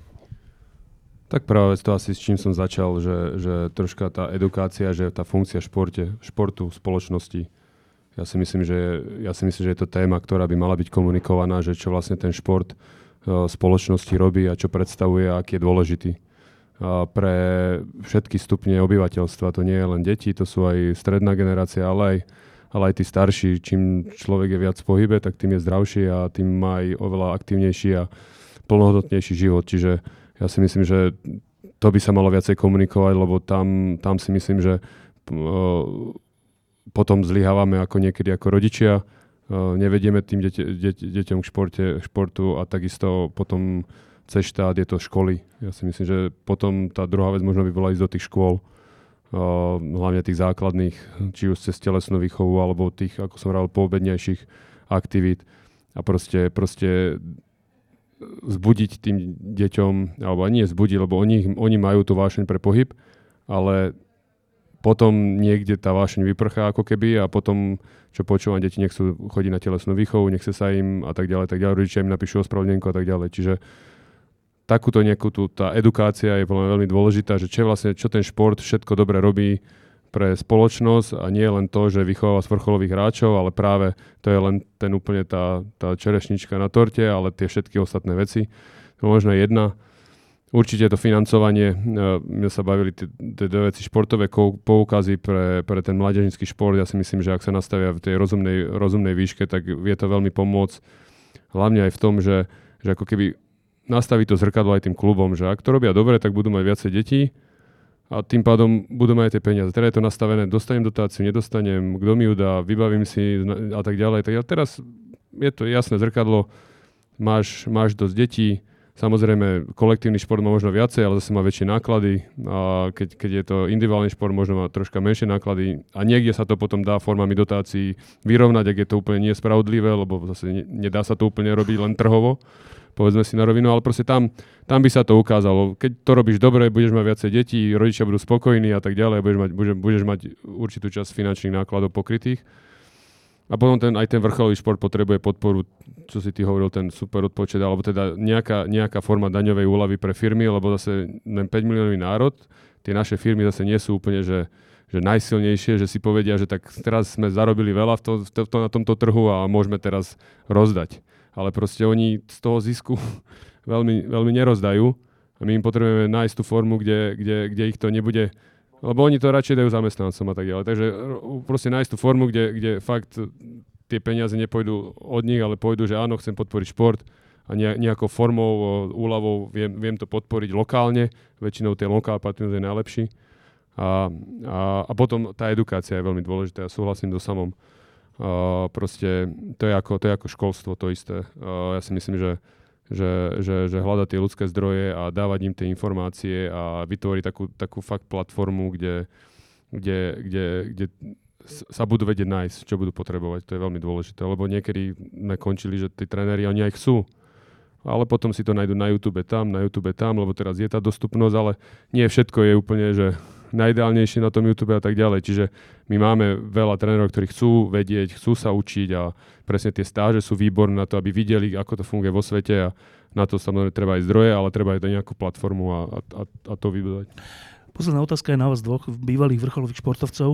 [SPEAKER 2] Tak práve to asi s čím som začal, že troška tá edukácia, že tá funkcia športu v spoločnosti. Ja si myslím, že je to téma, ktorá by mala byť komunikovaná, že čo vlastne ten šport spoločnosti robí a čo predstavuje a aký je dôležitý. A pre všetky stupne obyvateľstva, to nie je len deti, to sú aj stredná generácia, ale aj tí starší. Čím človek je viac v pohybe, tak tým je zdravší a tým má aj oveľa aktívnejší a plnohodnotnejší život. Čiže ja si myslím, že to by sa malo viacej komunikovať, lebo tam si myslím, že potom zlyhávame ako niekedy ako rodičia, nevedieme tým deťom k športu a takisto potom cez štát je to školy. Ja si myslím, že potom tá druhá vec možno by bola ísť do tých škôl, hlavne tých základných, či už cez telesnú výchovu alebo tých, ako som hovoril, poobednejších aktivít a proste zbudiť tým deťom, alebo nie zbudiť, lebo oni majú tú vášeň pre pohyb, ale potom niekde tá vášeň vyprchá ako keby a potom, čo počúvam, deti nechcú chodiť na telesnú výchovu, nechce sa im a tak ďalej, rodičia im napíšu ospravedlnenku a tak ďalej. Čiže takúto nejakú tá edukácia je veľmi dôležitá, že čo ten šport všetko dobre robí pre spoločnosť a nie len to, že vychováva vrcholových hráčov, ale práve to je len ten úplne tá čerešnička na torte, ale tie všetky ostatné veci. To možno jedna. Určite to financovanie, my sa bavili tie dve veci, športové poukazy pre ten mládežnícky šport. Ja si myslím, že ak sa nastavia v tej rozumnej výške, tak vie to veľmi pomôcť. Hlavne aj v tom, že ako keby nastaví to zrkadlo aj tým klubom, že ak to robia dobre, tak budú mať viacej detí a tým pádom budú mať tie peniaze. Teda je to nastavené, dostanem dotáciu, nedostanem, kto mi ju dá, vybavím si a tak ďalej. Tak teraz je to jasné zrkadlo, máš dosť detí, samozrejme kolektívny šport má možno viacej, ale zase má väčšie náklady a keď je to individuálny šport, možno má troška menšie náklady a niekde sa to potom dá formami dotácií vyrovnať, ak je to úplne nespravodlivé, lebo zase nedá sa to úplne robiť len trhovo. Povedzme si na rovinu, ale proste tam by sa to ukázalo. Keď to robíš dobre, budeš mať viacej detí, rodičia budú spokojní a tak ďalej, budeš mať určitú časť finančných nákladov pokrytých. A potom aj ten vrcholový šport potrebuje podporu, čo si ty hovoril, ten super odpočet, alebo teda nejaká forma daňovej úľavy pre firmy, lebo zase 5 miliónový národ, tie naše firmy zase nie sú úplne, že najsilnejšie, že si povedia, že tak teraz sme zarobili veľa na tomto trhu a môžeme teraz rozdať. Ale proste oni z toho zisku veľmi, veľmi nerozdajú a my im potrebujeme nájsť tú formu, kde ich to nebude, lebo oni to radšej dajú zamestnancom a tak ďalej. Takže proste nájsť tú formu, kde fakt tie peniaze nepôjdu od nich, ale pôjdu, že áno, chcem podporiť šport a nejakou formou, úľavou viem to podporiť lokálne, väčšinou ten lokál patriot je najlepší. A potom tá edukácia je veľmi dôležitá, ja súhlasím so Samom. Proste to je ako školstvo, to isté. Ja si myslím, že hľadať tie ľudské zdroje a dávať im tie informácie a vytvoriť takú fakt platformu, kde sa budú vedieť nájsť, čo budú potrebovať. To je veľmi dôležité, lebo niekedy sme končili, že tí tréneri, oni aj chcú, ale potom si to nájdú na YouTube tam, lebo teraz je tá dostupnosť, ale nie všetko je úplne, že najideálnejšie na tom YouTube a tak ďalej. Čiže my máme veľa trénerov, ktorí chcú vedieť, chcú sa učiť a presne tie stáže sú výborné na to, aby videli, ako to funguje vo svete a na to samozrejme treba aj zdroje, ale treba aj nejakú platformu a to vybudovať.
[SPEAKER 1] Posledná otázka je na vás dvoch, bývalých vrcholových športovcov.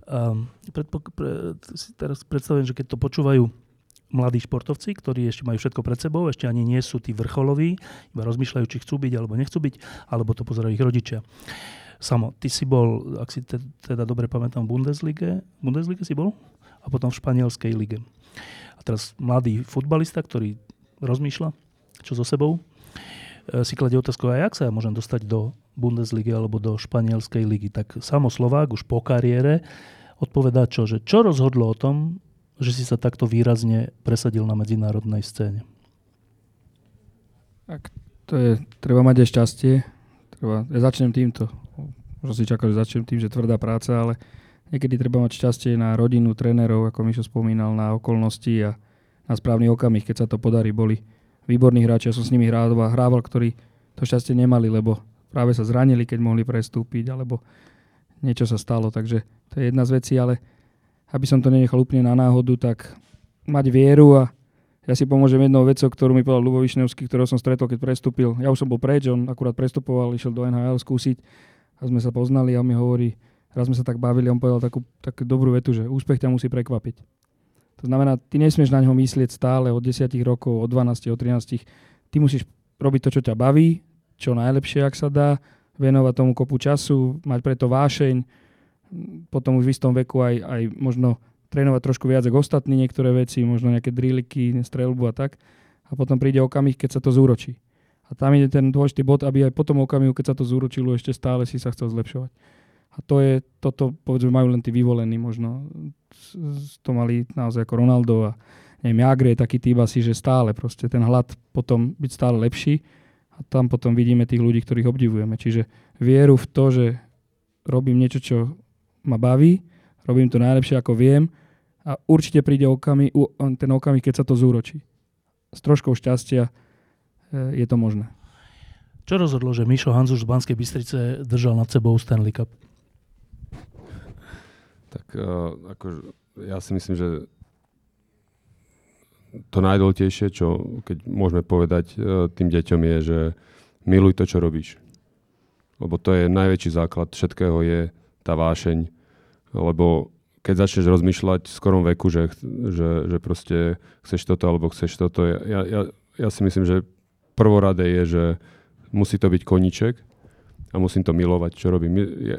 [SPEAKER 1] Si teraz predstavujem, že keď to počúvajú mladí športovci, ktorí ešte majú všetko pred sebou, ešte ani nie sú tí vrcholoví, iba rozmýšľajú, či chcú byť alebo nechcú byť, alebo to pozerajú ich rodičia. Samo, ty si bol, ak si teda dobre pamätám, v Bundeslige si bol? A potom v španielskej lige. A teraz mladý futbalista, ktorý rozmýšľa, čo so sebou, si kladie otázku, a jak sa ja môžem dostať do Bundesligy alebo do španielskej ligy. Tak Samo Slovák už po kariére odpovedá čo rozhodlo o tom, že si sa takto výrazne presadil na medzinárodnej scéne?
[SPEAKER 4] Tak to je, treba mať aj šťastie. Ja začnem týmto. Možno si čakal, že začnem tým, že tvrdá práca, ale niekedy treba mať šťastie na rodinu, trénerov, ako Mišo spomínal, na okolnosti a na správny okamih, keď sa to podarí. Boli výborní hráči, ja som s nimi hrával, ktorí to šťastie nemali, lebo práve sa zranili, keď mohli prestúpiť, alebo niečo sa stalo. Takže to je jedna z vecí, ale aby som to nenechal úplne na náhodu, tak mať vieru a ja si pomôžem jednou vecou, ktorú mi povedal Ľubo Višnevský, ktorého som stretol, keď prestúpil. Ja už som bol preč, on akurát prestupoval, išiel do NHL skúsiť a sme sa poznali a on mi hovorí, raz sme sa tak bavili, on povedal takú dobrú vetu, že úspech ťa musí prekvapiť. To znamená, ty nesmieš na ňo myslieť stále od 10 rokov, od 12, od 13. Ty musíš robiť to, čo ťa baví, čo najlepšie, ak sa dá, venovať tomu kopu času, mať preto vášeň, potom už v istom veku aj možno trénovať trošku viac ako ostatní niektoré veci, možno nejaké driliky, streľbu a tak. A potom príde okamih, keď sa to zúročí. A tam je ten dôležitý bod, aby aj po tom okamihu, keď sa to zúročilo, ešte stále si sa chcel zlepšovať. A toto povedzme majú len tí vyvolení možno. To mali naozaj ako Ronaldo a neviem, Jagr je taký typ asi, že stále proste ten hlad potom byť stále lepší a tam potom vidíme tých ľudí, ktorých obdivujeme. Čiže vieru v to, že robím niečo, čo ma baví, robím to najlepšie, ako viem a určite príde ten okamih, keď sa to zúročí. S troškou šťastia je to možné.
[SPEAKER 1] Čo rozhodlo, že Mišo Hanzuš z Banskej Bystrice držal nad sebou Stanley Cup?
[SPEAKER 2] Tak ja si myslím, že to najdôležitejšie, čo keď môžeme povedať tým deťom je, že miluj to, čo robíš. Lebo to je najväčší základ všetkého je tá vášeň. Lebo keď začneš rozmýšľať v skorom veku, že proste chceš toto alebo chceš toto, ja si myslím, že prvoradé je, že musí to byť koníček a musím to milovať, čo robím.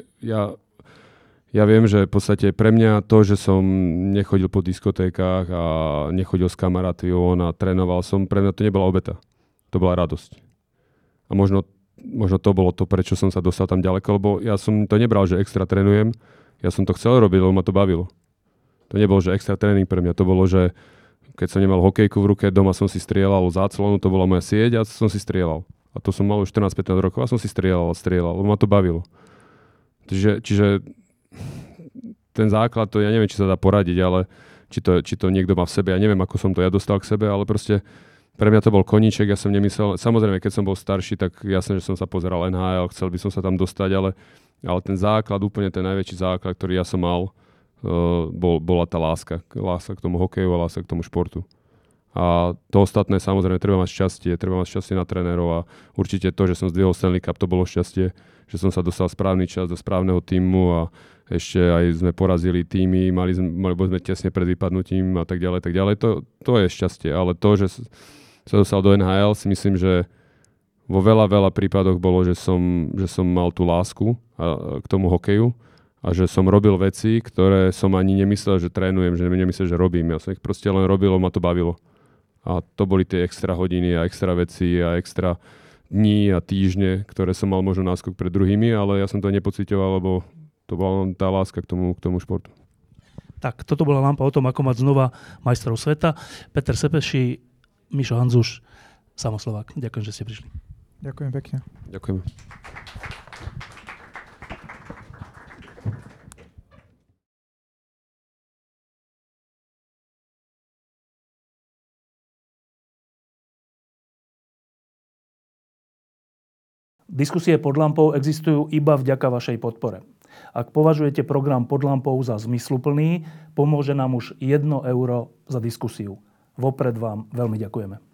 [SPEAKER 2] Ja viem, že v podstate pre mňa to, že som nechodil po diskotékach a nechodil s kamarátmi a trénoval som, pre mňa to nebola obeta. To bola radosť. A možno to bolo to, prečo som sa dostal tam ďaleko, lebo ja som to nebral, že extra trénujem. Ja som to chcel robiť, lebo ma to bavilo. To nebolo, že extra tréning pre mňa. To bolo, že keď som nemal hokejku v ruke, doma som si strieľal záclonu, to bola moja sieť a som si strieľal. A to som mal už 14-15 rokov a som si strieľal, lebo ma to bavilo. Čiže ten základ, to ja neviem, či sa dá poradiť, ale či to niekto má v sebe, ja neviem, ako som to ja dostal k sebe, ale proste pre mňa to bol koníček, ja som nemyslel, samozrejme, keď som bol starší, tak jasne, že som sa pozeral NHL, chcel by som sa tam dostať, ale ten základ, úplne ten najväčší základ, ktorý ja som mal, bola tá láska k tomu hokeju a láska k tomu športu. A to ostatné, samozrejme, treba mať šťastie na trénerov a určite to, že som zdvihol Stanley Cup, to bolo šťastie, že som sa dostal správny čas do správneho tímu a ešte aj sme porazili týmy, boli sme tesne pred vypadnutím a tak ďalej, tak ďalej. To je šťastie, ale to, že sa dostal do NHL, si myslím, že vo veľa prípadoch bolo, že som mal tú lásku k tomu hokeju a že som robil veci, ktoré som ani nemyslel, že trénujem, že nemyslel, že robím. Ja som ich proste len robil, ma to bavilo. A to boli tie extra hodiny a extra veci a extra dní a týždne, ktoré som mal možno náskok pred druhými, ale ja som to nepociťoval, lebo to bola len tá láska k tomu športu.
[SPEAKER 1] Tak, toto bola lampa o tom, ako mať znova majstrov sveta. Peter Sepeši, Mišo Hanzuš, Samoslovák. Ďakujem, že ste prišli.
[SPEAKER 3] Ďakujem pekne.
[SPEAKER 2] Ďakujem.
[SPEAKER 1] Diskusie pod lampou existujú iba vďaka vašej podpore. Ak považujete program Pod lampou za zmysluplný, pomôže nám už 1 euro za diskusiu. Vopred vám veľmi ďakujeme.